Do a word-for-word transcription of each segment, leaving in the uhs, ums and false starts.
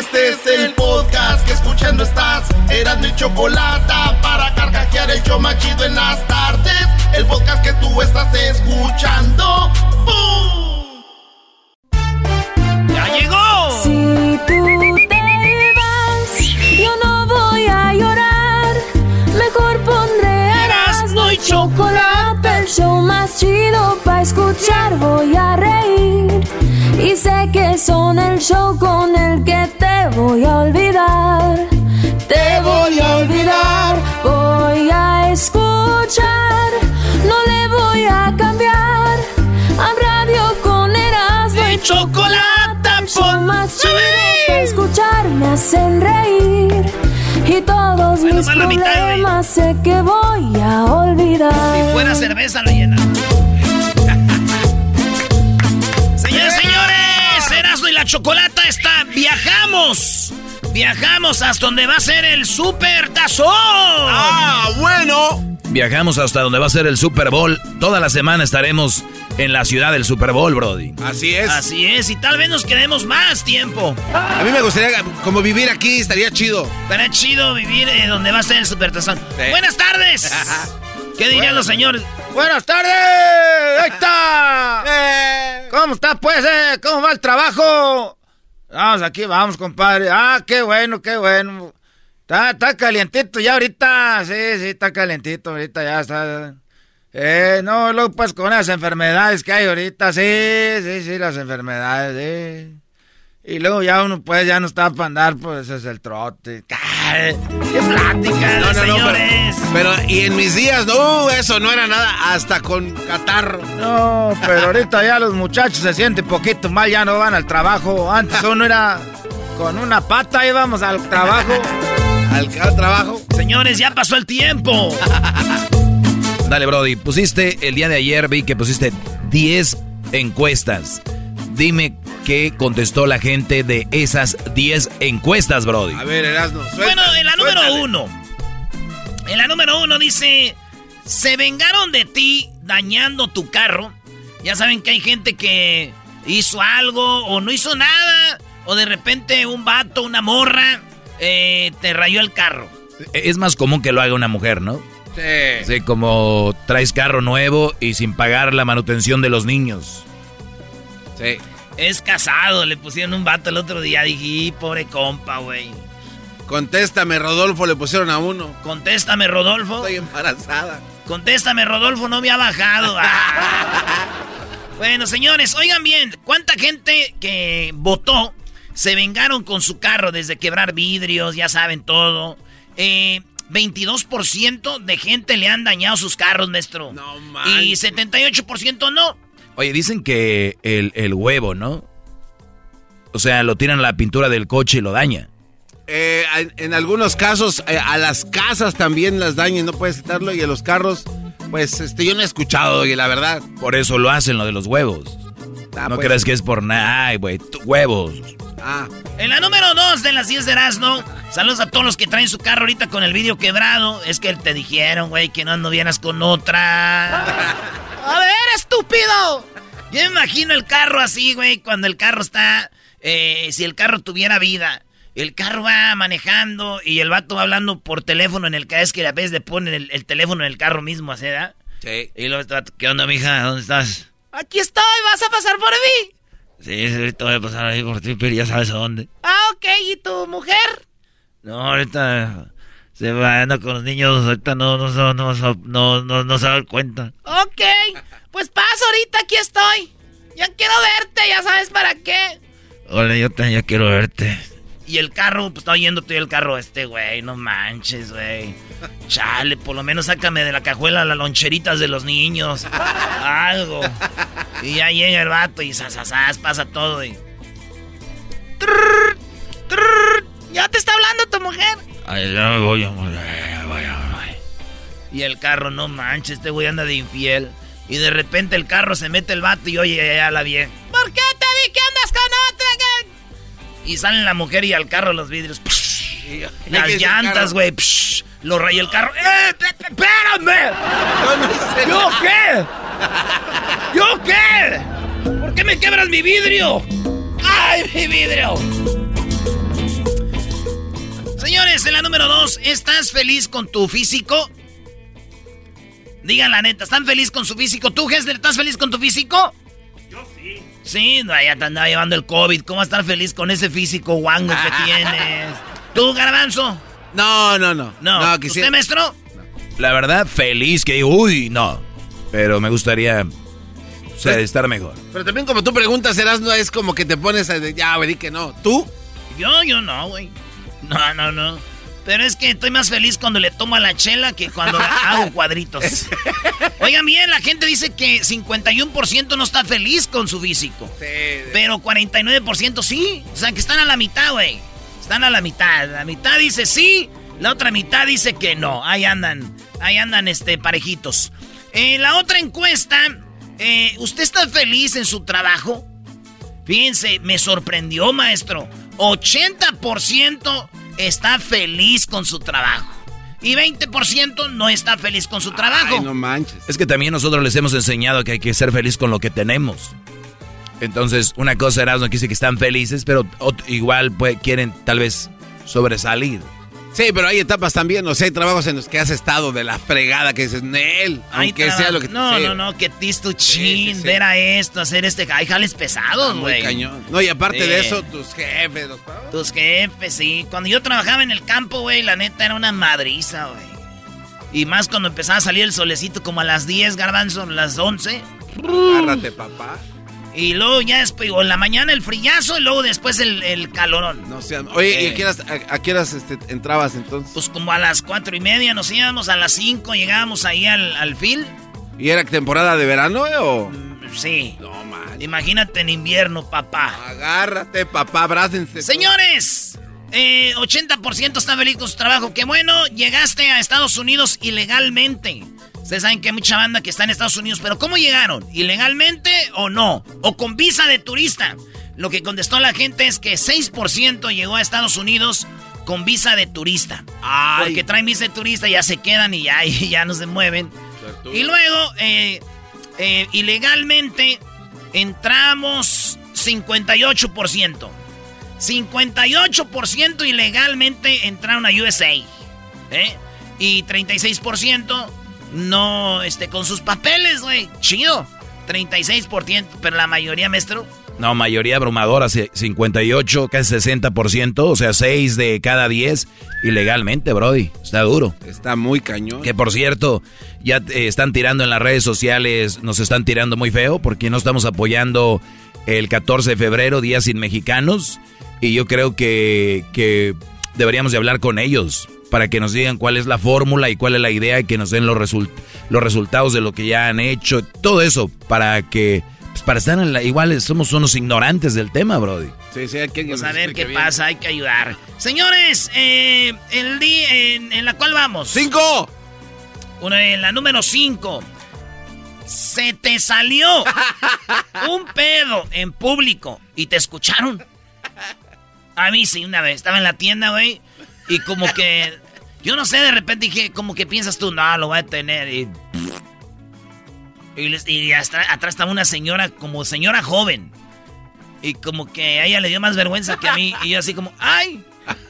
Este es el podcast que escuchando estás. Eran mi chocolata para carcajear el show más chido en las tardes. El podcast que tú estás escuchando. ¡Bum! ¡Ya llegó! Si tú te vas, yo no voy a llorar. Mejor pondré Erasmo y chocolate, el show más chido para escuchar. Voy a reír y sé que son el show con el que te voy a olvidar. Te voy a olvidar, voy a escuchar. No le voy a cambiar a radio con Erasmo y chocolate, el show más chido para escuchar. Me hacen reír y todos bueno, mis problemas sé que voy a olvidar. Si fuera cerveza lo llena. Señores, señores, Erasmo y la Chocolata está. Viajamos. Viajamos hasta donde va a ser el Super Tazón. Ah, bueno. Viajamos hasta donde va a ser el Super Bowl. Toda la semana estaremos en la ciudad del Super Bowl, Brody. Así es. Así es, y tal vez nos quedemos más tiempo. A mí me gustaría como vivir aquí, estaría chido. Estaría chido vivir eh, donde va a ser el Super Tazón. Sí. Buenas tardes. ¿Qué dirían bueno. los señores? Buenas tardes. Ahí está. Eh. ¿Cómo está, pues? Eh? ¿Cómo va el trabajo? Vamos, aquí vamos, compadre. Ah, qué bueno, qué bueno. Está, está calientito ya ahorita. Sí, sí, está calientito ahorita, ya está. Eh, no, luego pues con las enfermedades que hay ahorita, sí, sí, sí, las enfermedades, sí. Y luego ya uno pues ya no está para andar, pues es el trote. ¡Qué plática, no, no, señores! No, pero, pero, y en mis días, no, eso no era nada, hasta con catarro. No, pero ahorita ya los muchachos se sienten poquito mal, ya no van al trabajo. Antes uno era con una pata, íbamos al trabajo. ¿Al, al trabajo? Señores, ya pasó el tiempo. Dale, Brody, pusiste, el día de ayer vi que pusiste diez encuestas. Dime qué contestó la gente de esas diez encuestas, Brody. A ver, Erasmo, suéltale. Bueno, en la número suéltale. uno. En la número uno dice, se vengaron de ti dañando tu carro. Ya saben que hay gente que hizo algo o no hizo nada. O de repente un vato, una morra, eh, te rayó el carro. Es más común que lo haga una mujer, ¿no? Sí. Sí, como traes carro nuevo y sin pagar la manutención de los niños. Sí. Es casado, le pusieron un vato el otro día. Dije, pobre compa, güey. Contéstame, Rodolfo, le pusieron a uno. Contéstame, Rodolfo. Estoy embarazada. Contéstame, Rodolfo, no me ha bajado. Ah. Bueno, señores, oigan bien, ¿cuánta gente que votó se vengaron con su carro desde quebrar vidrios, ya saben todo? Eh... veintidós por ciento de gente le han dañado sus carros, maestro. No manches. Y setenta y ocho por ciento no. Oye, dicen que el, el huevo, ¿no? O sea, lo tiran a la pintura del coche y lo daña. Eh, en, en algunos casos, eh, a las casas también las dañan, no puedes quitarlo. Y a los carros, pues, este, yo no he escuchado, oye, la verdad. Por eso lo hacen, lo de los huevos. Ah, no pues, creas que es por nada. Ay, güey, huevos. Ah. En la número dos de las diez de Erasmo, saludos a todos los que traen su carro ahorita con el vidrio quebrado. Es que te dijeron, güey, que no anduvieras con otra. A ver, estúpido. Yo me imagino el carro así, güey, cuando el carro está... Eh, si el carro tuviera vida, el carro va manejando y el vato va hablando por teléfono en el que es que a veces le ponen el, el teléfono en el carro mismo, ¿sí, ¿verdad? Sí. Y luego, ¿qué onda, mija? ¿Dónde estás? Aquí estoy, ¿vas a pasar por mí? Sí, ahorita voy a pasar ahí por ti, pero ya sabes a dónde. Ah, ok, ¿y tu mujer? No, ahorita se va anda con los niños, ahorita no, no, no, no, no, no, no se va a dar cuenta. Ok, pues paso ahorita, aquí estoy. Ya quiero verte, ya sabes para qué. Hola, yo también ya quiero verte. Y el carro, pues está oyéndote el carro este, güey, no manches, güey. Chale, por lo menos sácame de la cajuela las loncheritas de los niños. Algo. Y ya llega el vato y sasasas, pasa todo y... Trrr, trrr, ¿ya te está hablando tu mujer? Ay, ya me voy, amor. Voy, voy. Y el carro, no manches, este güey anda de infiel. Y de repente el carro se mete el vato y oye, ya la bien. ¿Por qué te vi que andas con otra? Y salen la mujer y al carro los vidrios. Psh, las llantas, güey. Lo raya el carro. ¡Eh! ¡Espérame! ¿Yo qué? ¿Yo qué? ¿Por qué me quebras mi vidrio? ¡Ay, mi vidrio! Pregunta número dos. ¿Estás feliz con tu físico? Digan la neta, ¿están feliz con su físico? ¿Tú, Hester, estás feliz con tu físico? Yo sí. Sí, no, ya te andaba llevando el COVID. ¿Cómo vas a estar feliz con ese físico guango que tienes? ¿Tú, Garbanzo? No, no, no. No. no quisiera... ¿Usted, maestro? La verdad, feliz que... Uy, no. Pero me gustaría... O sea, pues, estar mejor. Pero también como tú preguntas, Erasmo, es como que te pones a... Ya, güey, que no. ¿Tú? Yo, yo no, güey. No, no, no. Pero es que estoy más feliz cuando le tomo a la chela que cuando hago cuadritos. Oigan bien, la gente dice que cincuenta y uno por ciento no está feliz con su físico. Sí. Pero cuarenta y nueve por ciento sí. O sea, que están a la mitad, güey. Están a la mitad. La mitad dice sí, la otra mitad dice que no. Ahí andan, ahí andan este, parejitos. Eh, la otra encuesta, eh, ¿usted está feliz en su trabajo? Fíjense, me sorprendió, maestro. ochenta por ciento está feliz con su trabajo. Y veinte por ciento no está feliz con su trabajo. Ay, no manches. Es que también nosotros les hemos enseñado que hay que ser feliz con lo que tenemos. Entonces, una cosa era, no quiere decir que están felices, pero igual pues, quieren tal vez sobresalir. Sí, pero hay etapas también, o sea, hay trabajos en los que has estado de la fregada que dices, Nel, aunque traba... sea lo que te No, sea. no, no, que tisto chin, sí, sí, sí. ver a esto, hacer este, hay jales pesados, güey. Muy cañón. No, y aparte sí. de eso, tus jefes, los pavos. Tus jefes, sí. Cuando yo trabajaba en el campo, güey, la neta era una madriza, güey. Y más cuando empezaba a salir el solecito como a las diez, Garbanzo, a las once. Agárrate, papá. Y luego ya después, o en la mañana el frillazo y luego después el, el calorón. No sé, oye, eh, ¿y a qué horas, a, a qué horas este, entrabas entonces? Pues como a las cuatro y media nos íbamos, a las cinco llegábamos ahí al, al fil. ¿Y era temporada de verano, eh, o...? Mm, sí. No, man. Imagínate en invierno, papá. Agárrate, papá, abrácense. Señores, eh, ochenta por ciento está feliz con su trabajo. Qué bueno, llegaste a Estados Unidos ilegalmente. Ustedes saben que hay mucha banda que está en Estados Unidos, pero ¿cómo llegaron? ¿Ilegalmente o no? ¿O con visa de turista? Lo que contestó la gente es que seis por ciento llegó a Estados Unidos con visa de turista. Ay. Porque traen visa de turista, ya se quedan y ya, y ya no se mueven. Y luego, eh, eh, ilegalmente, entramos cincuenta y ocho por ciento. cincuenta y ocho por ciento ilegalmente entraron a U S A. ¿Eh? Y treinta y seis por ciento... No, este, con sus papeles, güey. Chido. treinta y seis por ciento, pero la mayoría, maestro. No, mayoría abrumadora, cincuenta y ocho, casi sesenta por ciento. O sea, seis de cada diez ilegalmente, brody. Está duro. Está muy cañón. Que, por cierto, ya eh, están tirando en las redes sociales, nos están tirando muy feo porque no estamos apoyando el catorce de febrero, Día Sin Mexicanos. Y yo creo que, que deberíamos de hablar con ellos para que nos digan cuál es la fórmula y cuál es la idea y que nos den los, result los resultados de lo que ya han hecho. Todo eso para que, pues para estar en la... Igual somos unos ignorantes del tema, brody. Sí, sí, hay que... Pues a ver qué bien. pasa, hay que ayudar. Señores, eh, el día en, en la cual vamos. ¡Cinco! Una, en la número cinco. Se te salió un pedo en público y te escucharon. A mí sí, una vez. Estaba en la tienda, güey. Y como que, yo no sé, de repente dije, como que piensas tú, no, lo voy a tener. Y, y, y hasta, atrás estaba una señora, como señora joven. Y como que a ella le dio más vergüenza que a mí. Y yo así como, ¡ay!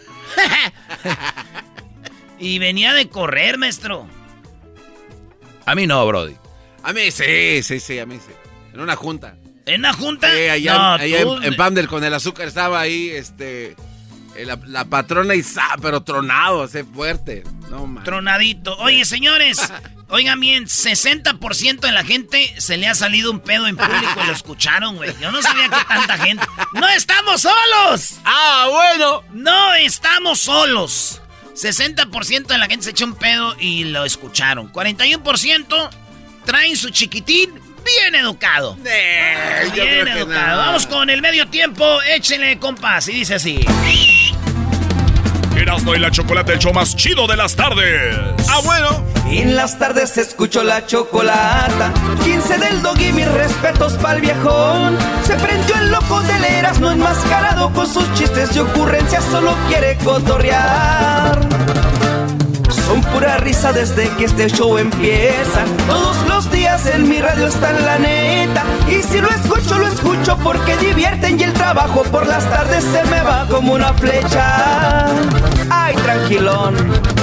Y venía de correr, maestro. A mí no, brody. A mí sí, sí, sí, a mí sí. En una junta. ¿En una junta? Sí, allá, no, allá tú... en, en Pamdel con el azúcar estaba ahí, este... La, la patrona y sa, pero tronado, así fuerte. No, man. Tronadito. Oye, señores, oigan bien, sesenta por ciento de la gente se le ha salido un pedo en público y lo escucharon, güey. Yo no sabía que tanta gente... ¡No estamos solos! ¡Ah, bueno! ¡No estamos solos! sesenta por ciento de la gente se echó un pedo y lo escucharon. cuarenta y uno por ciento traen su chiquitín bien educado. Eh, bien yo creo educado. No. Vamos con el medio tiempo. Échenle, compas. Y dice así... Erasmo y la Chocolate, el show más chido de las tardes. Ah, bueno. En las tardes se escuchó la chocolata. quince del Doggy, mis respetos pa'l viejón. Se prendió el loco del Erasmo enmascarado. Con sus chistes y ocurrencias solo quiere cotorrear. Son pura risa desde que este show empieza. Todos los días en mi radio está en la neta. Y si lo escucho, lo escucho porque divierten. Y el trabajo por las tardes se me va como una flecha. Ay, tranquilo. tranquilón.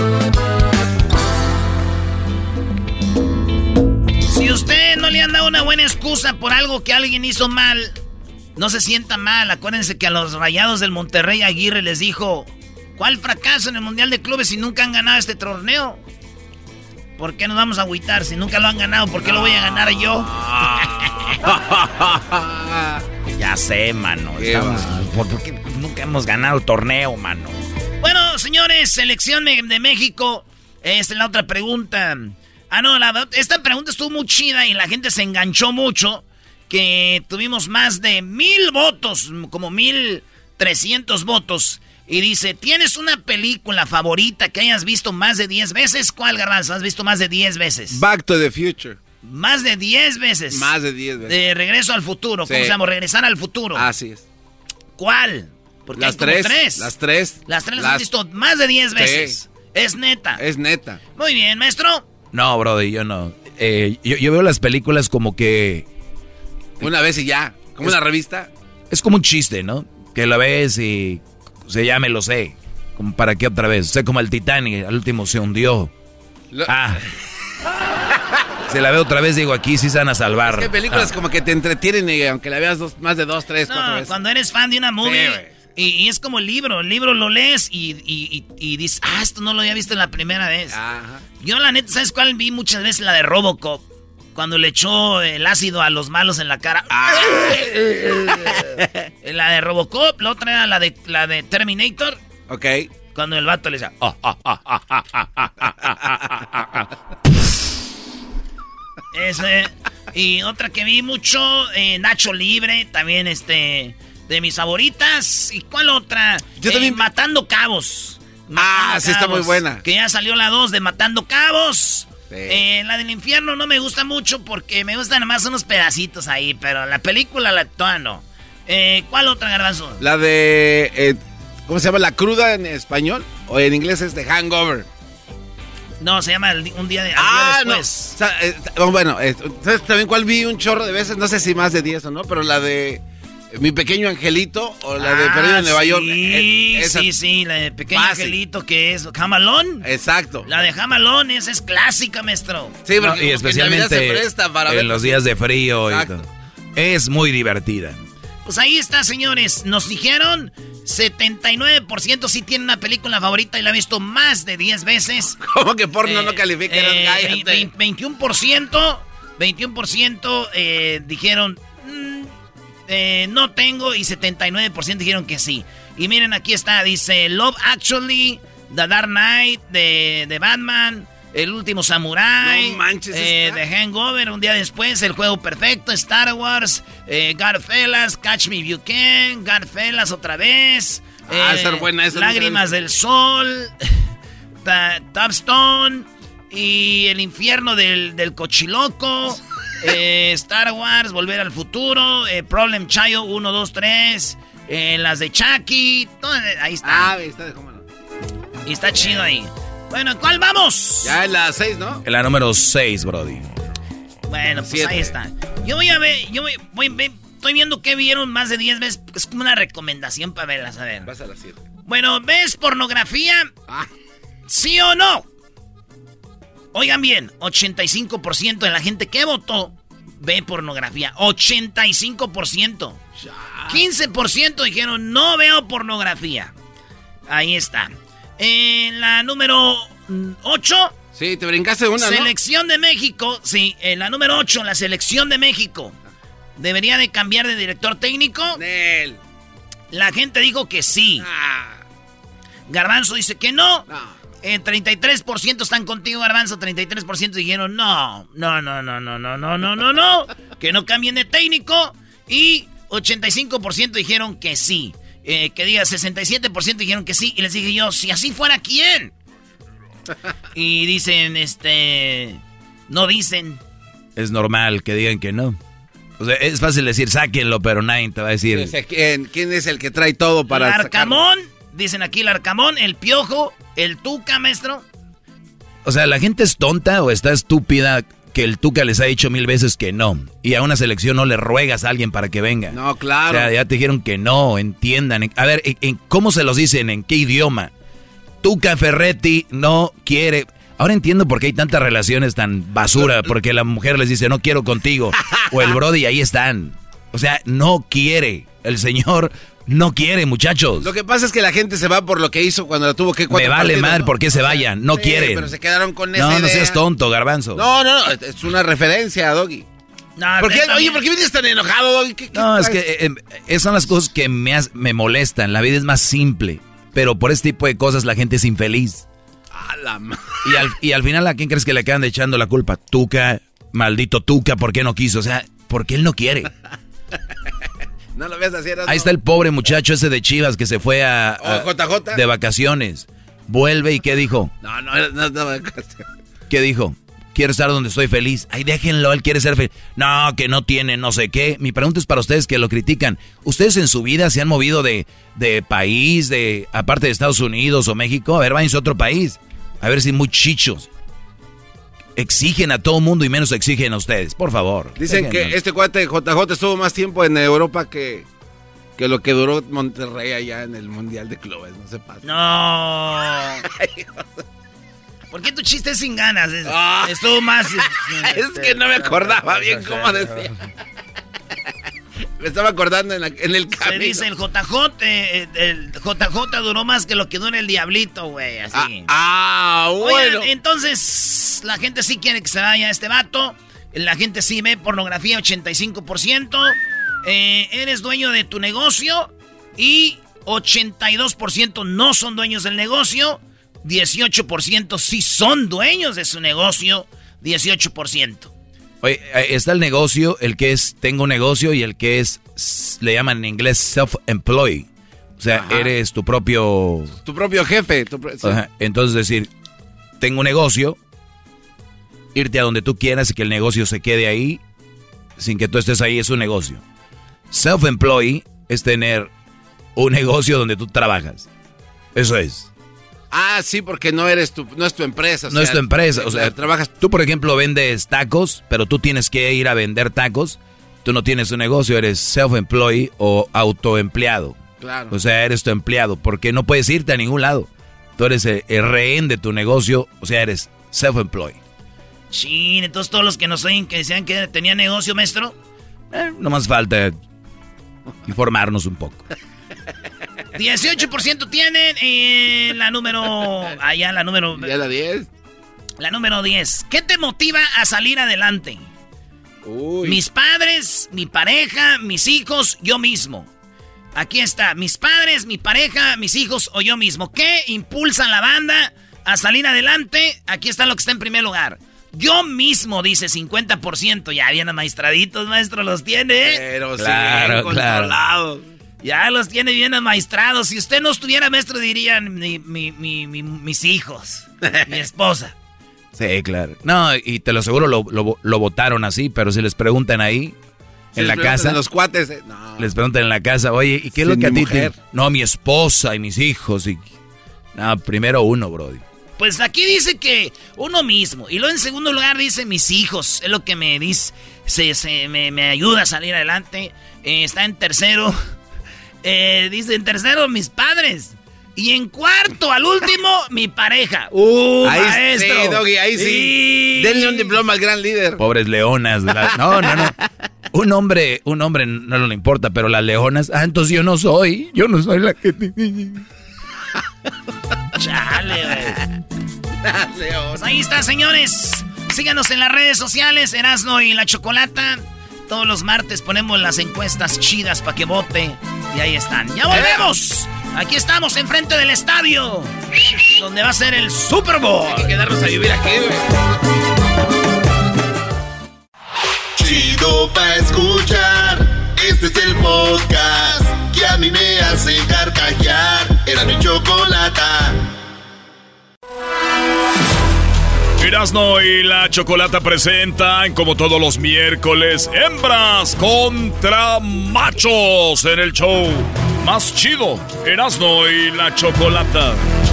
Si usted no le han dado una buena excusa por algo que alguien hizo mal, no se sienta mal. Acuérdense que a los Rayados del Monterrey Aguirre les dijo: ¿cuál fracaso en el Mundial de Clubes si nunca han ganado este torneo? ¿Por qué nos vamos a agüitar si nunca lo han ganado? ¿Por qué lo voy a ganar yo? Ya sé, mano. Estamos, ¿por, ¿Por qué nunca hemos ganado el torneo, mano? Bueno, señores, selección de, de México. Esta es la otra pregunta. Ah, no, la, esta pregunta estuvo muy chida y la gente se enganchó mucho. Que tuvimos más de mil votos, como mil trescientos votos. Y dice, ¿tienes una película favorita que hayas visto más de diez veces? ¿Cuál, Garbanzo? ¿Has visto más de diez veces? Back to the Future. Más de diez veces. Más de diez veces. De Regreso al Futuro. ¿Cómo Sí. se llama? Regresar al Futuro. Así es. ¿Cuál? Porque Las hay como tres, tres. Las tres. Las tres las las has visto más de diez veces. Sí. Es neta. Es neta. Muy bien, maestro. No, brody, yo no. Eh, yo, yo veo las películas como que... Una vez y ya. Como es, una revista. Es como un chiste, ¿no? Que la ves y... O sea, ya me lo sé. Como para qué otra vez. O sea, como el Titanic, al último se hundió. Lo... Ah. Se la veo otra vez, digo, aquí sí se van a salvar. Es que películas ah. como que te entretienen y aunque la veas dos, más de dos, tres, no, cuatro veces. Cuando eres fan de una movie... Sí, y, y es como el libro. El libro lo lees y, y, y, y dices, ah, esto no lo había visto la primera vez. Ajá. Yo, la neta, ¿sabes cuál vi muchas veces? La de RoboCop. Cuando le echó el ácido a los malos en la cara. Ah. La de RoboCop. La otra era la de, la de Terminator. Ok. Cuando el vato le decía... Oh, oh, oh, oh, oh, oh, oh, oh, oh. Ese. Y otra que vi mucho, eh, Nacho Libre. También, este... de mis favoritas. ¿Y cuál otra? Yo eh, también... Matando Cabos. Matando ah, Cabos, sí está muy buena. Que ya salió la dos de Matando Cabos. Sí. Eh, la del infierno no me gusta mucho porque me gustan nomás unos pedacitos ahí, pero la película, la actual no. Eh, ¿Cuál otra, Garbanzo? La de... Eh, ¿cómo se llama? ¿La cruda en español? O en inglés es The Hangover. No, se llama el, Un día, de, ah, día después. No. O sea, eh, bueno, eh, ¿sabes también cuál vi un chorro de veces? No sé si más de diez o no, pero la de... Mi Pequeño Angelito o la ah, de Perdido en Nueva sí, York. Eh, esa... Sí, sí, la de Pequeño Fácil. Angelito que es Jamalón. Exacto. La de Jamalón, esa es clásica, maestro. Sí, porque no, y especialmente se presta para en ver... los días de frío. Y todo. Es muy divertida. Pues ahí está, señores. Nos dijeron setenta y nueve por ciento sí tiene una película favorita y la ha visto más de diez veces. ¿Cómo que porno eh, no califica? Eh, veintiuno por ciento, veintiuno por ciento eh, dijeron... Mmm, Eh, no tengo y setenta y nueve por ciento dijeron que sí. Y miren, aquí está, dice Love Actually, The Dark Knight, de, de Batman, El Último Samurai, no manches, eh, The Hangover, Un Día Después, El Juego Perfecto, Star Wars, eh, Godfellas, Catch Me If You Can, Godfellas otra vez, ah, eh, esa buena, esa Lágrimas del Sol, Topstone y El Infierno del, del Cochiloco. Eh, Star Wars, Volver al Futuro, eh, Problem Child uno, dos, tres, eh, las de Chucky, todo, ahí está. Ah, está de cómo no. Y está chido ahí. Bueno, ¿cuál vamos? Ya en la seis, ¿no? En la número seis, brody. Bueno, pues Siete. Ahí está. Yo voy a ver, yo voy, voy, voy, estoy viendo que vieron más de diez veces, es como una recomendación para verlas, a ver. Vas a las siete. Bueno, ¿ves pornografía? Ah. ¿Sí o no? Oigan bien, ochenta y cinco por ciento de la gente que votó ve pornografía. ochenta y cinco por ciento. quince por ciento dijeron no veo pornografía. Ahí está. En la número ocho. Sí, te brincaste una, Selección ¿no? de México. Sí, en la número ocho, la Selección de México. ¿Debería de cambiar de director técnico? Nel. La gente dijo que sí. Ah. Garbanzo dice que no. No. Eh, treinta y tres por ciento están contigo, Garbanzo. treinta y tres por ciento dijeron no, no, no, no, no, no, no, no, no, no. Que no cambien de técnico. Y ochenta y cinco por ciento dijeron que sí. Eh, que diga, sesenta y siete por ciento dijeron que sí. Y les dije yo, si así fuera, ¿quién? Y dicen, este... No dicen. Es normal que digan que no. O sea, es fácil decir, sáquenlo, pero nadie te va a decir... O sea, ¿quién, ¿quién es el que trae todo para el Arcamón, dicen aquí el Arcamón, el Piojo, el Tuca, maestro. O sea, ¿la gente es tonta o está estúpida que el Tuca les ha dicho mil veces que no? Y a una selección no le ruegas a alguien para que venga. No, claro. O sea, ya te dijeron que no, entiendan. A ver, ¿en, en, ¿cómo se los dicen? ¿En qué idioma? Tuca Ferretti no quiere. Ahora entiendo por qué hay tantas relaciones tan basura, porque la mujer les dice, no quiero contigo, o el brody, ahí están. O sea, no quiere, el señor no quiere, muchachos. Lo que pasa es que la gente se va por lo que hizo cuando la tuvo que cuatro Me vale partidos, mal ¿no? por qué se vayan, no sí, quieren. Pero se quedaron con esa No, idea. no seas tonto, Garbanzo. No, no, no, es una referencia, Doggy. No, ¿Por qué? también... Oye, ¿por qué vienes tan enojado, Doggy? ¿Qué, qué No, es traes? que eh, eh, esas son las cosas que me, has- me molestan. La vida es más simple, pero por este tipo de cosas la gente es infeliz. A la ma- Y al, y al final, ¿a quién crees que le acaban echando la culpa? Tuca, maldito Tuca, ¿por qué no quiso? O sea, porque él no quiere. No lo veas así, Erasmo. Ahí está el pobre muchacho ese de Chivas que se fue a, a- Oh, J J. de vacaciones. Vuelve y ¿qué dijo? No, no, no, no, no. ¿Qué dijo? Quiero estar donde estoy feliz. Ay, déjenlo, él quiere ser feliz. No, que no tiene no sé qué. Mi pregunta es para ustedes que lo critican. ¿Ustedes en su vida se han movido de, de país, de aparte de Estados Unidos o México? A ver, váyanse a otro país. A ver si muy chichos. Exigen a todo mundo y menos exigen a ustedes. Por favor. Dicen Déjenlo. que este cuate J J estuvo más tiempo en Europa que, que lo que duró Monterrey allá en el Mundial de Clubes. No se pasa. No. ¿Por qué tu chiste es sin ganas? Es- Ah. Estuvo más... Es que no me acordaba bien cómo decía. Me estaba acordando en, la- en el Se camino. dice el J J, eh, el J J duró más que lo que dura el diablito, güey, así. Ah, ah, bueno. Oigan, entonces, la gente sí quiere que se vaya este vato. La gente sí ve pornografía, ochenta y cinco por ciento. Eh, eres dueño de tu negocio y ochenta y dos por ciento no son dueños del negocio. dieciocho por ciento sí son dueños de su negocio. dieciocho por ciento. Oye, está el negocio, el que es tengo un negocio y el que es, s- le llaman en inglés self-employed. O sea, Ajá. eres tu propio... Tu propio jefe. tu pro- sí. Ajá. Entonces decir, tengo un negocio, irte a donde tú quieras y que el negocio se quede ahí, sin que tú estés ahí, es un negocio. Self-employed es tener un negocio donde tú trabajas. Eso es. Ah, sí, porque no eres tu, no es tu empresa. o No sea, es tu empresa, o sea, trabajas. tú por ejemplo vendes tacos, pero tú tienes que ir a vender tacos, tú no tienes un negocio, eres self-employed o autoempleado. Claro. O sea, eres tu empleado, porque no puedes irte a ningún lado. Tú eres el, el rehén de tu negocio, o sea, eres self-employed. Chin, entonces todos los que nos oyen que decían que tenía negocio, maestro. Eh, no más falta informarnos un poco. dieciocho por ciento tienen eh, la número... Allá, la número... ¿Ya la diez? La número diez. ¿Qué te motiva a salir adelante? Uy. Mis padres, mi pareja, mis hijos, yo mismo. Aquí está, mis padres, mi pareja, mis hijos o yo mismo. ¿Qué impulsa a la banda a salir adelante? Aquí está lo que está en primer lugar. Yo mismo, dice cincuenta por ciento. Ya bien amaestraditos, maestro, los tiene. ¿eh? Pero sí, Claro, controlados. Ya los tiene bien amaestrados. Si usted no estuviera maestro, dirían mi, mi, mi, mi- mis hijos, mi esposa. Sí, claro. No, y te lo aseguro, lo, lo, lo votaron así, pero si les preguntan ahí, Sí, en la les preguntan casa, a los cuates. eh, No. les preguntan en la casa, oye, ¿y qué es Sí, lo que a mi ti te... mujer. No, mi esposa y mis hijos y... No, primero uno, brody. Pues aquí dice que uno mismo. Y luego en segundo lugar dice mis hijos. Es lo que me dice, se, se- me, me ayuda a salir adelante. Eh, está en tercero. Eh, dice en tercero mis padres. Y en cuarto, al último, mi pareja. ¡Uh, Ahí maestro! sí, Doggy, ahí sí. Denle un diploma al gran líder. Pobres leonas. de la- No, no, no. Un hombre, un hombre no le importa, pero las leonas... Ah, entonces yo no soy. Yo no soy la que... te- Chale, güey. Pues ahí está, señores. Síganos en las redes sociales, Erasno y la Chocolata. Todos los martes ponemos las encuestas chidas para que vote. Y ahí están. ¡Ya volvemos! Aquí estamos enfrente del estadio, donde va a ser el Super Bowl. Hay que quedarnos a vivir aquí, güey. Chido pa' escuchar. Este es el podcast que a mí me hace carcajear. Era mi chocolata. Erasno y la Chocolata presentan, como todos los miércoles, hembras contra machos en el show más chido, Erasno y la Chocolata.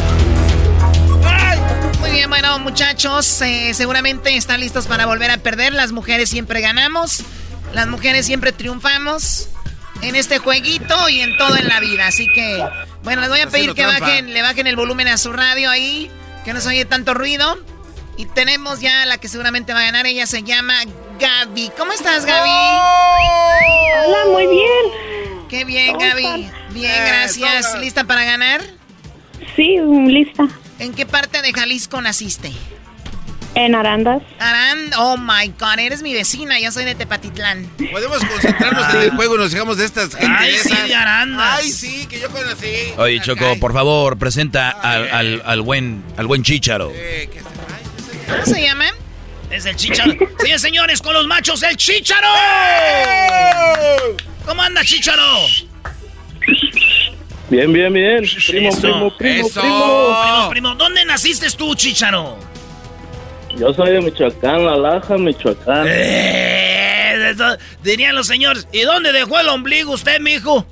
Muy bien, bueno, muchachos, eh, seguramente están listos para volver a perder. Las mujeres siempre ganamos, las mujeres siempre triunfamos en este jueguito y en todo en la vida. Así que Bueno, les voy a pedir que bajen, le bajen el volumen a su radio ahí, que no se oye tanto ruido. Y tenemos ya la que seguramente va a ganar. Ella se llama Gaby. ¿Cómo estás, Gaby? Hola, muy bien. Qué bien, Gaby. Bien, gracias. ¿Lista para ganar? Sí, lista. ¿En qué parte de Jalisco naciste? En Arandas. Aranda, oh my God, eres mi vecina, yo soy de Tepatitlán. Podemos concentrarnos en el juego y nos dejamos de estas gente. Ay, sí, de Arandas. Ay, sí, que yo conocí. Oye, Choco, Ay. por favor, presenta al, al, al buen al buen Chícharo. Eh, que se... Ay, ¿Cómo se llama? Es el Chícharo. Sí, señores, con los machos, el Chícharo. ¿Cómo anda, Chícharo? Bien, bien, bien. Primo, Eso, primo, primo, eso. primo. Primo, primo, ¿dónde naciste tú, Chícharo? Yo soy de Michoacán, La Laja, Michoacán. Eh, eso, dirían los señores. ¿Y dónde dejó el ombligo usted, mijo?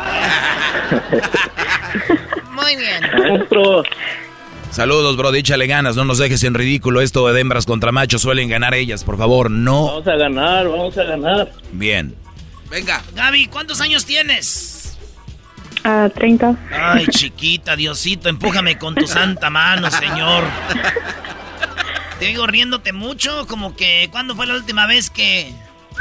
Muy bien. Maestro, Saludos, bro, échale ganas, no nos dejes en ridículo. Esto de hembras contra machos, suelen ganar ellas, por favor, no. vamos a ganar, vamos a ganar. Bien. Venga. Gaby, ¿cuántos años tienes? A treinta. Ay, chiquita, Diosito, empújame con tu santa mano, señor. Te digo riéndote mucho, como que... ¿Cuándo fue la última vez que...?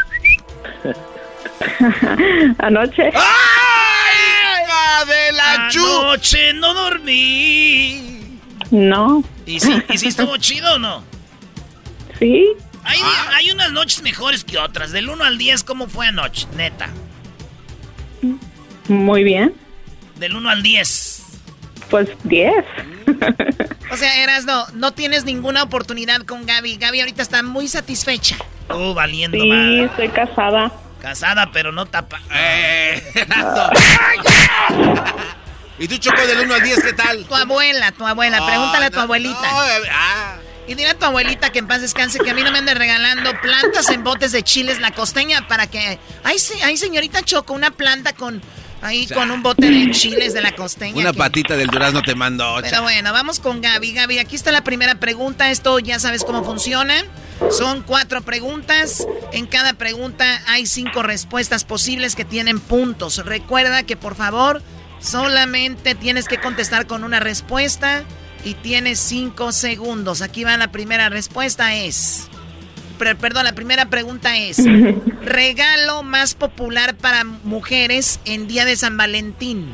Anoche. ¡Ay! hija de la chu! Anoche no dormí. No. ¿Y sí, ¿Y sí estuvo chido o no? Sí. Hay, hay unas noches mejores que otras. Del uno al diez, ¿cómo fue anoche? Neta. Muy bien. Del uno al diez. Pues diez. O sea, Erasno, no tienes ninguna oportunidad con Gaby. Gaby ahorita está muy satisfecha. Oh, valiendo Sí, madre. estoy casada. Casada, pero no tapa. Eh, ¿Y tú, Choco, del uno al diez, qué tal? Tu abuela, tu abuela. Pregúntale a tu no, abuelita. no, ah. Y dile a tu abuelita que en paz descanse, que a mí no me ande regalando plantas en botes de chiles la costeña para que... Ay, sí, ay, señorita Choco, una planta con... Ahí con un bote de chiles de la costeña. Una que... patita del durazno te mando. Pero bueno, vamos con Gaby. Gaby, aquí está la primera pregunta. Esto ya sabes cómo funciona. Son cuatro preguntas. En cada pregunta hay cinco respuestas posibles que tienen puntos. Recuerda que, por favor, solamente tienes que contestar con una respuesta y tienes cinco segundos. Aquí va la primera respuesta es... Pero, perdón, la primera pregunta es... Regalo más popular para mujeres en Día de San Valentín.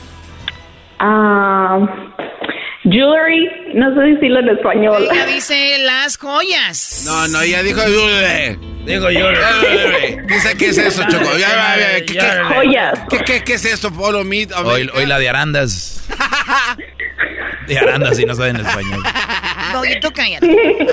Ah, jewelry. No sé decirlo en español. Ella dice las joyas. No, no, ella dijo... Digo yo. Dice, ¿qué es eso, Choco? Ya, ya, ya, ¿qué, qué, Joyas. ¿qué, qué, qué es eso? Follow me. Hoy, hoy la de Arandas. De Arandas, si no saben español. Doguito, cállate.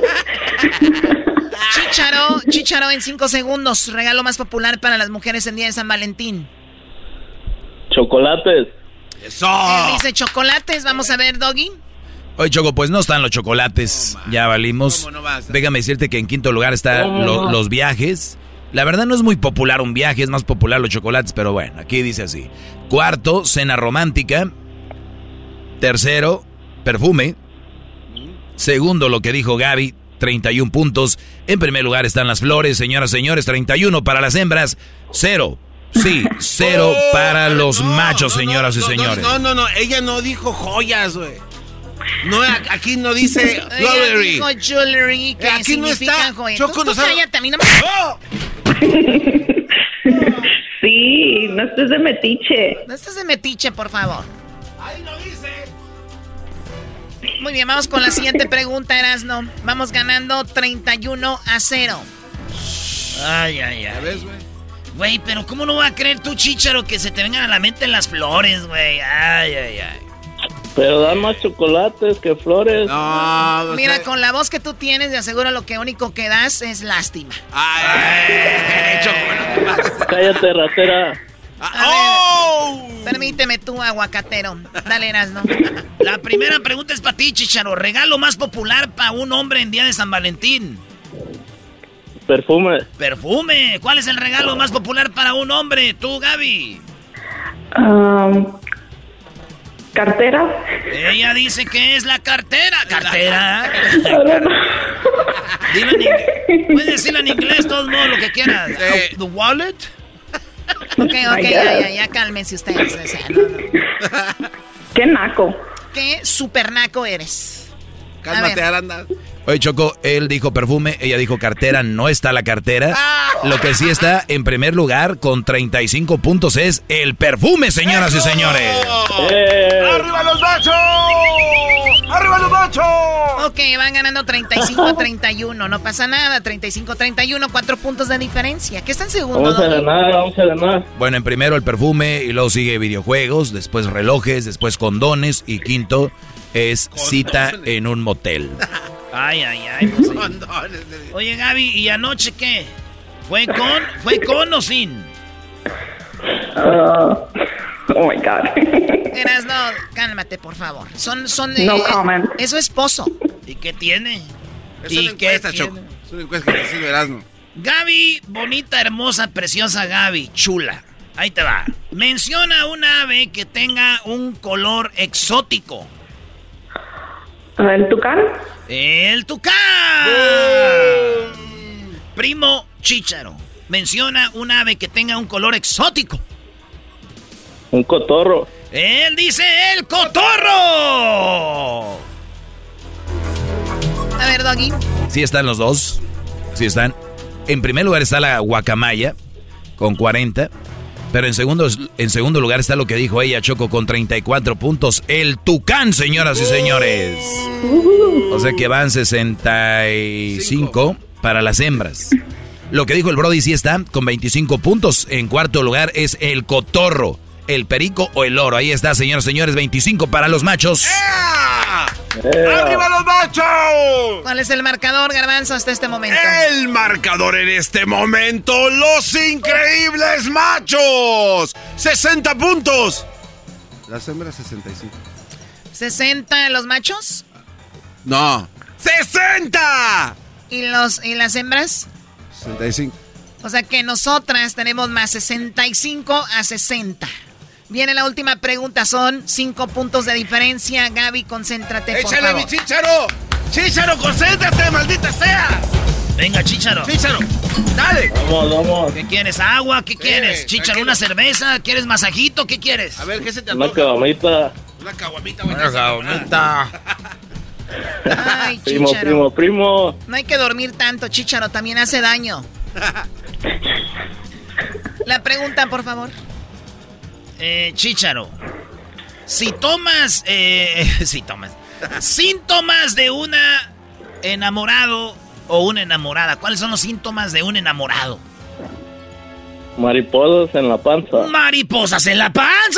Chícharo, Chícharo en cinco segundos. Regalo más popular para las mujeres en Día de San Valentín. Chocolates. ¡Eso! Él dice chocolates. Vamos a ver, Doggy. Oye, Choco, pues no están los chocolates. No, ya valimos. ¿Cómo no vas? Déjame decirte que en quinto lugar están no, lo, no. los viajes. La verdad no es muy popular un viaje, es más popular los chocolates, pero bueno, aquí dice así. Cuarto, cena romántica. Tercero, perfume. Segundo, lo que dijo Gaby, treinta y uno puntos. En primer lugar están las flores, señoras y señores, treinta y uno para las hembras. Cero, sí, cero Oh, para los no, machos, no, señoras no, y no, señores. No, no, no, ella no dijo joyas, güey. No, aquí no dice Ella jewelry. dijo jewelry, que Eh, aquí no significa está. joya. Choco, Tú, tú no sabe- cállate, a mí no me... ¡Oh! Sí, no estés de metiche. No estés de metiche, por favor. Ahí no dice. Muy bien, vamos con la siguiente pregunta, Erasno. Vamos ganando treinta y uno a cero. Ay, ay, ¿Ya ay. ves, güey? Güey, pero ¿cómo no va a creer tú, Chícharo, que se te vengan a la mente las flores, güey? Ay, ay, ay. Pero dan más chocolates que flores. No, o Mira, sea- con la voz que tú tienes, de aseguro lo que único que das es lástima. Ay, Choco, no te pases. Cállate, ratera. Ah, ¡Oh! Permíteme tú, aguacatero. Dale, Erasno. La primera pregunta es para ti, Chícharo. Regalo más popular para un hombre en Día de San Valentín. Perfume. Perfume. ¿Cuál es el regalo más popular para un hombre? Tú, Gaby. Um, cartera. Ella dice que es la cartera. ¿Cartera? Ahora no. Dilo en inglés. Puedes decirlo en inglés, de todos modos, lo que quieras. Eh. ¿The wallet? Ok, ok, my ya, God. ya, ya, cálmense ustedes. O sea, no, no. Qué naco. Qué super naco eres. Cálmate, Aranda. Oye, Choco, él dijo perfume, ella dijo cartera, no está la cartera. Lo que sí está en primer lugar con treinta y cinco puntos es el perfume, señoras ¡Eso! y señores. ¡Eh! ¡Arriba los machos! ¡Arriba los machos! Ok, van ganando treinta y cinco a treinta y uno, no pasa nada, treinta y cinco a treinta y uno, cuatro puntos de diferencia. ¿Qué está en segundo? Vamos a ganar, vamos a ganar. Bueno, en primero el perfume y luego sigue videojuegos, después relojes, después condones y quinto es cita en un motel. Ay, ay, ay. Pues sí. Oye, Gaby, ¿y anoche qué? ¿Fue con, fue con o sin? Uh, oh my God. Eras, no, cálmate, por favor. Son, son. No eh, comment. Es su esposo. ¿Y qué tiene? Es ¿Y una encuesta, qué Choco. tiene? Es una encuesta que te Erasmo. Gaby, bonita, hermosa, preciosa Gaby, chula. Ahí te va. Menciona un ave que tenga un color exótico. ¿El tucán? ¡El tucán! Primo Chícharo, menciona un ave que tenga un color exótico. Un cotorro. Él dice el cotorro. A ver, Doggy. Sí están los dos. Sí están. En primer lugar está la guacamaya con cuarenta. Pero en segundo, en segundo lugar está lo que dijo ella, Choco, con treinta y cuatro puntos. El tucán, señoras y señores. O sea que van sesenta y cinco para las hembras. Lo que dijo el Brody sí está con veinticinco puntos. En cuarto lugar es el cotorro, el perico o el loro. Ahí está, señoras y señores, veinticinco para los machos. ¡Ea! ¡Ea! ¡Arriba los machos! ¿Cuál es el marcador, Garbanzo, hasta este momento? El marcador en este momento, los increíbles machos. sesenta puntos. Las hembras sesenta y cinco. ¿sesenta los machos? No. ¡sesenta! ¿Y, los, y las hembras? sesenta y cinco. O sea que nosotras tenemos más sesenta y cinco a sesenta. Viene la última pregunta, son cinco puntos de diferencia. Gaby, concéntrate, por ¡Échale, favor. mi Chícharo! ¡Chícharo, concéntrate, maldita sea! Venga, Chícharo. ¡Chícharo! ¡Dale! Vamos, vamos. ¿Qué quieres? ¿Agua? ¿Qué quieres? Eh, Chícharo, tranquilo. ¿una cerveza? ¿Quieres masajito? ¿Qué quieres? A ver, ¿qué se te Una antoja? caguamita. Una caguamita, Una caguamita. Ay, Primo, Chícharo. primo, primo. No hay que dormir tanto, Chícharo, también hace daño. La pregunta, por favor. Eh, Chícharo, si tomas, eh, si tomas, síntomas de una enamorado o una enamorada, ¿cuáles son los síntomas de un enamorado? Mariposas en la panza. ¡Mariposas en la panza!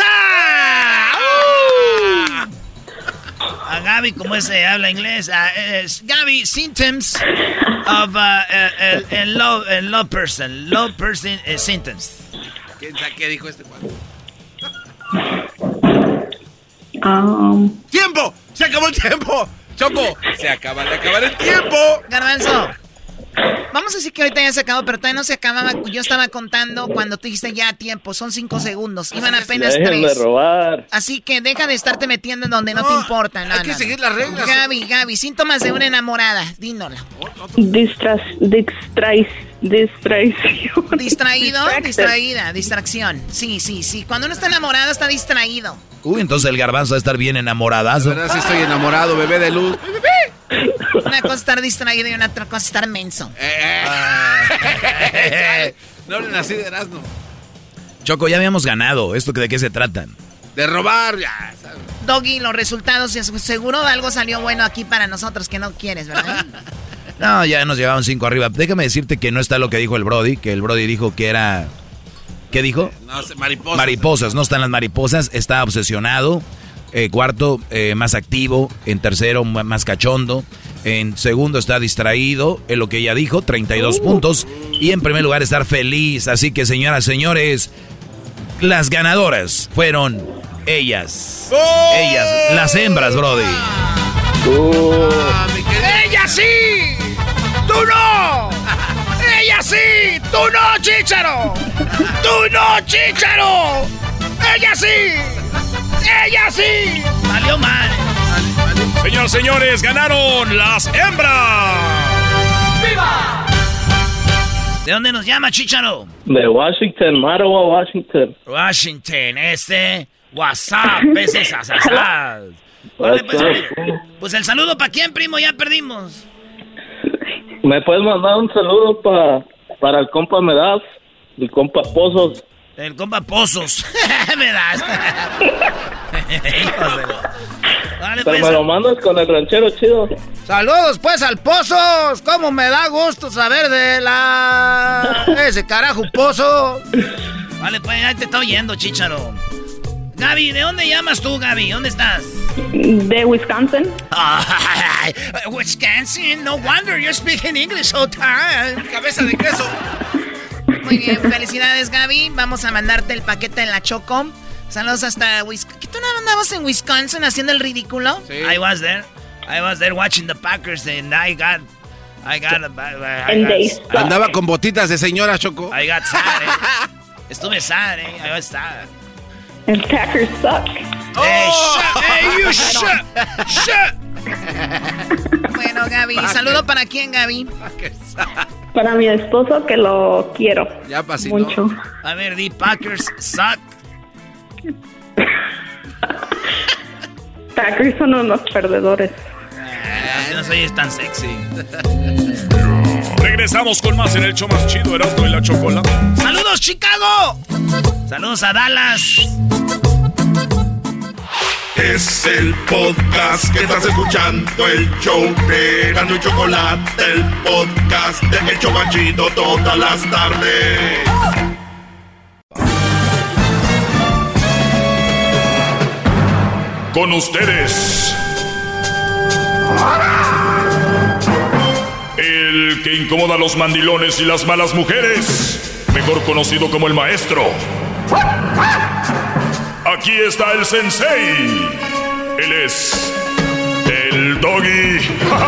¡Uh! A Gaby, como ese habla inglés, uh, es Gaby, symptoms of uh, uh, uh, uh, low, uh, low person, low person uh, symptoms. ¿Quién sabe qué dijo este cuadro? Um, ¡Tiempo! ¡Se acabó el tiempo! Choco, se acaba de acabar el tiempo. Garbanzo, vamos a decir que ahorita ya se acabó, pero todavía no se acababa. Yo estaba contando cuando te dijiste ya tiempo, son cinco segundos. Iban apenas Dejen de tres. robar. Así que deja de estarte metiendo en donde no, No, te importa. No, hay que no, seguir no. las reglas. Gaby, Gaby, síntomas de una enamorada, dínoslo. distra distrai distracción. Distraído, Distracted. distraída, distracción. Sí, sí, sí. Cuando uno está enamorado, está distraído. Uy, entonces el garbanzo va a estar bien enamoradazo. La verdad sí estoy enamorado, bebé de luz. Una cosa es estar distraído y una otra cosa es estar menso. Eh. No hablen así de Erasmo. Choco, ya habíamos ganado. ¿Esto de qué se trata? De robar, ya, ¿sabes? Doggy, los resultados, seguro algo salió bueno aquí para nosotros que no quieres, ¿verdad? No, ya nos llevaban cinco arriba. Déjame decirte que no está lo que dijo el Brody, que el Brody dijo que era... ¿Qué dijo? No sé, mariposas. Mariposas, no están las mariposas, está obsesionado. Eh, cuarto, eh, más activo. En tercero, m- más cachondo. En segundo, está distraído, en lo que ella dijo, treinta y dos puntos. Y en primer lugar, estar feliz. Así que, señoras, señores, las ganadoras fueron ellas. ¡Oh! Ellas, las hembras, Brody. Ah, mi querido. ¡Ella sí! ¡Tú no! ¡Ella sí! ¡Tú no, Chícharo! ¡Tú no, Chícharo! ¡Ella sí! ¡Ella sí! Salió mal. Señoras y señores, ganaron las hembras. ¿De dónde nos llama, Chícharo? De Washington, Mattawa, Washington. Washington, este. WhatsApp, peces, asasas. Vale, pues, pues el saludo para quién, primo, ya perdimos. ¿Me puedes mandar un saludo para para el compa Medaz, el compa Pozos? El compa Pozos. Me das. Vale, Pero pues, me lo mandas con el ranchero chido. Saludos pues al Pozos. Cómo me da gusto saber de la... ese carajo Pozo. Vale, pues ya te está oyendo, chícharo. Gaby, ¿de dónde llamas tú, Gaby? ¿Dónde estás? De Wisconsin. Ay, Wisconsin, no wonder you're speaking English all time. Cabeza de queso. Muy bien, felicidades, Gaby. Vamos a mandarte el paquete de la Choco. Saludos hasta Wisconsin. ¿Qué tú no andabas en Wisconsin haciendo el ridículo? Sí. I was there. I was there watching the Packers and I got... I got... I, I got andaba con botitas de señora, Choco. I got sad, eh. Estuve sad, eh. I was sad. El Packers suck. Oh, hey, shut, hey, you shut, shut. Bueno, Gaby, ¿saludo para quién, Gaby? Para mi esposo, que lo quiero. Ya pasó. Mucho. A ver, di Packers suck. Packers son unos perdedores. Eh, no soy tan sexy. Regresamos con más en el show más chido, Erasmo y la Chocolata. ¡Saludos, Chicago! ¡Saludos a Dallas! Es el podcast que estás escuchando, el show de Erasmo y Chocolate, el podcast de El Chobachito todas las tardes. Con ustedes, el que incomoda a los mandilones y las malas mujeres, mejor conocido como el maestro. Aquí está el sensei. Él es el Doggy.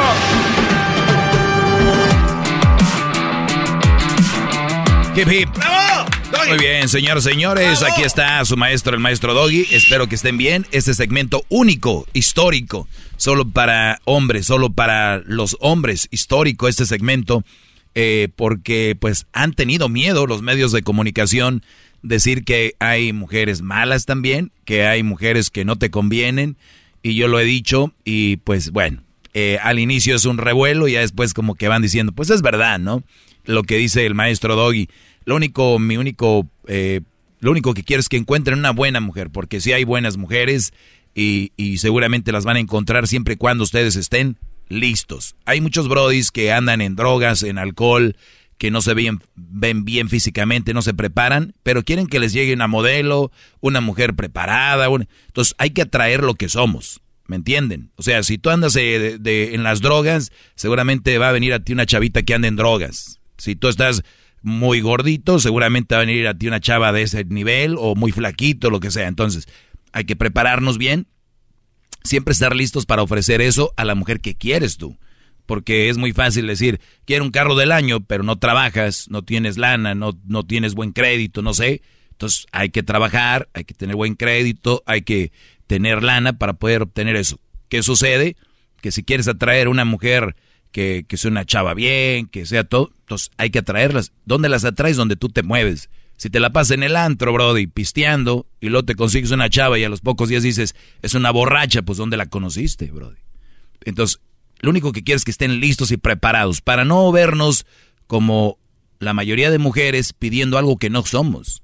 Hip hip. ¡Bravo! Muy bien, señores, señores, aquí está su maestro, el maestro Doggy. Espero que estén bien. Este segmento único, histórico, solo para hombres, solo para los hombres, histórico este segmento, eh, porque pues han tenido miedo los medios de comunicación decir que hay mujeres malas también, que hay mujeres que no te convienen, y yo lo he dicho, y pues bueno, eh, al inicio es un revuelo y ya después como que van diciendo, pues es verdad, ¿no? Lo que dice el maestro Doggy. Lo único, mi único, eh, lo único que quiero es que encuentren una buena mujer, porque sí hay buenas mujeres y, y seguramente las van a encontrar siempre y cuando ustedes estén listos. Hay muchos brodis que andan en drogas, en alcohol, que no se ven, ven bien físicamente, no se preparan, pero quieren que les llegue una modelo, una mujer preparada. Una... Entonces hay que atraer lo que somos, ¿me entienden? O sea, si tú andas de, de, en las drogas, seguramente va a venir a ti una chavita que anda en drogas. Si tú estás muy gordito, seguramente va a venir a ti una chava de ese nivel, o muy flaquito, lo que sea. Entonces, hay que prepararnos bien, siempre estar listos para ofrecer eso a la mujer que quieres tú. Porque es muy fácil decir, quiero un carro del año, pero no trabajas, no tienes lana, no, no tienes buen crédito, no sé. Entonces, hay que trabajar, hay que tener buen crédito, hay que tener lana para poder obtener eso. ¿Qué sucede? Que si quieres atraer a una mujer que, que sea una chava bien, que sea todo, entonces hay que atraerlas. ¿Dónde las atraes? Donde tú te mueves. Si te la pasas en el antro, brody, pisteando, y luego te consigues una chava y a los pocos días dices, es una borracha, pues ¿dónde la conociste, brody? Entonces, lo único que quiero es que estén listos y preparados para no vernos como la mayoría de mujeres pidiendo algo que no somos,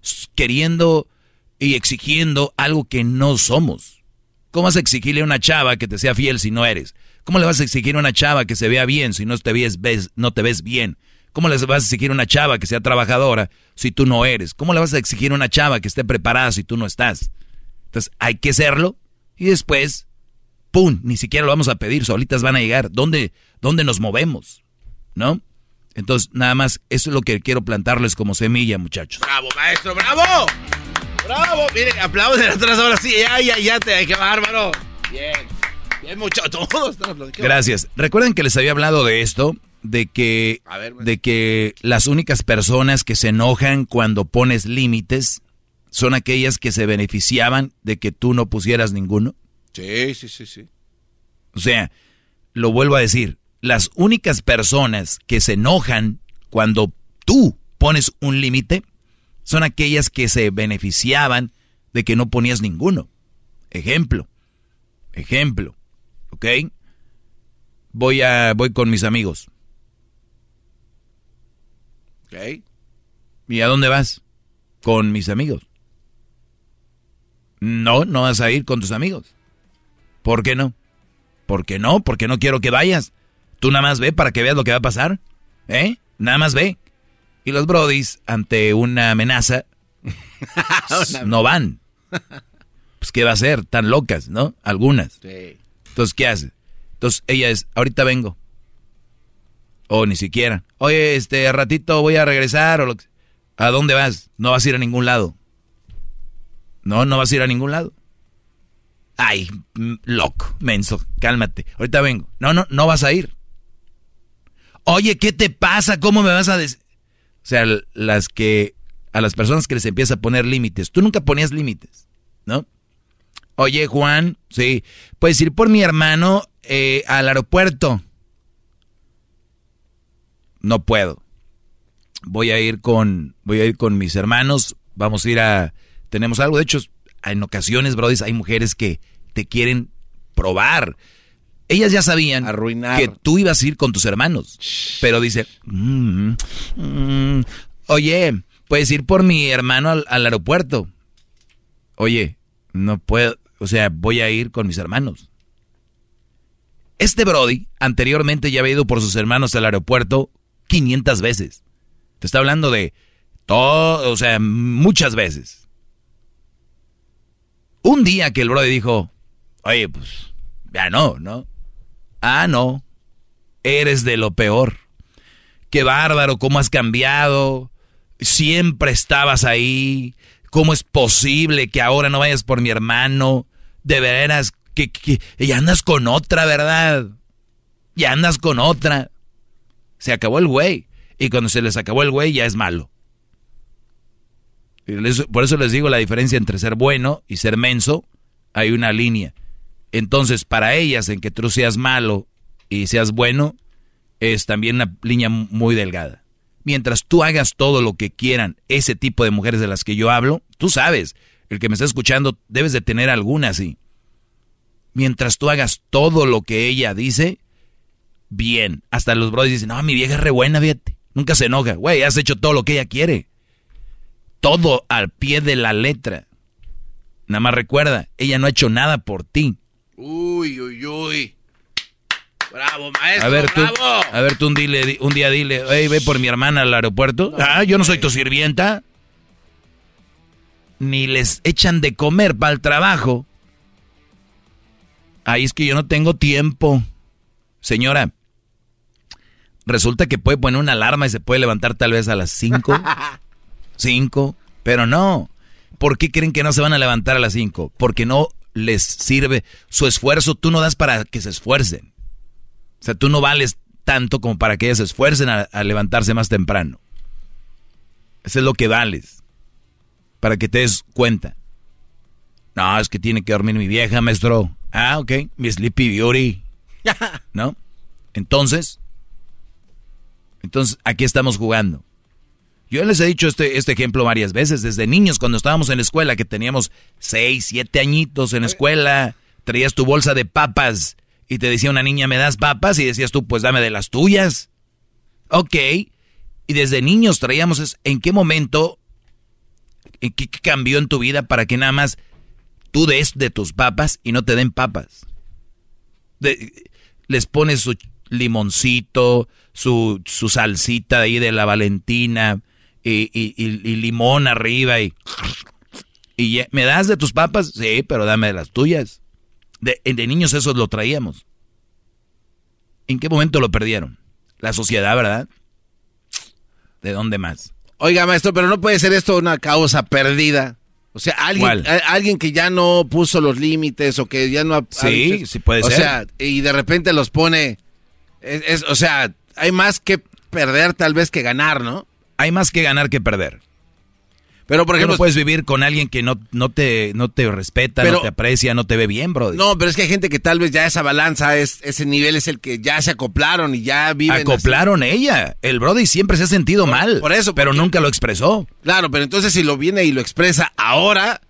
queriendo y exigiendo algo que no somos. ¿Cómo vas a exigirle a una chava que te sea fiel si no eres? ¿Cómo le vas a exigir a una chava que se vea bien si no te ves, ves, no te ves bien? ¿Cómo le vas a exigir a una chava que sea trabajadora si tú no eres? ¿Cómo le vas a exigir a una chava que esté preparada si tú no estás? Entonces hay que serlo y después, ¡pum!, ni siquiera lo vamos a pedir, solitas van a llegar. ¿Dónde, dónde nos movemos? ¿No? Entonces, nada más, eso es lo que quiero plantarles como semilla, muchachos. ¡Bravo, maestro! ¡Bravo! ¡Bravo! Miren, aplauden atrás ahora sí. ¡Ya, ya, ya! Te, ¡qué bárbaro! Bien. Bien, muchachos. Todos están aplaudiendo. Gracias. Recuerden que les había hablado de esto, de que, ver, de que las únicas personas que se enojan cuando pones límites son aquellas que se beneficiaban de que tú no pusieras ninguno. Sí, sí, sí, sí. O sea, lo vuelvo a decir, las únicas personas que se enojan cuando tú pones un límite son aquellas que se beneficiaban de que no ponías ninguno. Ejemplo, ejemplo, ¿ok? Voy a, voy con mis amigos. ¿Ok? ¿Y a dónde vas? Con mis amigos. No, no vas a ir con tus amigos. ¿Por qué no? ¿Por qué no? Porque no quiero que vayas. Tú nada más ve para que veas lo que va a pasar. ¿Eh? Nada más ve. Y los brodis, ante una amenaza, no van. Pues, ¿qué va a hacer? Tan locas, ¿no? Algunas. Sí. Entonces, ¿qué hace? Entonces, ella es, ahorita vengo. O ni siquiera. Oye, este, ratito voy a regresar. O lo que... ¿A dónde vas? No vas a ir a ningún lado. No, no vas a ir a ningún lado. Ay, loco, menso, cálmate. Ahorita vengo. No, no, no vas a ir. Oye, ¿qué te pasa? ¿Cómo me vas a decir? O sea, las que, a las personas que les empieza a poner límites. Tú nunca ponías límites, ¿no? Oye, Juan, sí, puedes ir por mi hermano eh, al aeropuerto. No puedo. Voy a ir con, voy a ir con mis hermanos. Vamos a ir a, tenemos algo. De hecho, en ocasiones, brodis, hay mujeres que te quieren probar. Ellas ya sabían arruinar que tú ibas a ir con tus hermanos. Shh. Pero dice, mm, mm, oye, puedes ir por mi hermano al, al aeropuerto. Oye, no puedo, o sea, voy a ir con mis hermanos. Este brody anteriormente ya había ido por sus hermanos al aeropuerto quinientas veces. Te está hablando de todo, o sea, muchas veces. Un día que el brody dijo, oye, pues, ya no, ¿no? Ah, no, eres de lo peor. Qué bárbaro, cómo has cambiado. Siempre estabas ahí. ¿Cómo es posible que ahora no vayas por mi hermano? De veras, que, que ya andas con otra, ¿verdad? Ya andas con otra. Se acabó el güey. Y cuando se les acabó el güey, ya es malo. Y les, por eso les digo la diferencia entre ser bueno y ser menso. Hay una línea. Entonces, para ellas, en que tú seas malo y seas bueno, es también una línea muy delgada. Mientras tú hagas todo lo que quieran ese tipo de mujeres de las que yo hablo, tú sabes, el que me está escuchando, debes de tener alguna así. Mientras tú hagas todo lo que ella dice, bien. Hasta los brothers dicen, no, mi vieja es re buena, fíjate. Nunca se enoja. Güey, has hecho todo lo que ella quiere. Todo al pie de la letra. Nada más recuerda, ella no ha hecho nada por ti. Uy, uy, uy. Bravo, maestro, a ver, tú, bravo. A ver, tú un, dile, un día dile, hey, ve por mi hermana al aeropuerto. Ah, yo no soy tu sirvienta. Ni les echan de comer para el trabajo. Ahí es que yo no tengo tiempo. Señora, resulta que puede poner una alarma y se puede levantar tal vez a las cinco. Cinco, pero no. ¿Por qué creen que no se van a levantar a las cinco? Porque no les sirve su esfuerzo. Tú no das para que se esfuercen. O sea, tú no vales tanto como para que ellas se esfuercen a, a levantarse más temprano. Eso es lo que vales. Para que te des cuenta. No, es que tiene que dormir mi vieja, maestro. Ah, ok. Mi Sleepy Beauty. ¿No? Entonces, entonces aquí estamos jugando. Yo les he dicho este, este ejemplo varias veces. Desde niños, cuando estábamos en la escuela, que teníamos seis, siete añitos en la escuela, traías tu bolsa de papas y te decía una niña, ¿me das papas? Y decías tú, pues dame de las tuyas. Ok. Y desde niños traíamos, es, ¿en qué momento, en qué, qué cambió en tu vida para que nada más tú des de tus papas y no te den papas? De, les pones su limoncito, su, su salsita de ahí de la Valentina y, y, y, y limón arriba y, y ya, ¿me das de tus papas? Sí, pero dame de las tuyas. De, de niños eso lo traíamos. ¿En qué momento lo perdieron? La sociedad, ¿verdad? ¿De dónde más? Oiga, maestro, pero no puede ser esto una causa perdida. O sea, alguien, a, alguien que ya no puso los límites o que ya no ha... Sí, ha, sí puede o ser. O sea, y de repente los pone... Es, es, o sea, hay más que perder tal vez que ganar, ¿no? Hay más que ganar que perder. Pero por ejemplo, no puedes vivir con alguien que no, no, te, no te respeta, pero, no te aprecia, no te ve bien, bro. No, pero es que hay gente que tal vez ya esa balanza, es, ese nivel es el que ya se acoplaron y ya viven. Acoplaron así. Ella. El Brody siempre se ha sentido por, mal. Por eso. Pero nunca lo expresó. Claro, pero entonces si lo viene y lo expresa ahora,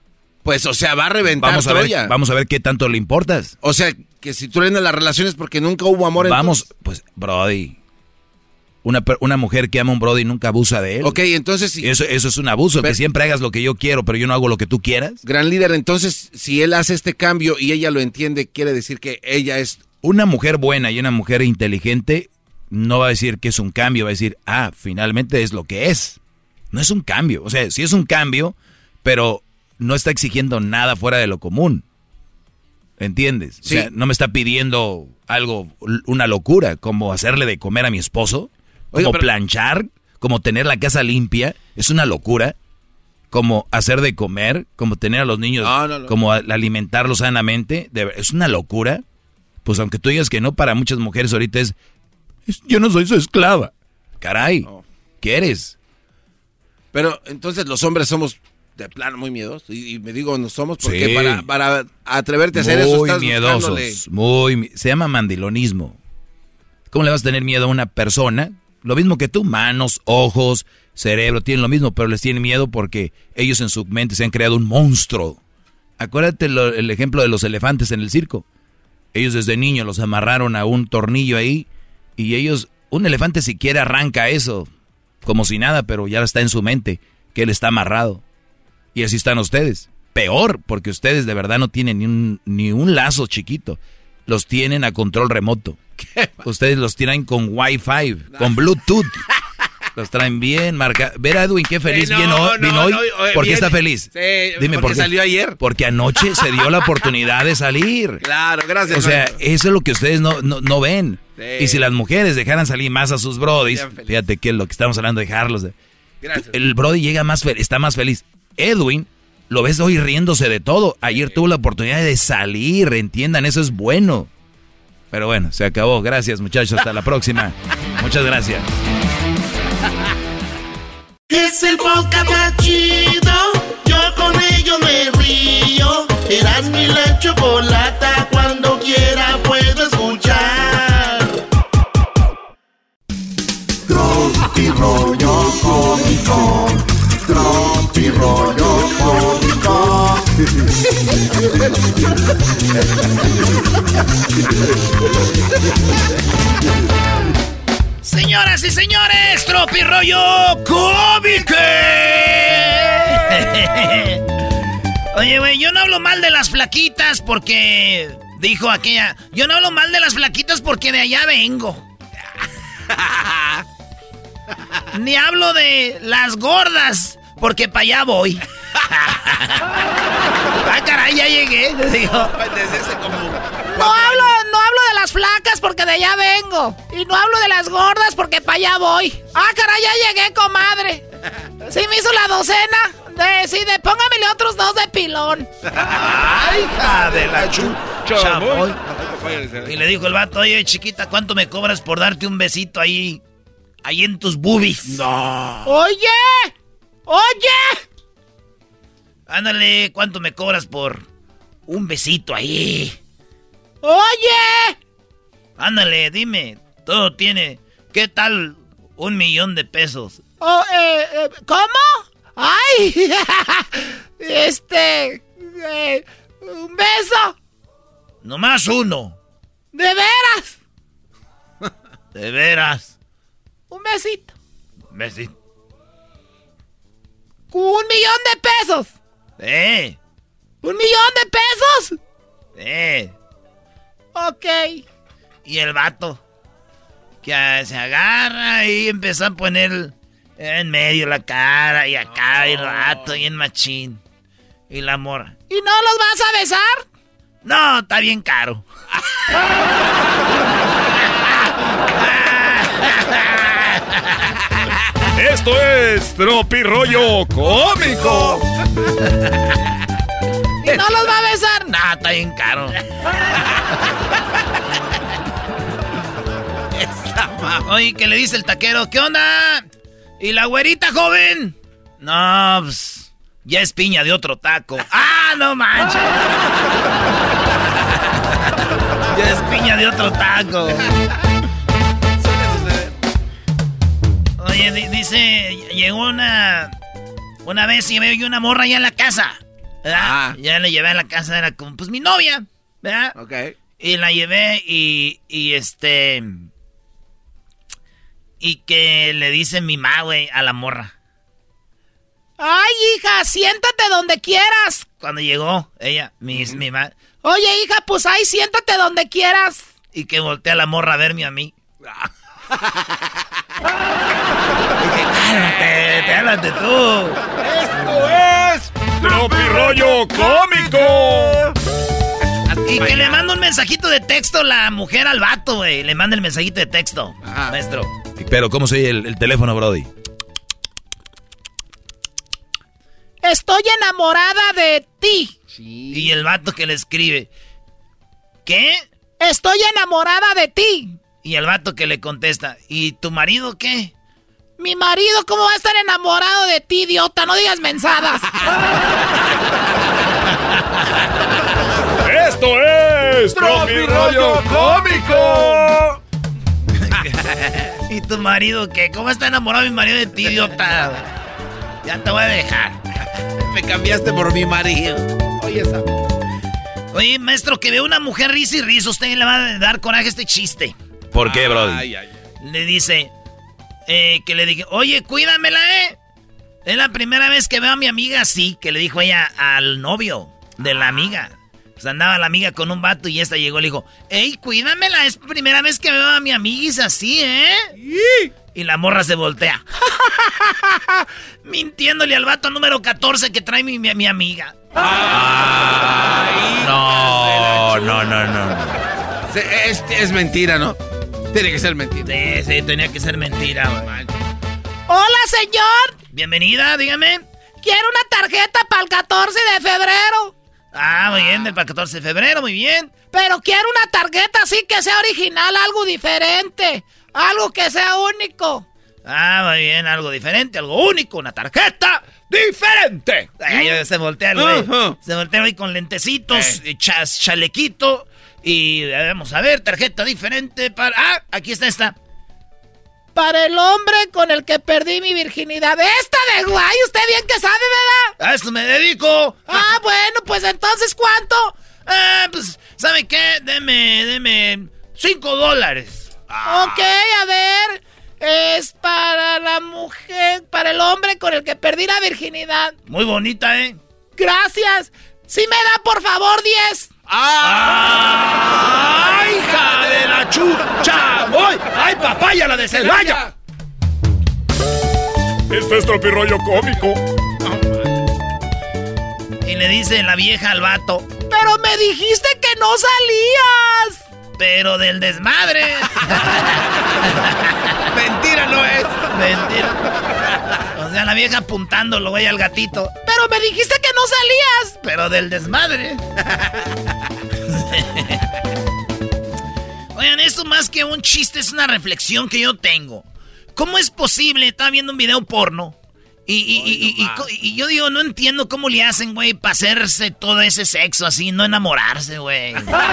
Pues, o sea, va a reventar vamos a Troya. ver, vamos a ver qué tanto le importas. O sea, que si truenan las relaciones porque nunca hubo amor. Vamos, entonces... pues, Brody. Una, una mujer que ama a un Brody nunca abusa de él. Ok, entonces... Si... Eso, eso es un abuso, pero... que siempre hagas lo que yo quiero, pero yo no hago lo que tú quieras. Gran líder, entonces, si él hace este cambio y ella lo entiende, quiere decir que ella es... Una mujer buena y una mujer inteligente no va a decir que es un cambio, va a decir, ah, finalmente es lo que es. No es un cambio, o sea, sí es un cambio, pero no está exigiendo nada fuera de lo común. ¿Entiendes? Sí. O sea, no me está pidiendo algo, una locura, como hacerle de comer a mi esposo. Como Oiga, pero... planchar, como tener la casa limpia, es una locura. Como hacer de comer, como tener a los niños, no, no, no. como alimentarlos sanamente, de, es una locura. Pues aunque tú digas que no, para muchas mujeres ahorita es, es yo no soy su esclava. Caray, no. ¿Qué eres? Pero entonces los hombres somos de plano muy miedosos. Y, y me digo no somos porque sí. para, para atreverte a hacer muy eso estás miedosos, buscándole. Muy, se llama mandilonismo. ¿Cómo le vas a tener miedo a una persona? Lo mismo que tú, manos, ojos, cerebro, tienen lo mismo, pero les tienen miedo porque ellos en su mente se han creado un monstruo. Acuérdate lo, el ejemplo de los elefantes en el circo. Ellos desde niños los amarraron a un tornillo ahí y ellos, un elefante siquiera arranca eso, como si nada, pero ya está en su mente, que él está amarrado. Y así están ustedes. Peor, porque ustedes de verdad no tienen ni un, ni un lazo chiquito. Los tienen a control remoto. Ustedes los tienen con Wi-Fi, no. con Bluetooth. Los traen bien marcados. Ver a Edwin, qué feliz sí, no, vino, no, vino hoy. No, no, ¿Por qué está feliz? Sí, Dime por qué. Salió ayer. Porque anoche se dio la oportunidad de salir. Claro, gracias. O sea, hermano. Eso es lo que ustedes no, no, no ven. Sí. Y si las mujeres dejaran salir más a sus brodis, fíjate que es lo que estamos hablando, dejarlos. De, gracias. El brody llega más fe- está más feliz. Edwin, lo ves hoy riéndose de todo. Ayer sí. tuvo la oportunidad de salir, entiendan, eso es bueno. Pero bueno, se acabó. Gracias, muchachos. Hasta la próxima. Muchas gracias. Es el podcast más chido. Yo con ello me río. Eras mi la chocolata. Cuando quiera puedo escuchar. Tropi rollo cómico. Tropi rollo cómico. Señoras y señores, Tropi rollo cómico. Oye, güey, yo no hablo mal de las flaquitas porque... Dijo aquella... Yo no hablo mal de las flaquitas porque de allá vengo. Ni hablo de las gordas porque para allá voy. Ah, caray, ya llegué. Digo. No hablo, no hablo de las flacas porque de allá vengo. Y no hablo de las gordas porque para allá voy. Ah, caray, ya llegué, comadre. Sí me hizo la docena. De, sí, de póngamele otros dos de pilón. Ay, hija de la chucha. Y le dijo el vato, oye, chiquita, ¿cuánto me cobras por darte un besito ahí? Ahí en tus boobies. No. Oye, oye. Ándale, ¿cuánto me cobras por un besito ahí? Oye. Ándale, dime, todo tiene, ¿qué tal un millón de pesos? Oh, eh, eh, ¿cómo? ¡Ay! Este... Eh, ¿un beso? Nomás uno. ¿De veras? ¿De veras? Un besito. Un besito. ¿Un millón de pesos? Eh. ¿Un millón de pesos? Eh. Ok. Y el vato, que se agarra y empezó a poner en medio la cara y acá y rato y en machín. Y la morra. ¿Y no los vas a besar? No, está bien caro. Esto es Tropi Rollo Cómico. ¿Y no los va a besar? No, está bien caro. Oye, ¿qué le dice el taquero? ¿Qué onda? ¿Y la güerita, joven? No, pues, ya es piña de otro taco. ¡Ah, no manches! Ya es piña de otro taco. Oye, d- dice, llegó una... Una vez llevé yo una morra allá en la casa. ¿verdad? Ah. Ya la llevé a la casa, era como, pues mi novia, ¿verdad? Ok. Y la llevé y, y este... Y que le dice mi ma, güey, a la morra. Ay, hija, siéntate donde quieras. Cuando llegó ella, mi, uh-huh. mi ma. Oye, hija, pues ahí siéntate donde quieras. Y que voltea la morra a verme a mí. Dije, cálmate, cálmate tú. Esto es Tropirollo Cómico. Y que le manda un mensajito de texto la mujer al vato, güey. Le manda el mensajito de texto, Ajá. maestro. Pero, ¿cómo se oye el, el teléfono, Brody? Estoy enamorada de ti. Sí. Y el vato que le escribe, ¿qué? Estoy enamorada de ti. Y el vato que le contesta, ¿y tu marido qué? Mi marido, ¿cómo va a estar enamorado de ti, idiota? No digas mensadas. ¡Esto es Tropirollo Cómico! ¿Y tu marido qué? ¿Cómo está enamorado mi marido de ti, idiota? Ya te voy a dejar. Me cambiaste por mi marido. Oye, esa. Oye, maestro, que ve una mujer risa y risa, usted le va a dar coraje a este chiste. ¿Por qué, Brody? Ay, ay, ay. Le dice, eh, que le dije, oye, cuídamela, ¿eh? Es la primera vez que veo a mi amiga así, que le dijo ella al novio de la amiga. Pues andaba la amiga con un vato y esta llegó y le dijo, ey, cuídamela, es la primera vez que veo a mi amiguis así, ¿eh? ¿Sí? Y la morra se voltea. Mintiéndole al vato número catorce que trae mi, mi, mi amiga. Ay, no, no, no, no. Es, es mentira, ¿no? Tiene que ser mentira. Sí, sí, tenía que ser mentira, güey. Hola, señor. Bienvenida, dígame. Quiero una tarjeta para el catorce de febrero. Ah, muy bien, para el catorce de febrero, muy bien. Pero quiero una tarjeta así que sea original, algo diferente. Algo que sea único. Ah, muy bien, algo diferente, algo único, una tarjeta diferente. Ay, se voltea el güey. Uh-huh. Se voltea el güey con lentecitos, eh. chas, chalequito. Y vamos a ver, tarjeta diferente para... Ah, aquí está esta. Para el hombre con el que perdí mi virginidad. Esta de guay, usted bien que sabe, ¿verdad? A esto me dedico. Ah, bueno, pues entonces, ¿cuánto? Ah, pues, ¿sabe qué? Deme, deme cinco dólares. Ah. Ok, a ver. Es para la mujer, para el hombre con el que perdí la virginidad. Muy bonita, ¿eh? Gracias. ¿Sí me da, por favor, diez? ¡Ah! ¡Ay, hija de la chucha! ¡Voy! ¡Ay, papaya, la de Celaya! Esto es Tropirollo Cómico. Y le dice la vieja al vato, pero me dijiste que no salías. Pero del desmadre. Mentira no es. Mentira. O sea, la vieja apuntándolo, güey, al gatito. Pero me dijiste que no salías. Pero del desmadre. Oigan, esto más que un chiste es una reflexión que yo tengo. ¿Cómo es posible? Estaba viendo un video porno. Y, y, y, y, y, y yo digo, no entiendo cómo le hacen, güey, para hacerse todo ese sexo así, no enamorarse, güey.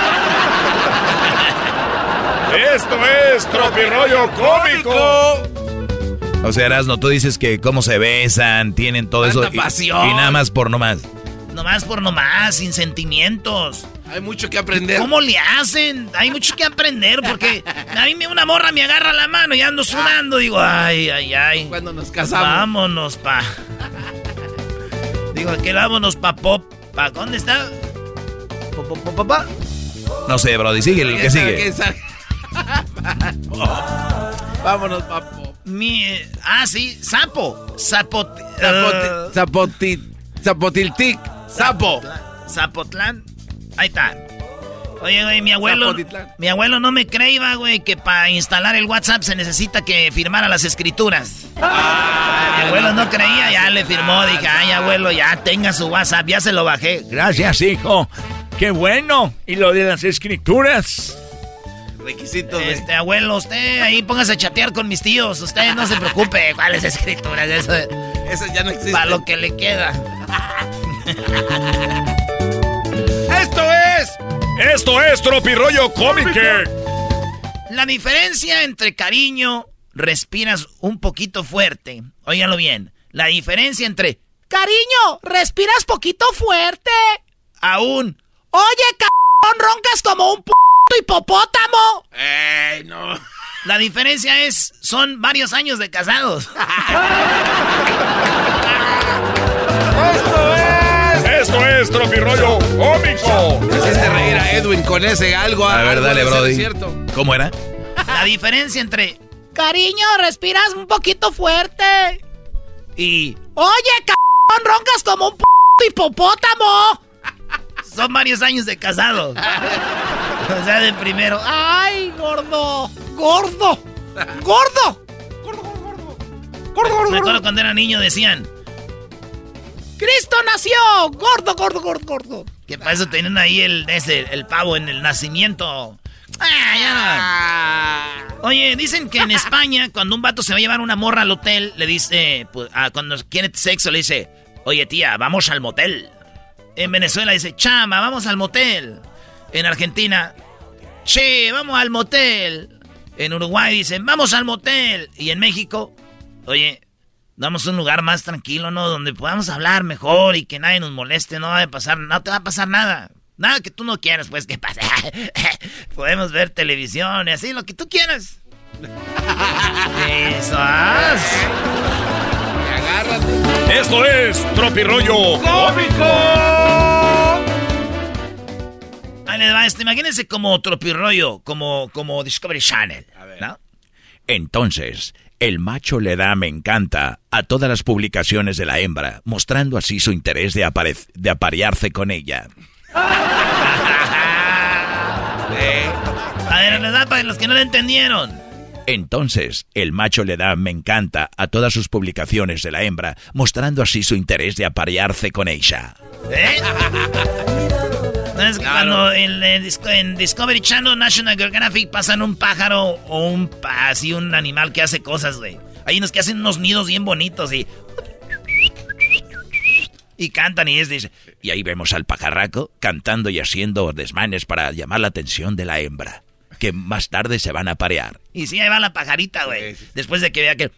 Esto es Tropirollo Cómico. O sea, Erasno, tú dices que cómo se besan, tienen todo eso. Y, pasión. Y nada más por nomás. Nomás por nomás, sin sentimientos. Hay mucho que aprender. ¿Cómo le hacen? Hay mucho que aprender porque a mí una morra me agarra la mano y ando sudando. Digo, ay, ay, ay. Cuando nos casamos. Vámonos, pa. Digo, ¿qué vámonos, pa pop? ¿Pa dónde está? ¿Pop, pop, pop, pa? No sé, Brody, sigue el que sigue. Vámonos, pa pop. Mi, ah, sí, sapo. Sapo. Uh, Zapotit. Zapotiltic. Sapo. Zapotlán. Ahí está. Oye, güey, mi abuelo, mi abuelo no me creía, güey, que para instalar el WhatsApp se necesita que firmara las escrituras. Ah, mi abuelo no creía, ya le firmó. Dije, ay, abuelo, ya tenga su WhatsApp, ya se lo bajé. Gracias, hijo. Qué bueno. ¿Y lo de las escrituras? Requisitos de... Este, abuelo, usted ahí póngase a chatear con mis tíos. Usted no se preocupe. ¿Cuáles escrituras? Eso, eso ya no existe. Para lo que le queda. ¡Esto es! ¡Esto es Tropirollo Cómico! La diferencia entre cariño, respiras un poquito fuerte. Óiganlo bien. La diferencia entre Cariño, respiras poquito fuerte. Aún. Oye, cabrón, roncas como un p*** hipopótamo. ¡Ey, no! La diferencia es, son varios años de casados. ¡Esto es! ¡Esto es Tropirollo Cómico! Hiciste reír a Edwin con ese algo. A ver, dale, Brody. Cierto. ¿Cómo era? La diferencia entre... Cariño, respiras un poquito fuerte. Y... Oye, cabrón, roncas como un p*** hipopótamo. Son varios años de casado. O sea, de primero. Ay, gordo. Gordo. Gordo. Gordo, gordo, gordo. Gordo, gordo. Me acuerdo cuando era niño decían... Cristo nació. Gordo, gordo, gordo, gordo. Que para eso tenían ahí el, ese, el pavo en el nacimiento. Ah, ya no. Oye, dicen que en España, cuando un vato se va a llevar una morra al hotel, le dice, pues, ah, cuando quiere sexo, le dice, oye tía, vamos al motel. En Venezuela dice, chama, vamos al motel. En Argentina, che, vamos al motel. En Uruguay dicen, vamos al motel. Y en México, oye, damos un lugar más tranquilo, ¿no? Donde podamos hablar mejor y que nadie nos moleste, no va a pasar, no te va a pasar nada. Nada que tú no quieras, pues, que pase. Podemos ver televisión y así, lo que tú quieras. Eso. Agárrate. Esto es Tropirollo Cómico. Ahí les va esto. Imagínense como Tropirollo, como, como Discovery Channel, ¿no? Entonces, el macho le da me encanta a todas las publicaciones de la hembra, mostrando así su interés de, apare- de aparearse con ella. A ver, les da para los que no lo entendieron. Entonces, el macho le da me encanta a todas sus publicaciones de la hembra, mostrando así su interés de aparearse con ella. ¿Eh? No, es que claro. Cuando en, en, en Discovery Channel, National Geographic, pasan un pájaro o un así un animal que hace cosas, güey. Hay unos que hacen unos nidos bien bonitos y... Y cantan y es dice... Y ahí vemos al pajarraco cantando y haciendo desmanes para llamar la atención de la hembra, que más tarde se van a aparear. Y sí, ahí va la pajarita, güey. Después de que vea que...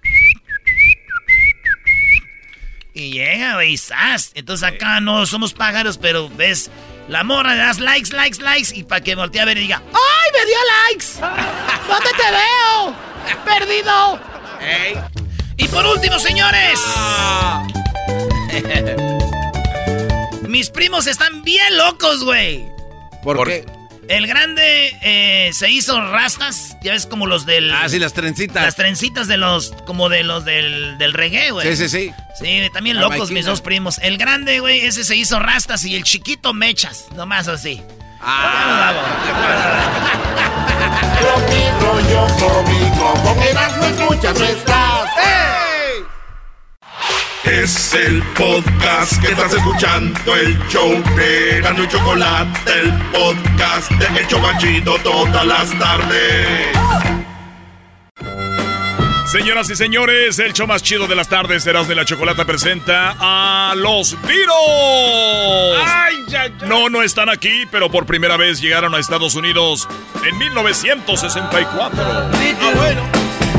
Y llega, güey, ¡zas! Entonces acá no somos pájaros, pero ves... La morra le das likes, likes, likes, y para que voltee a ver y diga... ¡Ay, me dio likes! ¿Dónde te veo? ¡Perdido! Hey. Y por último, señores... Ah. Mis primos están bien locos, güey. ¿Por, ¿Por qué? El grande eh, se hizo rastas, ya ves como los del... Ah, sí, las trencitas. Las trencitas de los, como de los del, del reggae, güey. Sí, sí, sí. Sí, también La locos maquina. Mis dos primos. El grande, güey, ese se hizo rastas y el chiquito mechas, nomás así. Ah, Tropi rollo cómico, con Erasmo escuchas no estás. ¡Hey! Es el podcast que estás escuchando, el show de Erasmo y Chocolate, el podcast de El Chobachito todas las tardes. Señoras y señores, el show más chido de las tardes, Erasmo y la Chocolata presenta a los Beatles. Ay, ya, ya. No, no están aquí, pero por primera vez llegaron a Estados Unidos en mil novecientos sesenta y cuatro. Ah, bueno.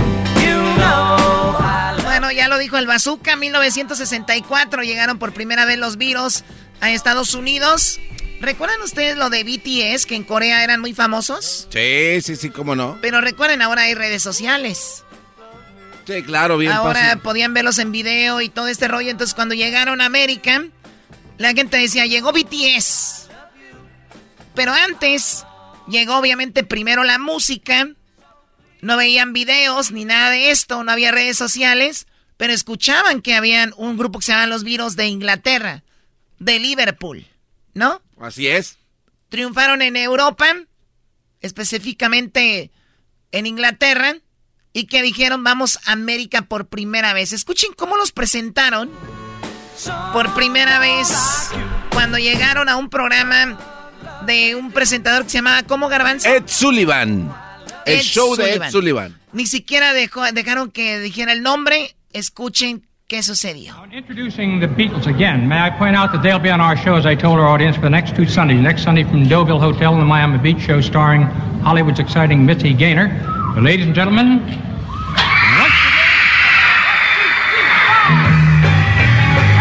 Bueno, ya lo dijo el Bazooka, mil novecientos sesenta y cuatro llegaron por primera vez los Beatles a Estados Unidos. ¿Recuerdan ustedes lo de B T S, que en Corea eran muy famosos? Sí, sí, sí, cómo no. Pero recuerden, ahora hay redes sociales. Sí, claro, bien Ahora fácil. podían verlos en video y todo este rollo. Entonces, cuando llegaron a América, la gente decía, llegó B T S. Pero antes, llegó obviamente primero la música. No veían videos ni nada de esto, no había redes sociales, pero escuchaban que habían un grupo que se llamaban los Beatles de Inglaterra, de Liverpool, ¿no? Así es. Triunfaron en Europa, específicamente en Inglaterra, y que dijeron, vamos a América por primera vez. Escuchen cómo los presentaron por primera vez cuando llegaron a un programa de un presentador que se llamaba, ¿cómo, Garbanzo? Ed Sullivan. El Ed show Sullivan. de Ed Sullivan. Ni siquiera dejó, dejaron que dijera el nombre. Escuchen qué sucedió. Introducing the Beatles again, may I point out that they'll be on our show, as I told our audience, for the next two Sundays. Next Sunday from Deauville Hotel in the Miami Beach show starring Hollywood's exciting Mitzi Gaynor. But ladies and gentlemen...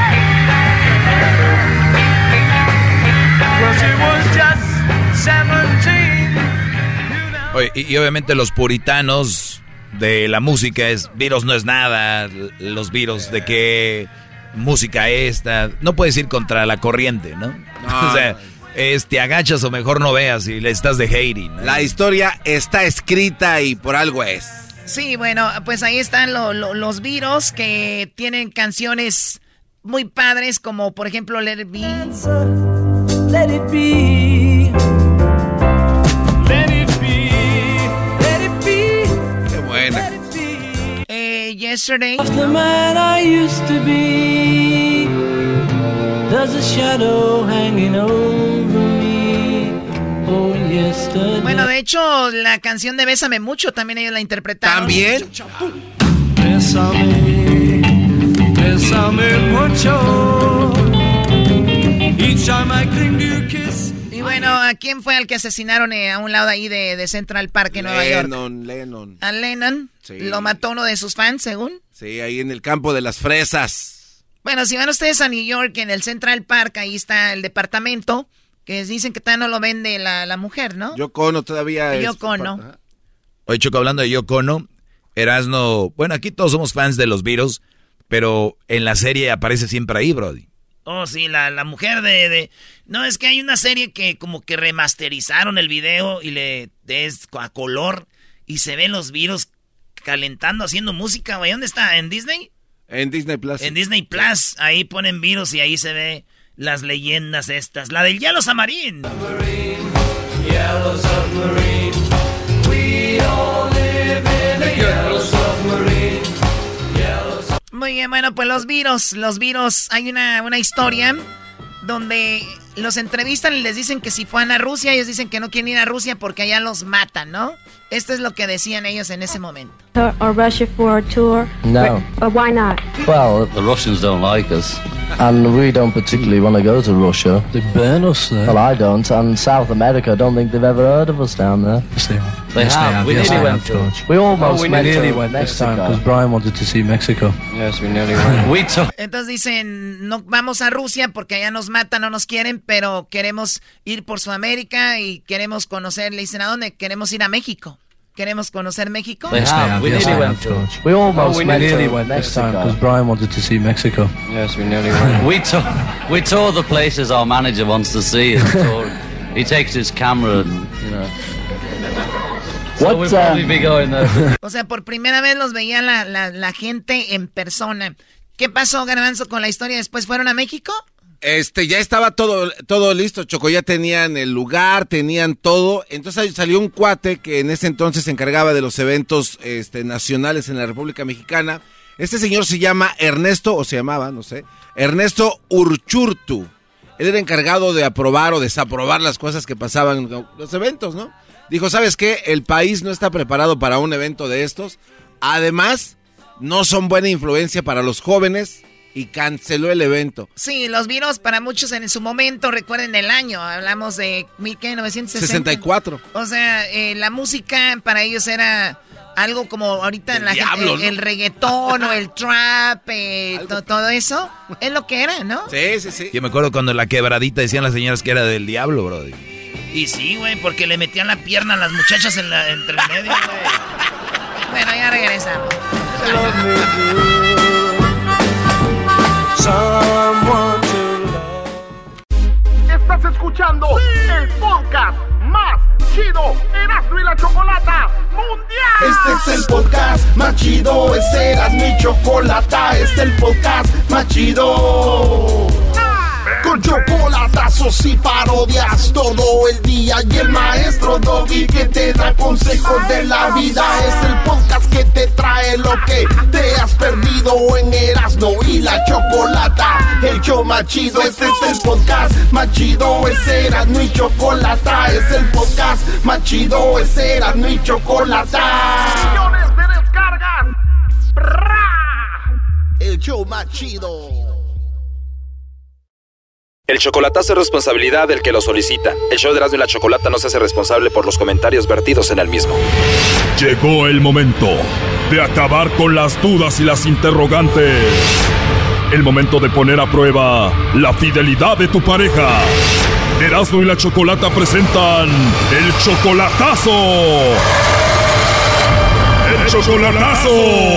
Oye, y, y obviamente los puritanos de la música es, virus no es nada, los virus de qué música esta, no puedes ir contra la corriente, ¿no? no. O sea, es, te agachas o mejor no veas y le estás de hating, ¿no? La historia está escrita y por algo es. Sí, bueno, pues ahí están lo, lo, los virus que tienen canciones muy padres, como por ejemplo Let It Be. Let it be. Let it be. Let it be. Qué buena. Eh, yesterday. Of the man I used to be. There's a shadow hanging over me. Oh, yesterday. Bueno, de hecho, la canción de Bésame Mucho también ellos la interpretaron. ¿También? Bésame, bésame mucho. Each time I cling to your kiss. Y bueno, ¿a quién fue el que asesinaron eh, a un lado ahí de, de Central Park en Nueva York? Lennon, Lennon. A Lennon. Sí. Lo mató uno de sus fans, según. Sí, ahí en el campo de las fresas. Bueno, si van ustedes a New York, en el Central Park, ahí está el departamento, que dicen que todavía no lo vende la, la mujer, ¿no? Yoko Ono todavía es... Yoko Ono. Oye, Choco, hablando de Yoko Ono, Erasno... Bueno, aquí todos somos fans de los Beatles, pero en la serie aparece siempre ahí, brody. Oh, sí, la, la mujer de, de... No, es que hay una serie que como que remasterizaron el video y le es a color y se ven los Beatles calentando, haciendo música, güey. ¿Dónde está? ¿En Disney? En Disney Plus. En Disney Plus. Ahí ponen Beatles y ahí se ve las leyendas estas. La del Yellow Submarine. Yellow Submarine. We all live in a yellow submarine. Yellow submarine. Muy bien, bueno, pues los Beatles, los Beatles, hay una, una historia donde los entrevistan y les dicen que si fueran a Rusia, ellos dicen que no quieren ir a Rusia porque allá los matan, ¿no? Esto es lo que decían ellos en ese momento. Or, or Russia for a tour? No. Or why not? Well, the Russians don't like us. And we don't particularly want to go to Russia. They burn us there. Well, I don't. And South America, I don't think they've ever heard of us down there. Yes, they are. They yes, have. They have. We yes, nearly they went, have, George. We almost oh, we went nearly to went Mexico. this time because Brian wanted to see Mexico. Yes, we nearly went. We took... Entonces dicen, no vamos a Rusia porque allá nos matan, no nos quieren, pero queremos ir por Sudamérica y queremos conocer. Le dicen, ¿a dónde? Queremos ir a México. ¿Queremos conocer México? They have. We yes, nearly they went, have, George. We almost oh, we went nearly to went this Mexico. time because Brian wanted to see Mexico. Yes, we nearly went. we took we tour the places our manager wants to see. And tour. He takes his camera and, you know. So What, we'll probably be going there. O sea, por primera vez los veía la, la, la gente en persona. ¿Qué pasó, Garbanzo, con la historia? ¿Después fueron a México? Este, ya estaba todo, todo listo, Choco, ya tenían el lugar, tenían todo. Entonces salió un cuate que en ese entonces se encargaba de los eventos este, nacionales en la República Mexicana. Este señor se llama Ernesto, o se llamaba, no sé, Ernesto Urchurtu. Él era encargado de aprobar o desaprobar las cosas que pasaban en los eventos, ¿no? Dijo, ¿sabes qué? El país no está preparado para un evento de estos. Además, no son buena influencia para los jóvenes. Y canceló el evento. Sí, los virus para muchos en su momento, recuerden el año, hablamos de mil novecientos sesenta. sesenta y cuatro. O sea, eh, la música para ellos era algo como ahorita en la diablo, gente, el, ¿no? el reggaetón o el trap, eh, to, todo eso, es lo que era, ¿no? Sí, sí, sí. Yo me acuerdo cuando en la quebradita decían las señoras que era del diablo, brody. Y sí, güey, porque le metían la pierna a las muchachas en la, entre el medio, güey. Bueno, ya regresamos. Estás escuchando sí. el podcast más chido, Erasmo y la Chocolata Mundial. Este es el podcast más chido, este es Erasmo y Chocolata, este es el podcast más chido. Con chocolatazos y parodias todo el día y el maestro Doggy que te da consejos de la vida. Es el podcast que te trae lo que te has perdido en Erasmo y la Chocolata. El show más chido, este es el podcast más chido, es Erasmo y Chocolata. Es el podcast más chido, es Erasmo y Chocolata. Millones de descargas. ¡Bra! El show más chido. El chocolatazo es responsabilidad del que lo solicita. El show de Erasmo y la Chocolata no se hace responsable por los comentarios vertidos en el mismo. Llegó el momento de acabar con las dudas y las interrogantes. El momento de poner a prueba la fidelidad de tu pareja. Erasmo y la Chocolata presentan El Chocolatazo. ¡El Chocolatazo!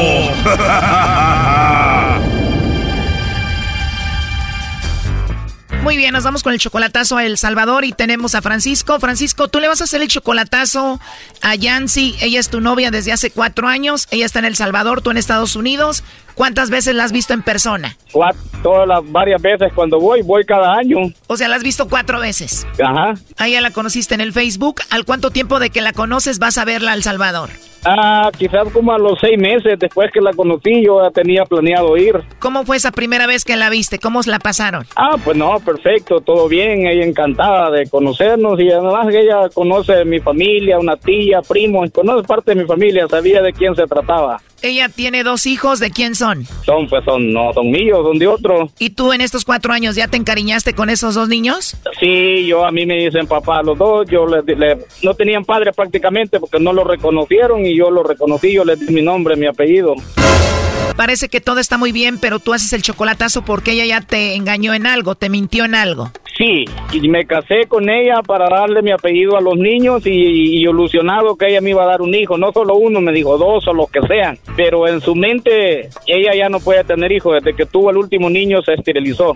Muy bien, nos vamos con el chocolatazo a El Salvador y tenemos a Francisco. Francisco, tú le vas a hacer el chocolatazo a Yancy. Ella es tu novia desde hace cuatro años. Ella está en El Salvador, tú en Estados Unidos. ¿Cuántas veces la has visto en persona? Cuatro, todas las varias veces cuando voy, voy cada año. O sea, la has visto cuatro veces. Ajá. A ella la conociste en el Facebook. ¿Al cuánto tiempo de que la conoces vas a verla a El Salvador? Ah, quizás como a los seis meses después que la conocí, yo ya tenía planeado ir. ¿Cómo fue esa primera vez que la viste? ¿Cómo la pasaron? Ah, pues no, perfecto, todo bien, ella encantada de conocernos y además que ella conoce mi familia, una tía, primos, conoce parte de mi familia, sabía de quién se trataba. Ella tiene dos hijos, ¿de quién son? Son, pues son, no son míos, son de otro. ¿Y tú en estos cuatro años ya te encariñaste con esos dos niños? Sí, yo a mí me dicen papá los dos, yo le, le, no tenían padre prácticamente porque no lo reconocieron y yo lo reconocí, yo les di mi nombre, mi apellido. Parece que todo está muy bien, pero tú haces el chocolatazo porque ella ya te engañó en algo, te mintió en algo. Sí, y me casé con ella para darle mi apellido a los niños y, y ilusionado que ella me iba a dar un hijo, no solo uno, me dijo dos o los que sean, pero en su mente ella ya no puede tener hijos, desde que tuvo el último niño se esterilizó.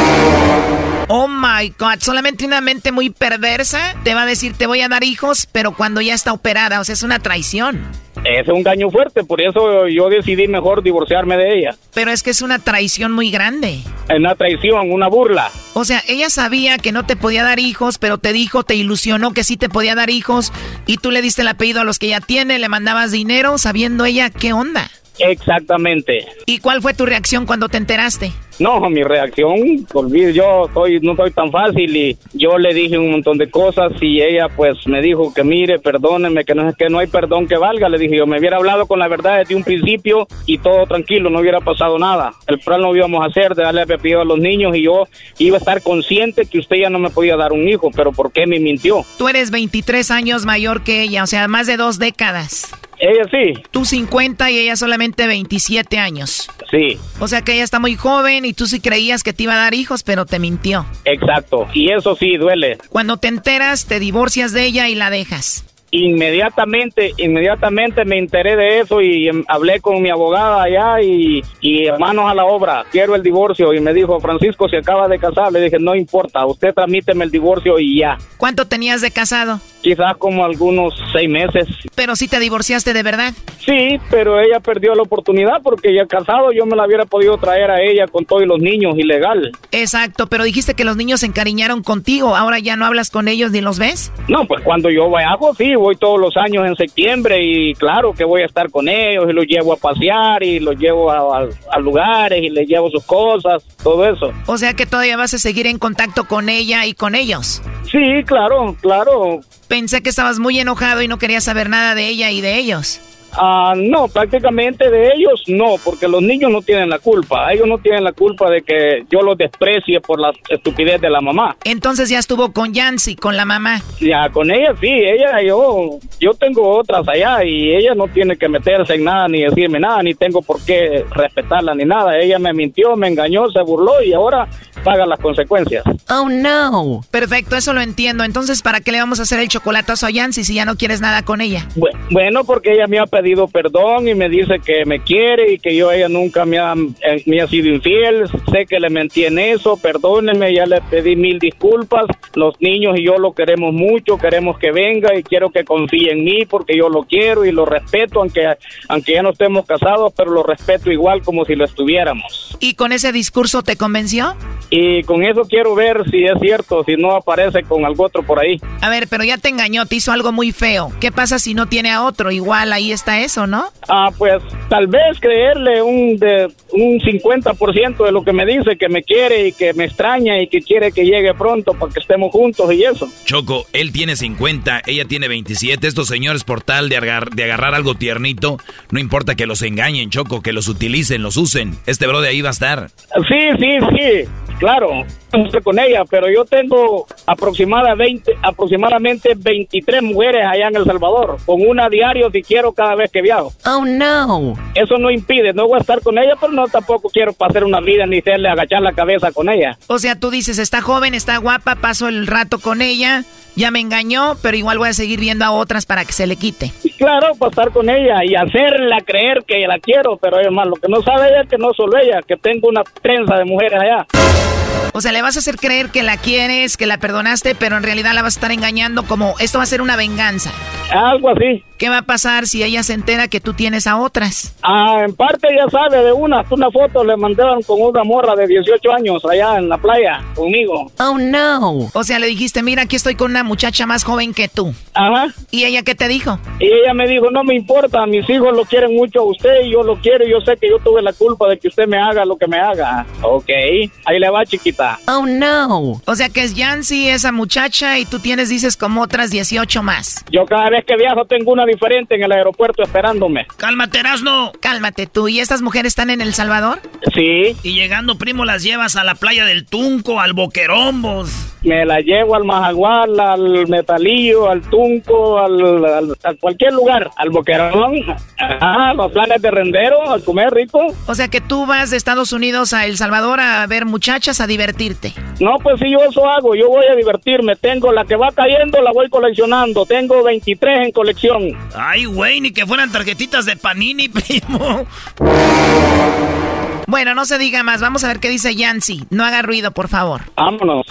Oh my God, solamente una mente muy perversa te va a decir te voy a dar hijos, pero cuando ya está operada, o sea, es una traición. Es un engaño fuerte, por eso yo decidí mejor divorciarme de ella. Pero es que es una traición muy grande. Es una traición, una burla. O sea, ella sabía que no te podía dar hijos, pero te dijo, te ilusionó que sí te podía dar hijos y tú le diste el apellido a los que ella tiene, le mandabas dinero sabiendo ella qué onda. Exactamente. ¿Y cuál fue tu reacción cuando te enteraste? No, mi reacción, olvidé, yo soy, no soy tan fácil y yo le dije un montón de cosas y ella pues me dijo que mire, perdóneme, que no, que no hay perdón que valga. Le dije yo, me hubiera hablado con la verdad desde un principio y todo tranquilo, no hubiera pasado nada. El plan lo íbamos a hacer, de darle apellido a los niños y yo iba a estar consciente que usted ya no me podía dar un hijo, pero ¿por qué me mintió? Tú eres veintitrés años mayor que ella, o sea, más de dos décadas. Ella sí. Tú cincuenta y ella solamente veintisiete años. Sí. O sea que ella está muy joven y tú sí creías que te iba a dar hijos, pero te mintió. Exacto, y eso sí duele. Cuando te enteras, te divorcias de ella y la dejas. Inmediatamente, inmediatamente me enteré de eso y um, hablé con mi abogada allá y, y manos a la obra, quiero el divorcio. Y me dijo, Francisco, se acaba de casar. Le dije, no importa, usted tramíteme el divorcio y ya. ¿Cuánto tenías de casado? Quizás como algunos seis meses. ¿Pero sí te divorciaste de verdad? Sí, pero ella perdió la oportunidad porque ya casado yo me la hubiera podido traer a ella con todos los niños, ilegal. Exacto, pero dijiste que los niños se encariñaron contigo, ¿ahora ya no hablas con ellos ni los ves? No, pues cuando yo viajo, sí, voy todos los años en septiembre y claro que voy a estar con ellos y los llevo a pasear y los llevo a, a, a lugares y les llevo sus cosas, todo eso. O sea que todavía vas a seguir en contacto con ella y con ellos. Sí, claro, claro. Pensé que estabas muy enojado y no querías saber nada de ella y de ellos. Ah, no, prácticamente de ellos no, porque los niños no tienen la culpa. Ellos no tienen la culpa de que yo los desprecie por la estupidez de la mamá. Entonces ya estuvo con Yancy, con la mamá. Ya, con ella sí, ella, yo, yo tengo otras allá y ella no tiene que meterse en nada ni decirme nada, ni tengo por qué respetarla ni nada. Ella me mintió, me engañó, se burló y ahora paga las consecuencias. Oh, no. Perfecto, eso lo entiendo. Entonces, ¿para qué le vamos a hacer el chocolatazo a Yancy si ya no quieres nada con ella? Bueno, porque ella me ha pedido perdón y me dice que me quiere y que yo ella nunca me ha, eh, me ha sido infiel. Sé que le mentí en eso, perdónenme, ya le pedí mil disculpas. Los niños y yo lo queremos mucho, queremos que venga y quiero que confíe en mí porque yo lo quiero y lo respeto, aunque, aunque ya no estemos casados, pero lo respeto igual como si lo estuviéramos. ¿Y con ese discurso te convenció? Y con eso quiero ver si es cierto, si no aparece con algo otro por ahí. A ver, pero ya te engañó, te hizo algo muy feo. ¿Qué pasa si no tiene a otro? Igual ahí está eso, ¿no? Ah, pues tal vez creerle un de un cincuenta por ciento de lo que me dice, que me quiere y que me extraña y que quiere que llegue pronto para que estemos juntos y eso. Choco, él tiene cincuenta, ella tiene veintisiete. Estos señores, por tal de, agar de agarrar algo tiernito, no importa que los engañen, Choco, que los utilicen, los usen. Este bro de ahí va a estar. Sí, sí, sí. claro, estoy con ella, pero yo tengo aproximadamente, aproximadamente veintitrés mujeres allá en El Salvador, con una diario si quiero cada vez que viajo. Oh, no. Eso no impide, no voy a estar con ella, pero no tampoco quiero pasar una vida ni hacerle agachar la cabeza con ella. O sea, tú dices, está joven, está guapa, paso el rato con ella, ya me engañó, pero igual voy a seguir viendo a otras para que se le quite. Claro, pasar con ella y hacerla creer que la quiero, pero además lo que no sabe ella es que no solo ella, que tengo una trenza de mujeres allá. O sea, le vas a hacer creer que la quieres, que la perdonaste, pero en realidad la vas a estar engañando como esto va a ser una venganza. Algo así. ¿Qué va a pasar si ella se entera que tú tienes a otras? Ah, en parte ya sabe de una. Una foto le mandaron con una morra de dieciocho años allá en la playa conmigo. Oh, no. O sea, le dijiste, mira, aquí estoy con una muchacha más joven que tú. Ajá. ¿Y ella qué te dijo? Y ella me dijo, no me importa, mis hijos lo quieren mucho a usted y yo lo quiero y yo sé que yo tuve la culpa de que usted me haga lo que me haga. Ok, ahí le va, chiquita. Oh, no. O sea que es Yancy, esa muchacha, y tú tienes, dices, como otras dieciocho más. Yo cada vez que viajo tengo una diferente en el aeropuerto esperándome. Cálmate, Erasno. Cálmate tú. ¿Y estas mujeres están en El Salvador? Sí. Y llegando, primo, las llevas a la playa del Tunco, al Boquerombos. Me la llevo al Majagual, al Metalillo, al Tunco, al, al, a cualquier lugar, al Boquerón, ajá, los planes de rendero, a comer rico. O sea que tú vas de Estados Unidos a El Salvador a ver muchachas, a divertirte. No, pues sí, yo eso hago, yo voy a divertirme. Tengo la que va cayendo, la voy coleccionando. Tengo veintitrés en colección. Ay, güey, ni que fueran tarjetitas de Panini, primo. Bueno, no se diga más, vamos a ver qué dice Yancy. No haga ruido, por favor. Vámonos.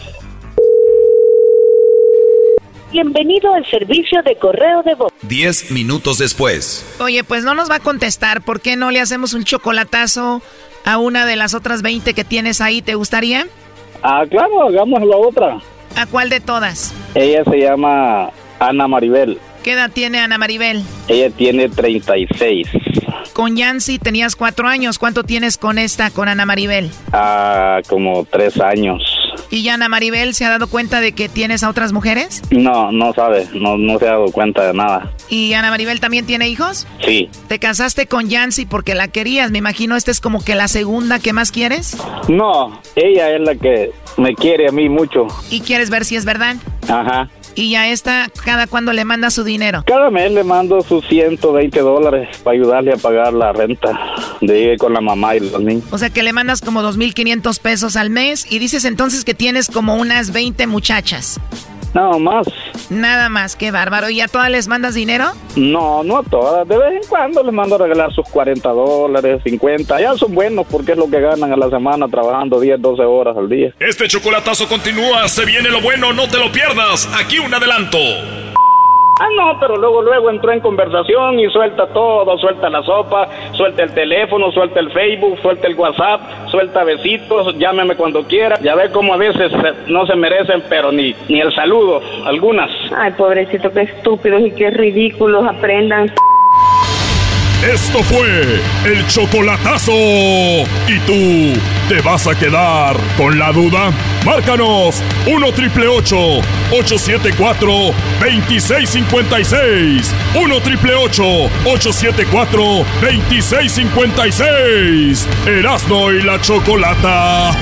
Bienvenido al servicio de correo de voz. Diez minutos después. Oye, pues no nos va a contestar. ¿Por qué no le hacemos un chocolatazo a una de las otras veinte que tienes ahí? ¿Te gustaría? Ah, claro, hagamos la otra. ¿A cuál de todas? Ella se llama Ana Maribel. ¿Qué edad tiene Ana Maribel? Ella tiene treinta y seis. Con Yancy tenías cuatro años. ¿Cuánto tienes con esta, con Ana Maribel? Ah, como tres años. ¿Y Ana Maribel se ha dado cuenta de que tienes a otras mujeres? No, no sabe, no, no se ha dado cuenta de nada. ¿Y Ana Maribel también tiene hijos? Sí. ¿Te casaste con Yancy porque la querías? Me imagino esta es como que la segunda que más quieres. No, ella es la que me quiere a mí mucho. ¿Y quieres ver si es verdad? Ajá. ¿Y a esta cada cuándo le manda su dinero? Cada mes le mando sus ciento veinte dólares para ayudarle a pagar la renta de ir con la mamá y los niños. O sea que le mandas como dos mil quinientos pesos al mes y dices entonces que tienes como unas veinte muchachas. Nada más. Nada más, qué bárbaro. ¿Y a todas les mandas dinero? No, no a todas. De vez en cuando les mando a regalar sus cuarenta dólares, cincuenta. Ya son buenos porque es lo que ganan a la semana trabajando diez, doce horas al día. Este chocolatazo continúa. Se viene lo bueno, no te lo pierdas. Aquí un adelanto. Ah, no, pero luego, luego entró en conversación y suelta todo, suelta la sopa, suelta el teléfono, suelta el Facebook, suelta el WhatsApp, suelta besitos, llámeme cuando quiera. Ya ve cómo a veces no se merecen, pero ni, ni el saludo, algunas. Ay, pobrecito, qué estúpidos y qué ridículos, aprendan. Esto fue el chocolatazo. ¿Y tú te vas a quedar con la duda? Márcanos uno triple ocho, ocho siete cuatro, dos seis cinco seis. uno triple ocho, ocho siete cuatro, dos seis cinco seis. Erasno y la Chocolata.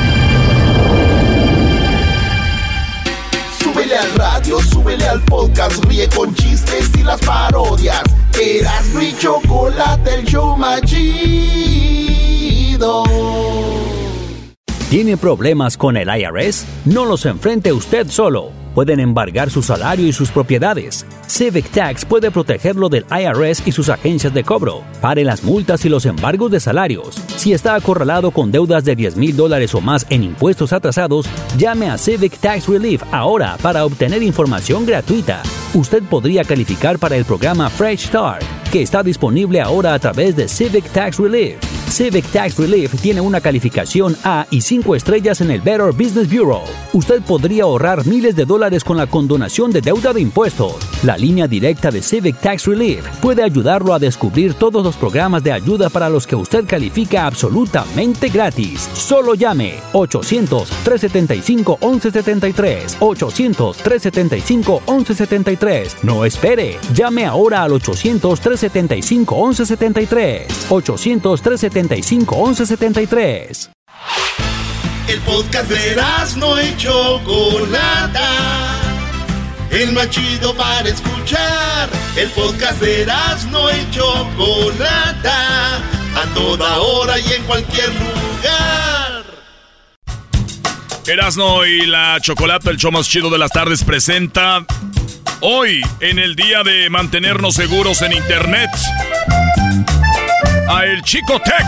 Súbele al radio, súbele al podcast, ríe con chistes y las parodias. Erasno y Chocolate, el show más chido. ¿Tiene problemas con el I R S? No los enfrente usted solo. Pueden embargar su salario y sus propiedades. Civic Tax puede protegerlo del I R S y sus agencias de cobro. Pare las multas y los embargos de salarios. Si está acorralado con deudas de diez mil dólares o más en impuestos atrasados, llame a Civic Tax Relief ahora para obtener información gratuita. Usted podría calificar para el programa Fresh Start, que está disponible ahora a través de Civic Tax Relief. Civic Tax Relief tiene una calificación A y cinco estrellas en el Better Business Bureau. Usted podría ahorrar miles de dólares con la condonación de deuda de impuestos. La línea directa de Civic Tax Relief puede ayudarlo a descubrir todos los programas de ayuda para los que usted califica absolutamente gratis. Solo llame ochocientos, tres setenta y cinco, once setenta y tres. ochocientos, tres setenta y cinco, once setenta y tres. No espere. Llame ahora al ochocientos, tres setenta y cinco, once setenta y tres. ochocientos, tres setenta y cinco, once setenta y tres. El podcast de Erazno y Chocolata, el más chido para escuchar. El podcast de Erazno y Chocolata, a toda hora y en cualquier lugar. Erazno y la Chocolata, el show más chido de las tardes, presenta hoy, en el día de mantenernos seguros en internet, a El Chico Tech.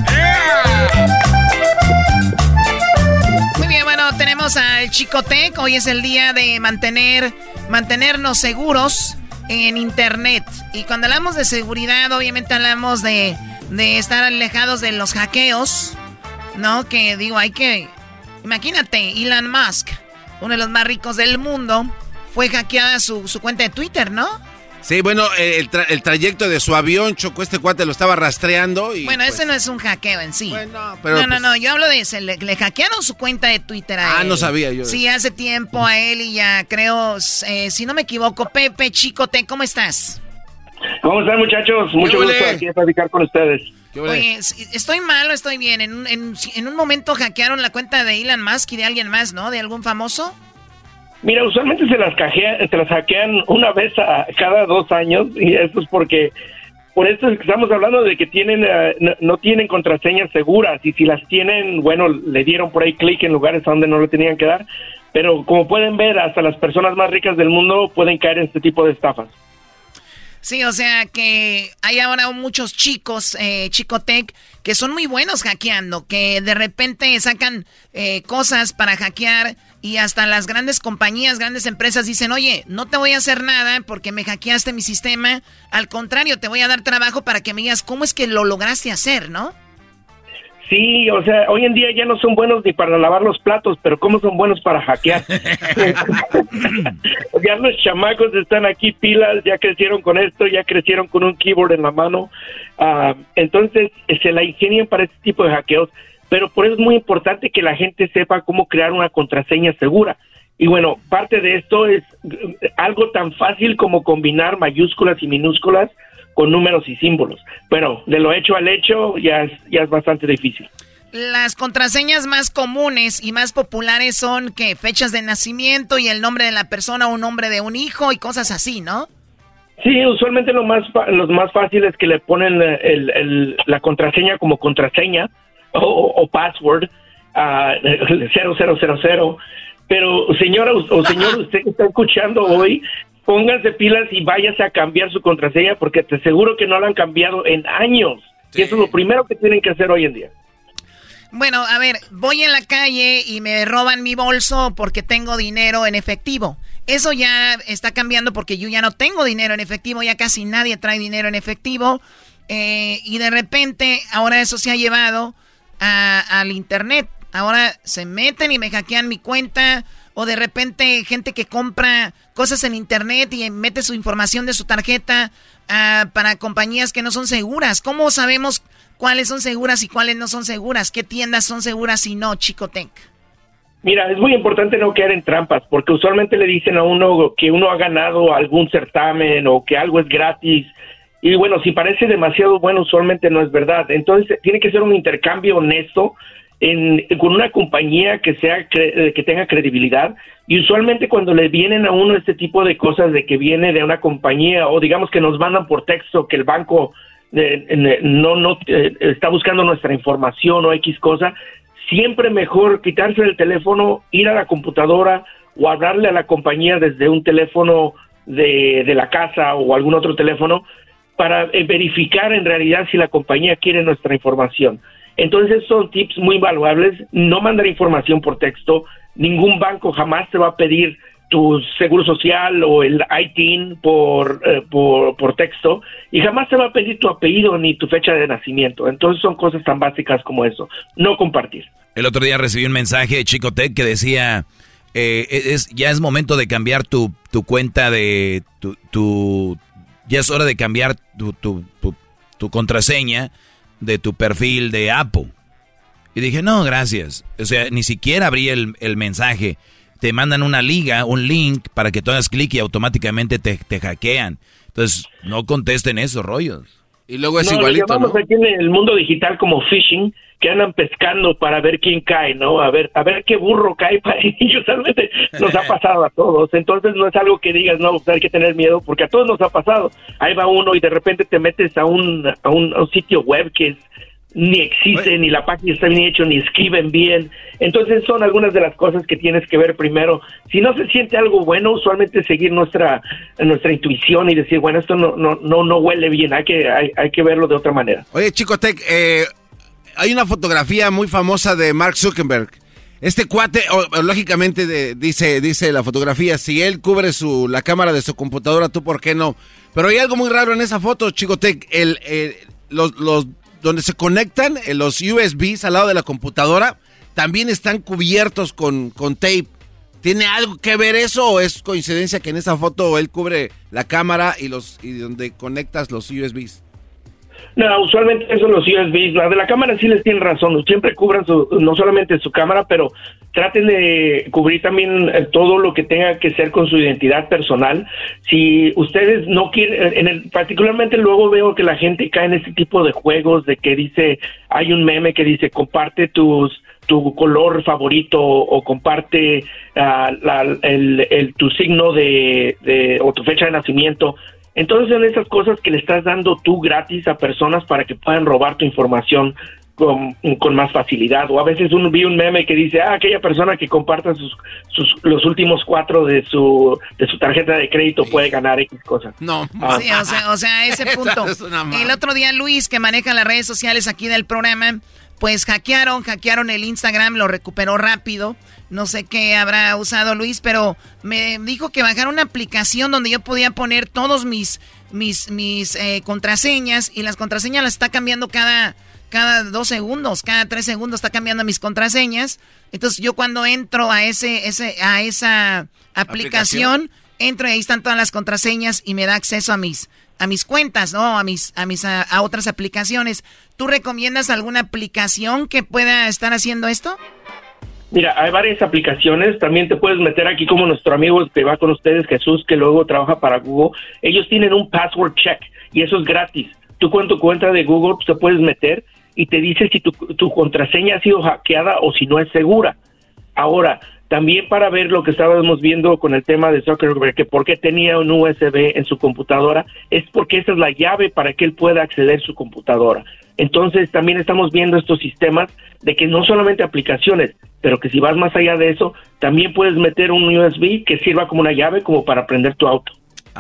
Muy bien, bueno, tenemos al Chico Tech. Hoy es el día de mantener, mantenernos seguros en internet. Y cuando hablamos de seguridad, obviamente hablamos de, de estar alejados de los hackeos, ¿no? Que digo, hay que... Imagínate, Elon Musk, uno de los más ricos del mundo, fue hackeada su, su cuenta de Twitter, ¿no? Sí, bueno, el, tra- el trayecto de su avión, Choco, este cuate lo estaba rastreando y... Bueno, pues... ese no es un hackeo en sí. Bueno, pero no, no, pues... no, yo hablo de ese, le, le hackearon su cuenta de Twitter a ah, él. no sabía yo. Sí, hace tiempo a él y ya creo, eh, si no me equivoco, Pepe Chicote, ¿cómo estás? ¿Cómo están, muchachos? Mucho gusto aquí a platicar con ustedes. Oye, ¿estoy mal o estoy bien? En un, en, en un momento hackearon la cuenta de Elon Musk y de alguien más, ¿no? ¿De algún famoso? Mira, usualmente se las, cajea, se las hackean una vez a cada dos años y eso es porque, por esto es que estamos hablando de que tienen uh, no, no tienen contraseñas seguras y si las tienen, bueno, le dieron por ahí clic en lugares donde no lo tenían que dar, pero como pueden ver, hasta las personas más ricas del mundo pueden caer en este tipo de estafas. Sí, o sea que hay ahora muchos chicos, eh, Chicotec, que son muy buenos hackeando, que de repente sacan eh, cosas para hackear y hasta las grandes compañías, grandes empresas dicen, oye, no te voy a hacer nada porque me hackeaste mi sistema, al contrario, te voy a dar trabajo para que me digas cómo es que lo lograste hacer, ¿no? Sí, o sea, hoy en día ya no son buenos ni para lavar los platos, pero ¿cómo son buenos para hackear? Ya los chamacos están aquí pilas, ya crecieron con esto, ya crecieron con un keyboard en la mano. Uh, entonces, se la ingenian para este tipo de hackeos, pero por eso es muy importante que la gente sepa cómo crear una contraseña segura. Y bueno, parte de esto es algo tan fácil como combinar mayúsculas y minúsculas con números y símbolos. Pero de lo hecho al hecho ya es, ya es bastante difícil. Las contraseñas más comunes y más populares son que fechas de nacimiento y el nombre de la persona o un nombre de un hijo y cosas así, ¿no? Sí, usualmente lo más los más fácil es que le ponen el, el, la contraseña como contraseña o, o password a uh, cero cero cero cero. Pero señora o señor, usted que está escuchando hoy, pónganse pilas y váyase a cambiar su contraseña porque te aseguro que no la han cambiado en años. Sí. Y eso es lo primero que tienen que hacer hoy en día. Bueno, a ver, voy en la calle y me roban mi bolso porque tengo dinero en efectivo. Eso ya está cambiando porque yo ya no tengo dinero en efectivo, ya casi nadie trae dinero en efectivo. Eh, y de repente ahora eso se ha llevado a, al internet. Ahora se meten y me hackean mi cuenta. O de repente gente que compra cosas en internet y mete su información de su tarjeta uh, para compañías que no son seguras. ¿Cómo sabemos cuáles son seguras y cuáles no son seguras? ¿Qué tiendas son seguras y no, Chicotec? Mira, es muy importante no caer en trampas, porque usualmente le dicen a uno que uno ha ganado algún certamen o que algo es gratis. Y bueno, si parece demasiado bueno, usualmente no es verdad. Entonces, tiene que ser un intercambio honesto En, con una compañía que sea que tenga credibilidad, y usualmente cuando le vienen a uno este tipo de cosas de que viene de una compañía o digamos que nos mandan por texto que el banco eh, eh, no no eh, está buscando nuestra información o X cosa, siempre mejor quitarse el teléfono, ir a la computadora o hablarle a la compañía desde un teléfono de, de la casa o algún otro teléfono para eh, verificar en realidad si la compañía quiere nuestra información. Entonces son tips muy valuables. No mandar información por texto. Ningún banco jamás te va a pedir tu seguro social o el I T I N por, eh, por, por texto, y jamás te va a pedir tu apellido ni tu fecha de nacimiento. Entonces son cosas tan básicas como eso. No compartir. El otro día recibí un mensaje de Chicotec que decía, eh, es, ya es momento de cambiar tu, tu cuenta de tu, tu, ya es hora de cambiar tu, tu, tu, tu contraseña de tu perfil de Apple. Y dije, no, gracias. O sea, ni siquiera abrí el, el mensaje. Te mandan una liga, un link, para que tú hagas clic y automáticamente te, te hackean. Entonces, no contesten esos rollos. Y luego es no, igualito, lo llamamos ¿no? aquí en el mundo digital como phishing, que andan pescando para ver quién cae, ¿no? A ver, a ver qué burro cae para y usualmente nos ha pasado a todos. Entonces no es algo que digas, no, pues hay que tener miedo, porque a todos nos ha pasado. Ahí va uno y de repente te metes a un, a un, a un sitio web que es, ni existe, ni la página está bien hecho, ni escriben bien. Entonces son algunas de las cosas que tienes que ver primero. Si no se siente algo bueno, usualmente seguir nuestra nuestra intuición y decir, bueno, esto no no no, no huele bien, hay que hay, hay que verlo de otra manera. Oye, Chico Tech, eh, hay una fotografía muy famosa de Mark Zuckerberg. Este cuate, oh, lógicamente, de, dice dice la fotografía, si él cubre su la cámara de su computadora, ¿tú por qué no? Pero hay algo muy raro en esa foto, Chico Tech. El, el, los, los donde se conectan eh, los U S Bs al lado de la computadora, también están cubiertos con, con tape. ¿Tiene algo que ver eso o es coincidencia que en esa foto él cubre la cámara y los y donde conectas los U S Bs? No, usualmente eso los U S Bs, la de la cámara sí les tienen razón, siempre cubran su, no solamente su cámara, pero traten de cubrir también eh, todo lo que tenga que ser con su identidad personal. Si ustedes no quieren, en el, particularmente luego veo que la gente cae en este tipo de juegos de que dice, hay un meme que dice, comparte tus tu color favorito o comparte uh, la, el, el, tu signo de, de o tu fecha de nacimiento. Entonces son esas cosas que le estás dando tú gratis a personas para que puedan robar tu información con, con más facilidad. O a veces uno vi un meme que dice, ah, aquella persona que comparta sus, sus los últimos cuatro de su de su tarjeta de crédito puede ganar X cosas. No. Ah. Sí, o sea, o sea, ese punto. El otro día Luis, que maneja las redes sociales aquí del programa, pues hackearon, hackearon el Instagram, lo recuperó rápido. No sé qué habrá usado Luis, pero me dijo que bajaron una aplicación donde yo podía poner todos mis mis mis eh, contraseñas, y las contraseñas las está cambiando cada cada dos segundos, cada tres segundos está cambiando mis contraseñas. Entonces yo cuando entro a ese ese a esa aplicación, ¿aplicación? Entro y ahí están todas las contraseñas y me da acceso a mis a mis cuentas, ¿no? A mis a mis a, a otras aplicaciones. ¿Tú recomiendas alguna aplicación que pueda estar haciendo esto? Mira, hay varias aplicaciones, también te puedes meter aquí como nuestro amigo que va con ustedes, Jesús, que luego trabaja para Google. Ellos tienen un password check y eso es gratis. Tú con tu cuenta de Google te puedes meter y te dice si tu, tu contraseña ha sido hackeada o si no es segura. Ahora, también para ver lo que estábamos viendo con el tema de Zuckerberg, que por qué tenía un U S B en su computadora, es porque esa es la llave para que él pueda acceder a su computadora. Entonces también estamos viendo estos sistemas de que no solamente aplicaciones, pero que si vas más allá de eso, también puedes meter un U S B que sirva como una llave como para prender tu auto.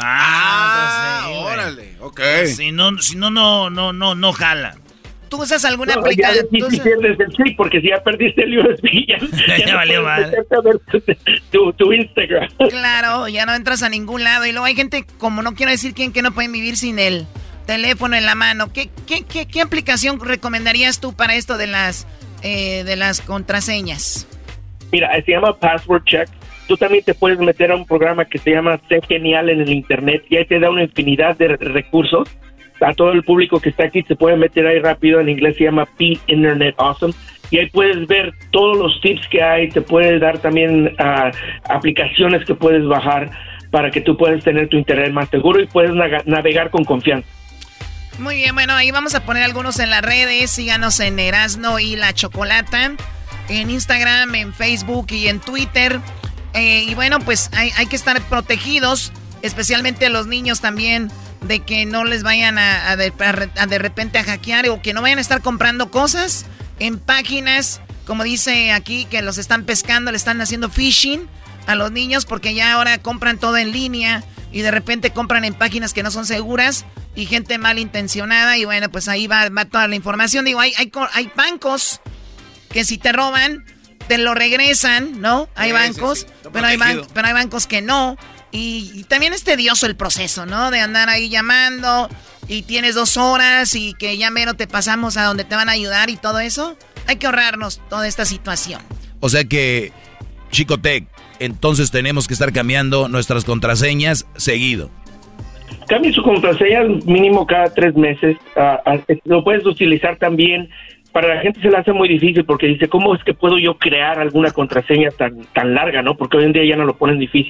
Ah, ah órale, ok. Si no, si no, no, no, no, no jala. ¿Tú usas alguna no, aplicación? Ya si pierdes el chip, porque si ya perdiste el U S B, ya, ya, ya no valió mal. A ver tu, tu, tu Instagram. Claro, ya no entras a ningún lado. Y luego hay gente, como no quiero decir quién, que no pueden vivir sin el teléfono en la mano. ¿Qué, qué, qué, qué aplicación recomendarías tú para esto de las, eh, de las contraseñas? Mira, se llama Password Check. Tú también te puedes meter a un programa que se llama Sé Genial en el internet y ahí te da una infinidad de recursos. A todo el público que está aquí se puede meter ahí rápido, en inglés se llama P Internet Awesome, y ahí puedes ver todos los tips que hay, te puede dar también uh, aplicaciones que puedes bajar para que tú puedas tener tu internet más seguro y puedes na- navegar con confianza. Muy bien, bueno, ahí vamos a poner algunos en las redes, síganos en Erasno y la Chocolata, en Instagram, en Facebook y en Twitter, eh, y bueno, pues hay, hay que estar protegidos, especialmente a los niños también, de que no les vayan a, a, de, a de repente a hackear o que no vayan a estar comprando cosas en páginas, como dice aquí, que los están pescando, le están haciendo phishing a los niños porque ya ahora compran todo en línea y de repente compran en páginas que no son seguras y gente malintencionada y bueno, pues ahí va, va toda la información. Digo, hay, hay, hay bancos que si te roban, te lo regresan, ¿no? Hay sí, bancos, sí, sí. Pero, hay ban- pero hay bancos que no. Y, y también es tedioso el proceso, ¿no? De andar ahí llamando y tienes dos horas y que ya mero te pasamos a donde te van a ayudar y todo eso. Hay que ahorrarnos toda esta situación. O sea que, Chico Tech, entonces tenemos que estar cambiando nuestras contraseñas seguido. Cambie su contraseña mínimo cada tres meses. Uh, uh, lo puedes utilizar también. Para la gente se le hace muy difícil porque dice, ¿cómo es que puedo yo crear alguna contraseña tan tan larga, no? Porque hoy en día ya no lo ponen difícil.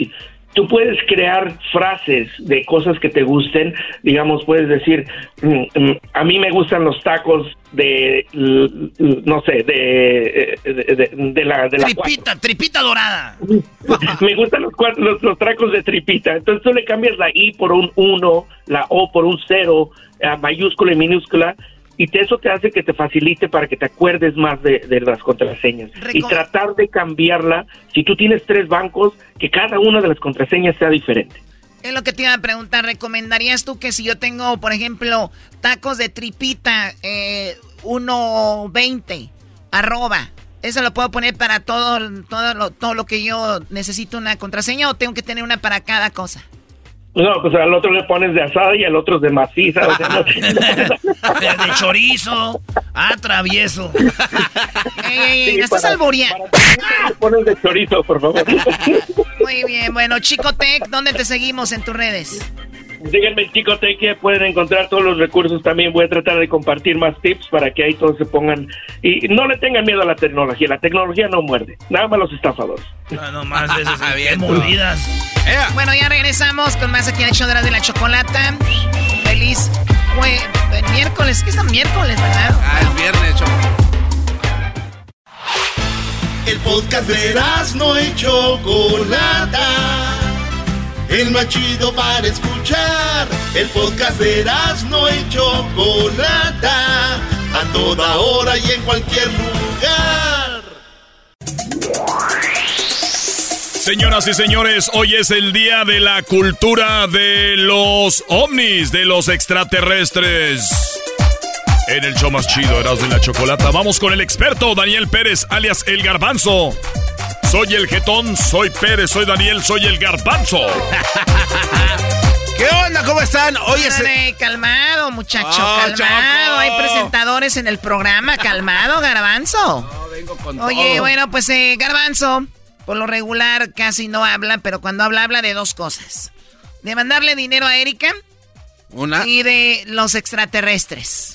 tú puedes crear frases de cosas que te gusten. Digamos, puedes decir, a mí me gustan los tacos de, no sé, de, de, de, de la... De tripita, la tripita dorada. Me gustan los, los, los tacos de tripita. Entonces tú le cambias la I por un uno, la O por un cero, mayúscula y minúscula, y te, eso te hace que te facilite para que te acuerdes más de, de las contraseñas. Recom- y tratar de cambiarla, si tú tienes tres bancos, que cada una de las contraseñas sea diferente. Es lo que te iba a preguntar. ¿Recomendarías tú que si yo tengo, por ejemplo, tacos de tripita, eh, uno veinte, arroba, eso lo puedo poner para todo, todo, lo, todo lo que yo necesito una contraseña, o tengo que tener una para cada cosa? No, pues al otro le pones de asada y al otro de maciza. O sea, no. De chorizo. Ah, travieso. Ey, ey, ey, sí, estás alboreando. Le pones de chorizo, por favor. Muy bien, bueno, Chico Tech, ¿dónde te seguimos en tus redes? Síganme en Chico Tech, que pueden encontrar todos los recursos. También voy a tratar de compartir más tips para que ahí todos se pongan. Y no le tengan miedo a la tecnología. La tecnología no muerde. Nada más los estafadores. No, no más de esas bien mordidas. Yeah. Bueno, ya regresamos con más aquí en el show de la, de la Chocolata. Feliz fue el miércoles. ¿Qué es el miércoles, verdad? Ah, el viernes, Choco. El podcast de Erasmo y Chocolata, el más chido para escuchar. El podcast de Erasmo y Chocolata, a toda hora y en cualquier lugar. Señoras y señores, hoy es el día de la cultura de los ovnis, de los extraterrestres. En el show más chido, Erasmo y la Chocolata, vamos con el experto Daniel Pérez, alias El Garbanzo. Soy el jetón, soy Pérez, soy Daniel, soy el Garbanzo. ¿Qué onda? ¿Cómo están? Hoy es... Dale, calmado, muchacho, oh, calmado. Choco. Hay presentadores en el programa, calmado, Garbanzo. No, vengo con Oye, todo. bueno, pues eh, Garbanzo, por lo regular casi no habla, pero cuando habla, habla de dos cosas. De mandarle dinero a Erika. Una. Y de los extraterrestres.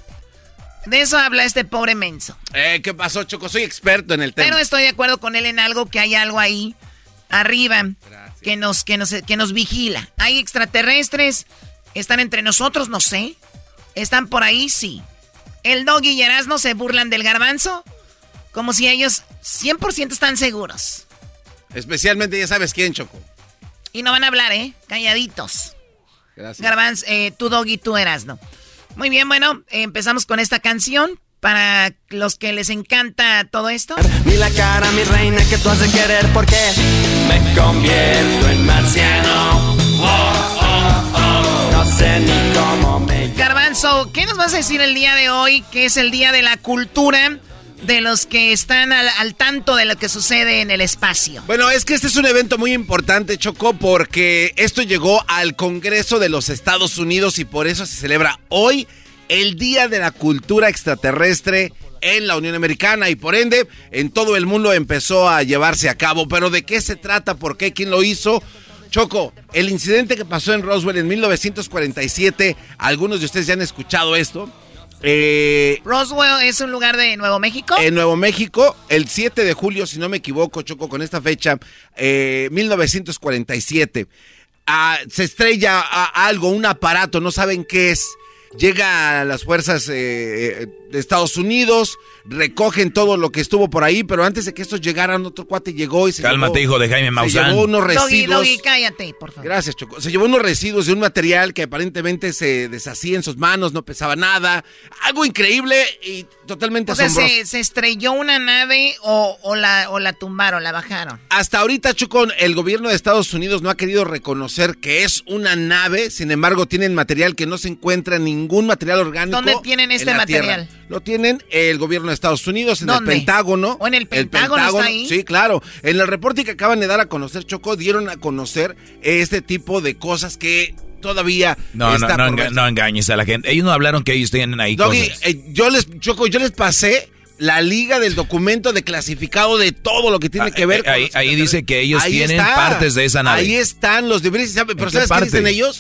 De eso habla este pobre menso. Eh, ¿qué pasó, Choco? Soy experto en el tema. Pero estoy de acuerdo con él en algo, que hay algo ahí arriba que nos, que nos, que nos vigila. Hay extraterrestres, están entre nosotros, no sé. Están por ahí, sí. El Doggy y Erasmo se burlan del Garbanzo como si ellos cien por ciento están seguros. Especialmente ya sabes quién, Choco. Y no van a hablar, ¿eh? Calladitos. Gracias. Garbanzo, eh, tú Doggy, tú Erasmo. Muy bien, bueno, eh, empezamos con esta canción. Para los que les encanta todo esto. Mi la cara, mi reina, que tú has de querer, porque me convierto en marciano. Oh, oh, oh. No sé ni cómo me... Garbanzo, ¿qué nos vas a decir el día de hoy? Que es el día de la cultura de los que están al, al tanto de lo que sucede en el espacio. Bueno, es que este es un evento muy importante, Choco, porque esto llegó al Congreso de los Estados Unidos y por eso se celebra hoy el Día de la Cultura Extraterrestre en la Unión Americana y por ende en todo el mundo empezó a llevarse a cabo. Pero ¿de qué se trata? ¿Por qué? ¿Quién lo hizo? Choco, el incidente que pasó en Roswell en mil novecientos cuarenta y siete, algunos de ustedes ya han escuchado esto. Eh, Roswell es un lugar de Nuevo México. En Nuevo México, el siete de julio, si no me equivoco, Choco, con esta fecha, eh, mil novecientos cuarenta y siete. Ah, se estrella a algo, un aparato, no saben qué es. Llega a las fuerzas eh, de Estados Unidos, recogen todo lo que estuvo por ahí, pero antes de que estos llegaran, otro cuate llegó y se Cálmate, llevó, hijo de Jaime Maussan. Se llevó unos residuos. Doggy, Doggy, cállate, por favor. Gracias, Choco. Se llevó unos residuos de un material que aparentemente se deshacía en sus manos, no pesaba nada. Algo increíble y totalmente o sea, asombroso. ¿se, se estrelló una nave o, o, la, o la tumbaron, la bajaron? Hasta ahorita, Choco, el gobierno de Estados Unidos no ha querido reconocer que es una nave. Sin embargo, tienen material que no se encuentra en ningún material orgánico. ¿Dónde tienen este material? Tierra. Lo tienen el gobierno de Estados Unidos, en ¿Dónde? el Pentágono. ¿O en el Pentágono, el Pentágono está ahí? Sí, claro. En el reporte que acaban de dar a conocer, Choco, dieron a conocer este tipo de cosas que todavía no, está no, no, por enga- no engañes a la gente. Ellos no hablaron que ellos tienen ahí Doggy, cosas. eh, yo les, Choco, yo les pasé la liga del documento de clasificado de todo lo que tiene Ah, que ver eh, con ahí, los ahí dice que ellos Ahí tienen está. partes de esa nave. Ahí están los deberes. ¿Pero qué sabes parte? quiénes dicen ellos?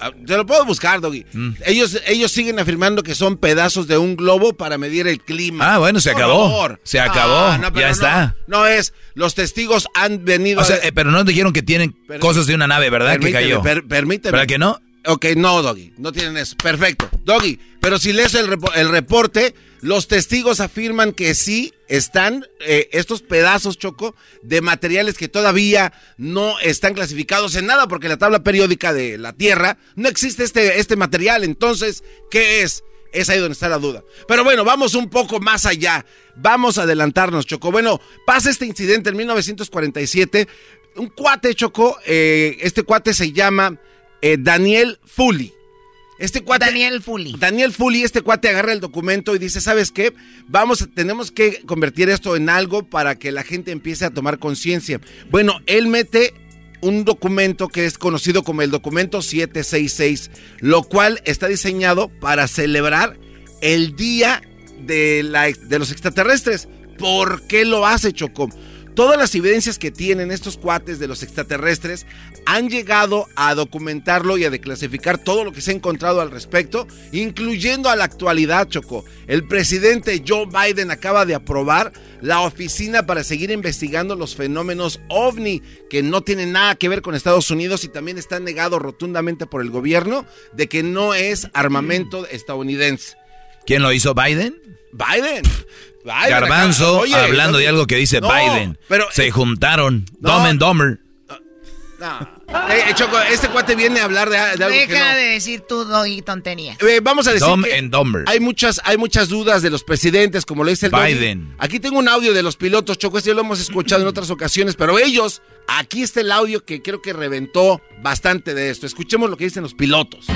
Te lo puedo buscar, Doggy. Mm. Ellos, ellos siguen afirmando que son pedazos de un globo para medir el clima. Ah, bueno, se Por acabó. favor. Se acabó. No, no, ya no, está. No es. Los testigos han venido. O sea, a... eh, pero no dijeron que tienen per... cosas de una nave, ¿verdad? Que cayó. Per, permíteme. ¿Verdad que no? Ok, no, Doggy, no tienen eso. Perfecto. Doggy, pero si lees el, rep- el reporte, los testigos afirman que sí están eh, estos pedazos, Choco, de materiales que todavía no están clasificados en nada, porque en la tabla periódica de la Tierra no existe este, este material. Entonces, ¿qué es? Es ahí donde está la duda. Pero bueno, vamos un poco más allá. Vamos a adelantarnos, Choco. Bueno, pasa este incidente en mil novecientos cuarenta y siete. Un cuate, Choco, eh, este cuate se llama... Eh, Daniel Foley. Este cuate, Daniel Foley. Daniel Foley, este cuate agarra el documento y dice, ¿sabes qué? Vamos, tenemos que convertir esto en algo para que la gente empiece a tomar conciencia. Bueno, él mete un documento que es conocido como el documento setecientos sesenta y seis, lo cual está diseñado para celebrar el día de, la, de los extraterrestres. ¿Por qué lo hace, Choco? Todas las evidencias que tienen estos cuates de los extraterrestres han llegado a documentarlo y a declasificar todo lo que se ha encontrado al respecto, incluyendo a la actualidad, Choco. El presidente Joe Biden acaba de aprobar la oficina para seguir investigando los fenómenos ovni, que no tienen nada que ver con Estados Unidos y también está negado rotundamente por el gobierno de que no es armamento estadounidense. ¿Quién lo hizo, Biden? Biden. Biden Garbanzo, Oye, hablando no, de algo que dice no, Biden. Pero, se eh, juntaron. no, Dumb and Dumber. No. Eh, Choco, este cuate viene a hablar de, de algo Deja que no. de decir tú y tonterías. Eh, vamos a decir Dumb que and Dumber. hay muchas, hay muchas dudas de los presidentes, como lo dice el Biden. Doggy. Aquí tengo un audio de los pilotos, Choco, este ya lo hemos escuchado en otras ocasiones, pero ellos, aquí está el audio que creo que reventó bastante de esto. Escuchemos lo que dicen los pilotos.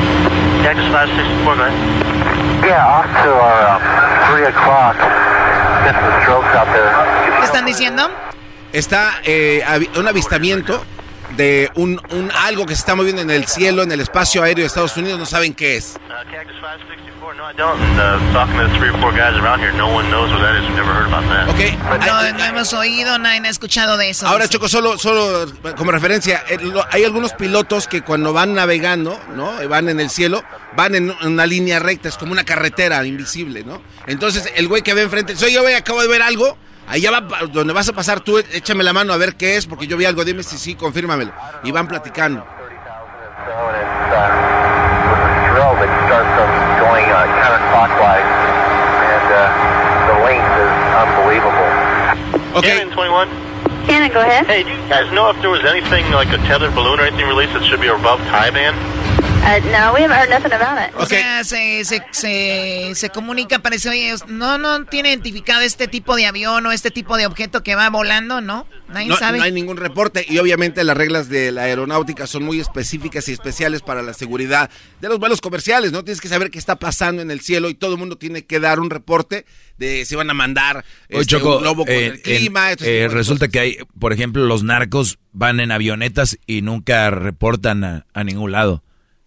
Yeah, off to our um, three o'clock. Get some strokes out there. ¿Qué están diciendo? Está eh, un avistamiento de un, un algo que se está moviendo en el cielo, en el espacio aéreo de Estados Unidos. No saben qué es. Uh, Cactus five sixty-four, no, I don't. And uh, talking to three or four guys around here, no one knows what that is. We've never heard about that. Okay. No, no hemos oído, nadie ha escuchado de eso. Ahora, Choco, solo, solo como referencia, eh, lo, hay algunos pilotos que cuando van navegando, ¿no? Van en el cielo, van en una línea recta, es como una carretera invisible, ¿no? Entonces, el güey que ve enfrente, soy yo, güey, acabo de ver algo. Allá va, donde vas a pasar tú, échame la mano a ver qué es, porque yo vi algo, dime si sí, confírmamelo. Y van platicando. Okay. twenty-one. Shannon, go ahead. Hey, do you guys know if there was anything like a tethered balloon or anything released that should be above tie band? Uh, no, we haven't heard nothing about it. O sea, se, se, se, se comunica, parece, oye, no, no tiene identificado este tipo de avión o este tipo de objeto que va volando, ¿no? Nadie no, sabe. No hay ningún reporte y obviamente las reglas de la aeronáutica son muy específicas y especiales para la seguridad de los vuelos comerciales, ¿no? Tienes que saber qué está pasando en el cielo y todo el mundo tiene que dar un reporte de si van a mandar Oye, este, Choco, un globo con eh, el clima. eh, eh, resulta cosas. Que hay, por ejemplo, los narcos van en avionetas y nunca reportan a, a ningún lado.